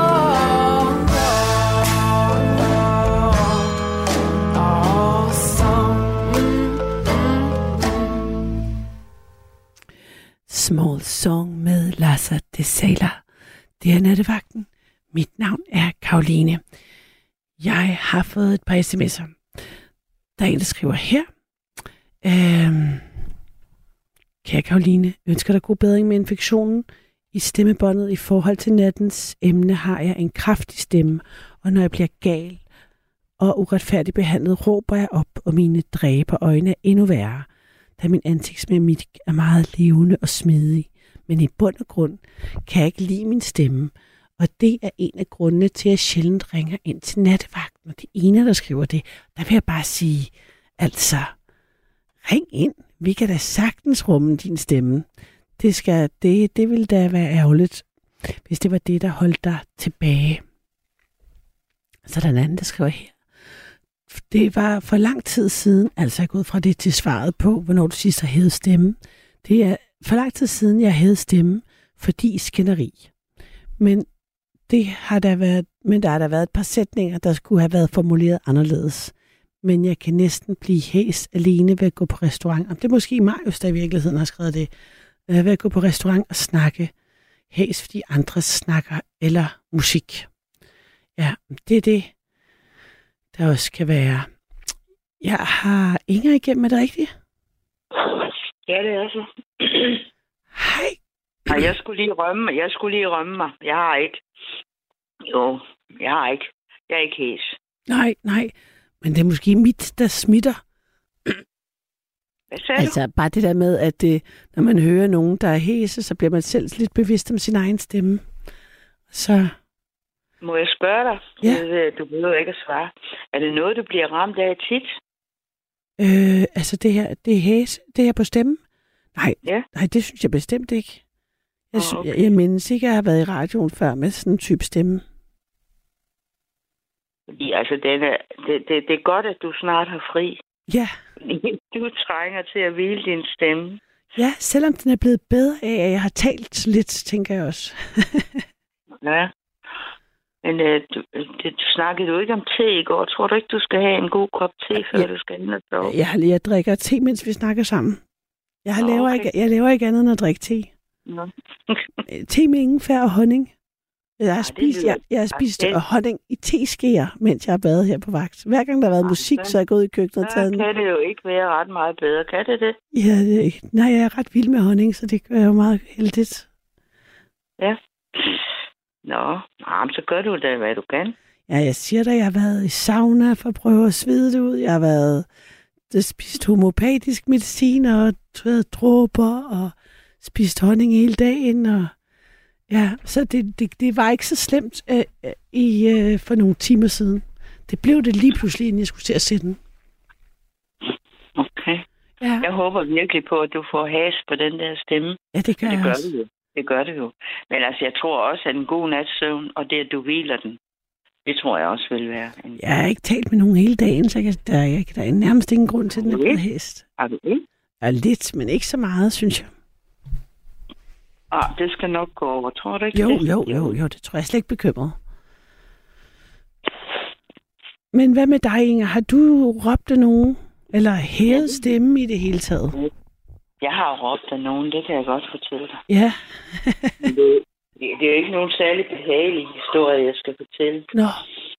C: Small Song med Lasse de Sailor. Det er Nattevagten. Mit navn er Karoline. Jeg har fået et par sms'er. Der er en, der skriver her. Øhm, Kære Karoline, ønsker dig god bedring med infektionen i stemmebåndet. I forhold til nattens emne har jeg en kraftig stemme, og når jeg bliver gal og uretfærdigt behandlet, råber jeg op, og mine dræberøjne er endnu værre, da min ansigtsmimik er meget levende og smidig. Men i bund og grund kan jeg ikke lide min stemme, og det er en af grundene til, at jeg sjældent ringer ind til nattevagten. Og det ene, der skriver det, der vil jeg bare sige, altså, ring ind. Vi kan da sagtens rumme din stemme. Det, skal, det, det vil da være ærgerligt, hvis det var det, der holdt dig tilbage. Så der er en anden, der skriver her. Det var for lang tid siden, altså jeg er gået fra det til svaret på, hvornår du sidst har hævet stemme. Det er for lang tid siden, jeg har hævet stemme, fordi skænderi. Men det har der været, men der har der været et par sætninger, der skulle have været formuleret anderledes. Men jeg kan næsten blive hæs alene ved at gå på restaurant. Det er måske Marius, der i virkeligheden har skrevet det. øh, ved at gå på restaurant og snakke hæs, fordi andre snakker, eller musik. Ja, det er det, der også kan være. Jeg har Inger igennem, er det rigtigt?
K: Ja, det er så.
C: Hej.
K: Og jeg skulle lige rømme, jeg skulle lige rømme mig. Jeg har ikke. Jo, jeg har ikke. Jeg er ikke hæs.
C: Nej, nej. Men det er måske mit, der smitter.
K: Hvad sagde
C: altså,
K: du?
C: bare det der med, at det, når man hører nogen, der er hæse, så bliver man selv lidt bevidst om sin egen stemme. Så...
K: Må jeg spørge dig?
C: Ja.
K: Du behøver ikke at svare. Er det noget, du bliver ramt af tit?
C: Øh, altså det her, det er hæse, det her på stemmen? Nej,
K: ja.
C: nej, det synes jeg bestemt ikke. Jeg,
K: oh, okay.
C: jeg, jeg mindes ikke, at jeg har været i radioen før med sådan en type stemme.
K: Fordi altså, den er, det, det, det er godt, at du snart har fri.
C: Ja.
K: Du trænger til at hvile din stemme.
C: Ja, selvom den er blevet bedre af, at jeg har talt lidt, tænker jeg også.
K: Ja. Men øh, du, det, du snakkede jo ikke om te i går. Tror du ikke, du skal have en god kop te, før ja. du skal ind og sove?
C: Jeg, jeg drikker te, mens vi snakker sammen. Jeg, har
K: Nå,
C: laver,
K: okay.
C: ikke, jeg laver ikke andet end at drikke te.
K: Nå.
C: Te med ingefær og honning. Jeg har
K: ja,
C: spist, jeg, jeg har spist
K: det...
C: honning i teskeer, mens jeg har været her på vagt. Hver gang der har været ja, musik, så er jeg gået i køkkenet og taget den.
K: kan det jo ikke være ret meget bedre. Kan det det?
C: Ja, det, nej, jeg er ret vild med honning, så det er jo meget heldigt.
K: Ja. Nå, jamen, så gør du da, hvad du kan.
C: Ja, jeg siger dig, jeg har været i sauna for at prøve at svede det ud. Jeg har været spist homopatisk medicin og taget dråber og spist honning hele dagen. Og ja, så det, det, det var ikke så slemt øh, i, øh, for nogle timer siden. Det blev det lige pludselig, inden jeg skulle til at sætte den.
K: Okay.
C: Ja.
K: Jeg håber virkelig på, at du får has på den der stemme.
C: Ja, det gør
K: det
C: jeg
K: gør
C: også.
K: Det, jo. det gør det jo. Men altså, jeg tror også, at en god nats søvn, og det, at du hviler den, det tror jeg også vil være. En...
C: Jeg har ikke talt med nogen hele dagen, så jeg, der, jeg, der er nærmest ingen grund til, at den er blevet hest.
K: Har du ikke?
C: Ja, lidt, men ikke så meget, synes jeg.
K: Ah, det skal nok gå over, tror du ikke?
C: Jo,
K: det?
C: jo, jo, jo, det tror jeg slet ikke bekymret. Men hvad med dig, Inger? Har du råbt af nogen? Eller hævet stemme i det hele taget?
K: Jeg har råbt af nogen, det kan jeg godt fortælle dig.
C: Ja.
K: det, det er jo ikke nogen særlig behagelig historie, jeg skal fortælle.
C: Nå.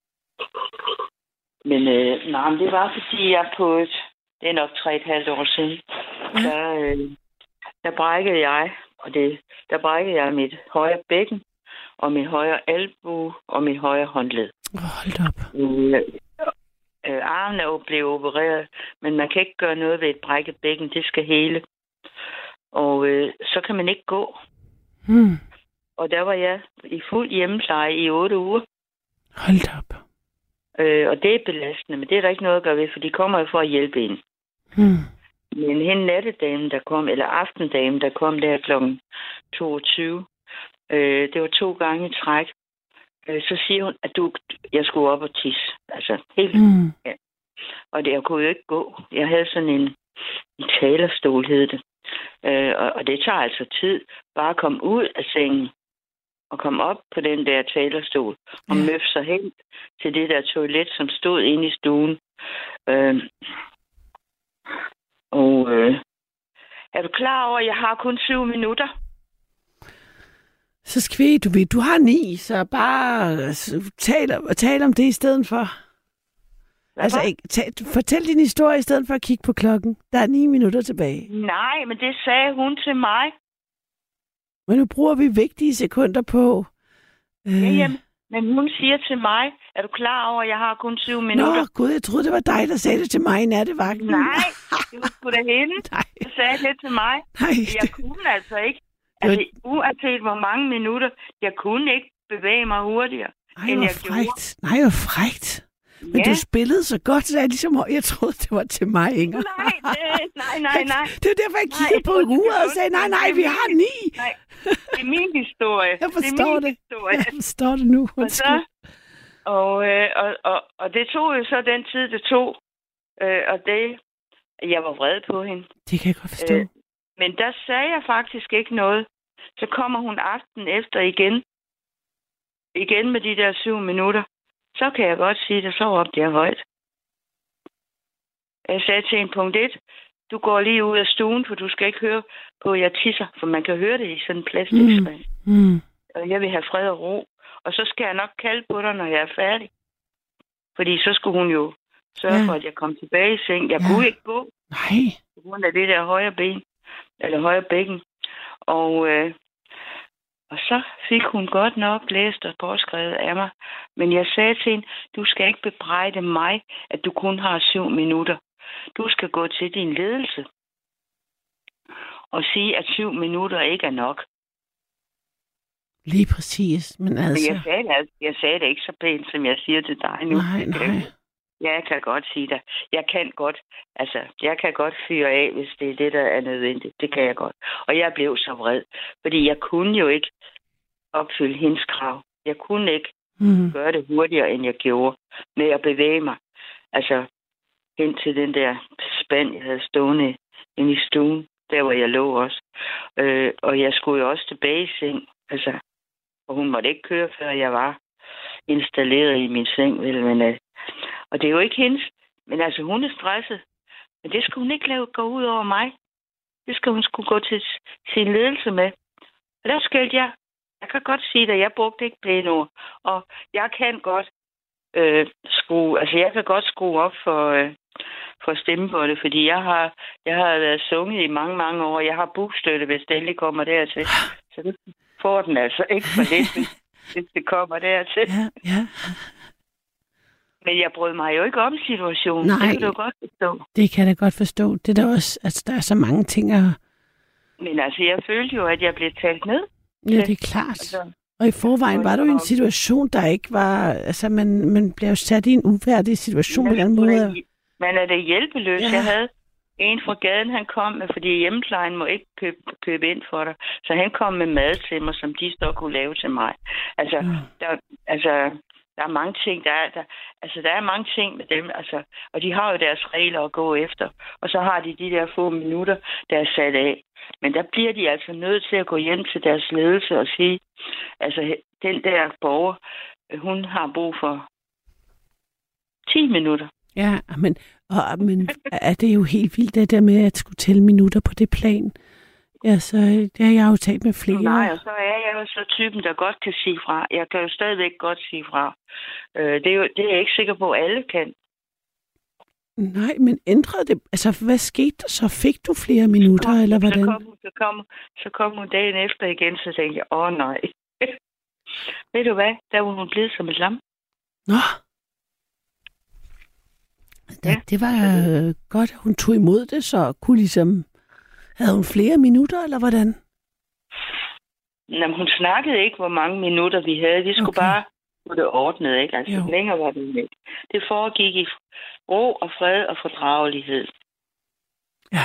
K: Men øh, nej, men det var fordi, jeg på et, det er nok tre et halvt år siden, ja. der, øh, der brækkede jeg, og det, der brækkede jeg mit højre bækken, og min højre albue, og min højre håndled.
C: Oh, hold op.
K: Øh, øh, armen er jo blevet opereret, men man kan ikke gøre noget ved et brækket bækken, det skal hele. Og øh, så kan man ikke gå.
C: Hmm.
K: Og der var jeg i fuld hjemmepleje i otte uger.
C: Hold op.
K: Øh, og det er belastende, men det er der ikke noget at gøre ved, for de kommer jo for at hjælpe en.
C: Hmm.
K: Men hende nattedamen, der kom, eller aftendamen, der kom der klokken toogtyve, øh, det var to gange i træk, øh, så siger hun, at du, jeg skulle op og tisse. Altså, helt.
C: Hmm.
K: Ja. Og det, jeg kunne jo ikke gå. Jeg havde sådan en, en talerstol, hed det. Øh, og, og det tager altså tid bare at komme ud af sengen og komme op på den der talerstol og
C: ja.
K: møffe sig hen til det der toilet, som stod inde i stuen. Øh, og øh, er du klar over, at jeg har kun syv minutter?
C: Så skvæg, du ved, du har ni, så bare tal, tal om det i stedet for.
K: Hvad
C: altså, ikke, tal, fortæl din historie i stedet for at kigge på klokken. Der er ni minutter tilbage.
K: Nej, men det sagde hun til mig.
C: Men nu bruger vi vigtige sekunder på... Øh...
K: Ja, jamen, men hun siger til mig, er du klar over, at jeg har kun syv minutter?
C: Nå, gud, jeg troede, det var dig, der sagde det til mig i nattevagten.
K: Nej, det var sgu da hende, der sagde det til mig.
C: Nej,
K: jeg det... kunne altså ikke. Altså, uanset hvor mange minutter, jeg kunne ikke bevæge mig hurtigere,
C: Ej,
K: end jeg
C: frækt.
K: gjorde.
C: Nej, hvor frækt. Men ja. Du spillede så godt, så jeg ligesom, jeg troede, det var til mig, Inger.
K: Nej, det, nej, nej, nej.
C: Det var derfor, jeg kiggede nej, på uret og sagde, nej, nej, vi har ni.
K: Nej, det er min historie.
C: Jeg forstår
K: det.
C: det.
K: Historie.
C: Jeg forstår det nu.
K: Og, så, og, øh, og, og, og det tog jo så den tid, det tog. Øh, og det, jeg var vred på hende.
C: Det kan jeg godt forstå. Øh,
K: men der sagde jeg faktisk ikke noget. Så kommer hun aften efter igen. Igen med de der syv minutter. Så kan jeg godt sige det, så råbte jeg højt. Jeg sagde til en punkt et, du går lige ud af stuen, for du skal ikke høre på, at jeg tisser, for man kan høre det i sådan en plastikspand.
C: Mm. Mm.
K: Og jeg vil have fred og ro. Og så skal jeg nok kalde på dig, når jeg er færdig. Fordi så skulle hun jo sørge ja. for, at jeg kom tilbage i seng. Jeg ja. kunne ikke gå.
C: Nej.
K: På grund af det der højre ben. Eller højre bækken. Og, øh, og så fik hun godt nok læst og påskrevet af mig. Men jeg sagde til hende, du skal ikke bebrejde mig, at du kun har syv minutter. Du skal gå til din ledelse og sige, at syv minutter ikke er nok.
C: Lige præcis, men altså...
K: Men jeg sagde, det, jeg sagde det ikke så pænt, som jeg siger til dig nu.
C: Nej, nej.
K: Jeg kan godt sige det. Jeg kan godt, altså, jeg kan godt fyre af, hvis det er det, der er nødvendigt. Det kan jeg godt. Og jeg blev så vred, fordi jeg kunne jo ikke opfylde hendes krav. Jeg kunne ikke mm. gøre det hurtigere, end jeg gjorde, med at bevæge mig. Altså, hen til den der spand, jeg havde stående inde i stuen, der hvor jeg lå også. Øh, og jeg skulle jo også tilbage i seng, altså, og hun måtte ikke køre, før jeg var installeret i min seng, vel, men, øh, og det er jo ikke hendes, men altså, hun er stresset, men det skal hun ikke lave gå ud over mig. Det skal hun skulle gå til sin ledelse med. Og der skældte jeg. Jeg kan godt sige det, jeg brugte ikke pæne ord, og jeg kan godt øh, skrue, altså jeg kan godt skrue op for, øh, for stemmebåndet, fordi jeg har, jeg har været sunget i mange, mange år. Jeg har bukstøtte, hvis det endelig kommer dertil. Så det får den altså ikke for lidt, hvis, hvis det kommer dertil.
C: Ja, ja.
K: Men jeg brød mig jo ikke om situationen.
C: Nej,
K: det kan du godt forstå.
C: Det kan jeg da godt forstå. Det er der også, altså der er så mange ting at...
K: Men altså, jeg følte jo, at jeg blev talt ned.
C: Ja, det er klart. Altså, og i forvejen var du i en situation, der ikke var... Altså, man, man blev jo sat i en uværdig situation på den måde.
K: Man er det hjælpeløs. Ja. Jeg havde en fra gaden, han kom med, fordi hjemmeplejen må ikke købe, købe ind for dig. Så han kom med mad til mig, som de så kunne lave til mig. Altså, ja. der, altså, der er mange ting, der er... Der, altså, der er mange ting med dem, altså, og de har jo deres regler at gå efter. Og så har de de der få minutter, der er sat af. Men der bliver de altså nødt til at gå hjem til deres ledelse og sige, altså den der borger, hun har brug for ti minutter.
C: Ja, men, og, men er det jo helt vildt, det der med at skulle tælle minutter på det plan. Ja, så det har jeg jo talt med flere.
K: Nej, og så er jeg jo så typen, der godt kan sige fra. Jeg kan jo stadigvæk godt sige fra. Øh, det, er jo, det er jeg ikke sikker på, at alle kan.
C: Nej, men ændrede det? Altså, hvad skete der så? Fik du flere minutter, kom, eller hvordan?
K: Så kom, så, kom, så kom hun dagen efter igen, så tænkte jeg, åh nej. Ved du hvad? Der var hun blevet som et lam.
C: Nå. Da, ja. Det var øh, godt, at hun tog imod det, så kunne ligesom... Havde hun flere minutter, eller hvordan?
K: Jamen, hun snakkede ikke, hvor mange minutter vi havde. Vi skulle okay. bare få det ordnet, ikke? Altså, jo. Længere var det ikke. Det foregik i ro og fred og fordragelighed.
C: Ja.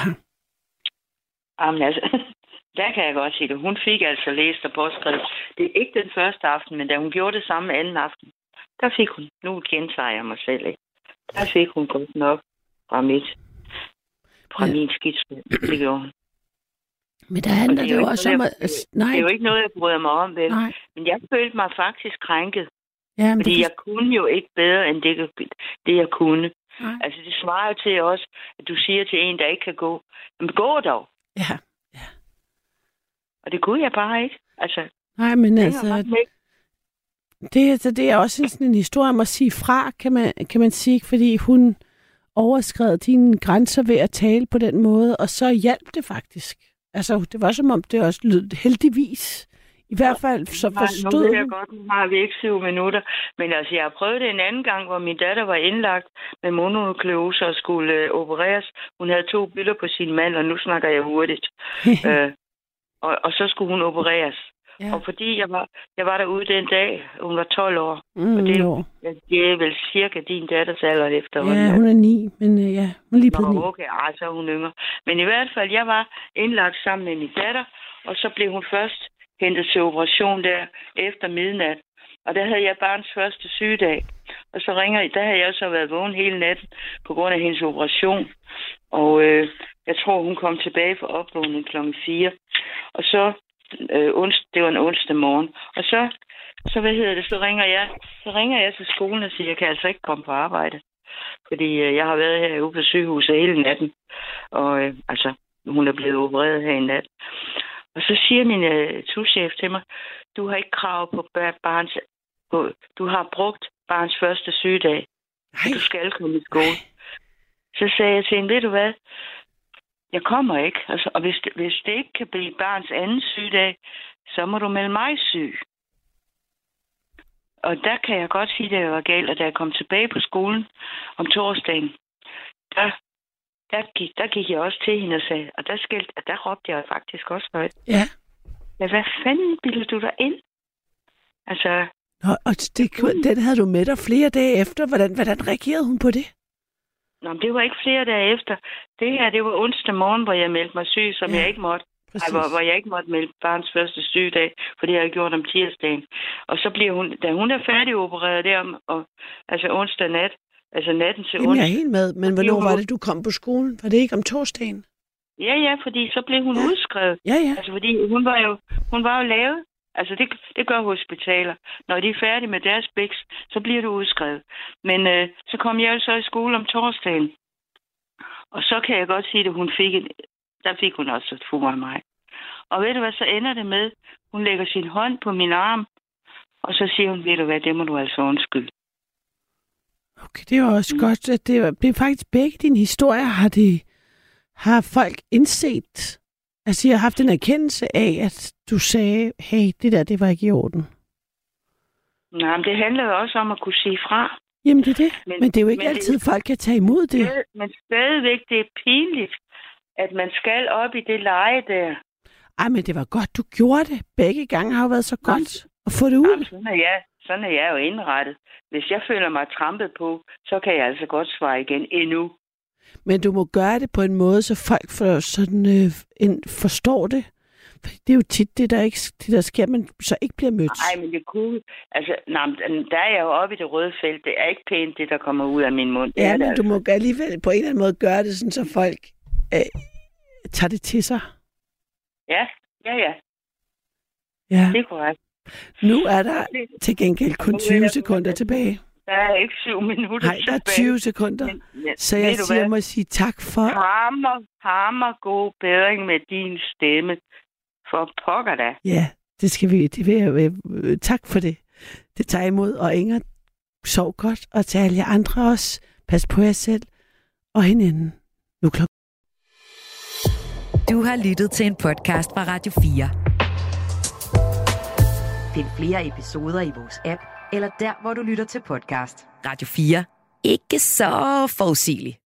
K: Jamen, altså, der kan jeg godt sige det. Hun fik altså læst og påskrevet. Det er ikke den første aften, men da hun gjorde det samme anden aften, der fik hun, nu gentager jeg mig selv, ikke? Der fik hun godt nok fra mit, fra ja. min skidspil. Det gjorde hun.
C: Men der handler det, det jo også om at...
K: Nej. Det er jo ikke noget, jeg bryder mig om, vel? Nej. Men jeg følte mig faktisk krænket. Ja, fordi det... jeg kunne jo ikke bedre, end det, det jeg kunne. Nej. Altså, det svarer jo til også, at du siger til en, der ikke kan gå, men gå dog.
C: Ja, ja.
K: Og det kunne jeg bare ikke. Altså,
C: nej, men altså... Det, altså, det er også sådan en historie om at sige fra, kan man, kan man sige, fordi hun overskred dine grænser ved at tale på den måde, og så hjalp det faktisk. Altså, det var som om, det også lød heldigvis. I hvert fald så forstod...
K: Nu ved jeg godt, nu har vi ikke syv minutter, men altså, jeg har prøvet det en anden gang, hvor min datter var indlagt med mononukleose og skulle øh, opereres. Hun havde to billeder på sin mand, og nu snakker jeg hurtigt. øh, og, og så skulle hun opereres. Ja. Og fordi jeg var, jeg var derude den dag, hun var tolv år, mm, og det, det er vel cirka din datters alder efter.
C: Ja, hun er ni, men uh, ja, hun er lige på ni.
K: Okay, altså hun yngre. Men i hvert fald, jeg var indlagt sammen med min datter, og så blev hun først hentet til operation der efter midnat. Og der havde jeg barns første sygedag. Og så ringer jeg, der havde jeg så været vågen hele natten på grund af hendes operation. Og øh, jeg tror, hun kom tilbage for opvågning klokken fire. Og så Øh, ons, det var en onsdag morgen. Og så, så hvad hedder det, så ringer jeg, så ringer jeg til skolen og siger, jeg kan altså ikke komme på arbejde. Fordi øh, jeg har været herude på sygehuset hele natten. Og øh, altså, hun er blevet opereret her i nat. Og så siger min øh, tuschef til mig, du har ikke krav på barns... På, du har brugt barns første sygedag. Du skal komme i skole. Så sagde jeg til hende, ved du hvad? Jeg kommer ikke. Altså, og hvis det, hvis det ikke kan blive barns anden sygedag, så må du melde mig syg. Og der kan jeg godt sige, at det var galt, at da jeg kom tilbage på skolen om torsdagen, der, der, gik, der gik jeg også til hende og sagde, og der, skældte, der råbte jeg faktisk også højt.
C: Ja.
K: Ja, hvad fanden bildte du dig ind? Altså...
C: Nå, og det, den havde du med dig flere dage efter. Hvordan, hvordan reagerede hun på det?
K: Nå, men det var ikke flere dage efter. Det her, det var onsdag morgen, hvor jeg meldte mig syg, som ja, jeg ikke måtte. Ej, hvor, hvor jeg ikke måtte melde barns første sygedag, for det har jeg gjort om tirsdagen. Og så bliver hun, da hun er færdigopereret der, om, og, altså onsdag nat, altså natten til onsdag.
C: Jamen, jeg er helt med, men hvornår var det, du kom på skolen? Var det ikke om torsdagen?
K: Ja, ja, fordi så blev hun ja. udskrevet.
C: Ja, ja.
K: Altså, fordi hun var jo, hun var jo lavet. Altså, det, det gør hospitaler. Når de er færdige med deres biks, så bliver du udskrevet. Men øh, så kom jeg jo så i skole om torsdagen. Og så kan jeg godt sige, at hun fik en, der fik hun også et fur af mig. Og ved du hvad, så ender det med, hun lægger sin hånd på min arm, og så siger hun, ved du hvad, det må du altså undskylde.
C: Okay, det var også mm. godt, at det, var, det er faktisk begge dine historier, har, det, har folk indset. Altså, jeg har haft en erkendelse af, at du sagde, hey, det der, det var ikke i orden.
K: Nej, men det handler jo også om at kunne sige fra.
C: Jamen, det er det. Men, men det er jo ikke altid, det, folk kan tage imod det.
K: det. Men stadigvæk, det er pinligt, at man skal op i det leje der.
C: Ej, men det var godt, du gjorde det. Begge gange har jo været så godt at få det ud.
K: Jamen, sådan, er jeg, sådan er jeg jo indrettet. Hvis jeg føler mig trampet på, så kan jeg altså godt svare igen endnu.
C: Men du må gøre det på en måde, så folk for sådan, øh, en, forstår det. For det er jo tit det, der, ikke, det, der sker, men så ikke bliver mødt.
K: Nej, men det er cool. Altså, nej, der er jeg jo oppe i det røde felt. Det er ikke pænt, det der kommer ud af min mund.
C: Ja, men
K: altså.
C: Du må alligevel på en eller anden måde gøre det, sådan, så folk øh, tager det til sig.
K: Ja, ja, ja.
C: Ja.
K: Det er korrekt.
C: Nu er der til gengæld kun tyve sekunder tilbage.
K: Der er ikke syv minutter
C: Nej, der er tyve sekunder. Men, ja, så jeg siger mig at sige tak for...
K: Hammer, hammer god bedring med din stemme. For pokker da.
C: Ja, det skal vi. Det vil jeg, øh, tak for det. Det tager imod. Og Inger, sov godt. Og til alle jer andre også. Pas på jer selv og hinanden. Nu klok.
B: Du har lyttet til en podcast fra Radio fire. Find flere episoder i vores app, eller der, hvor du lytter til podcast. Radio fire. Ikke så forudsigeligt.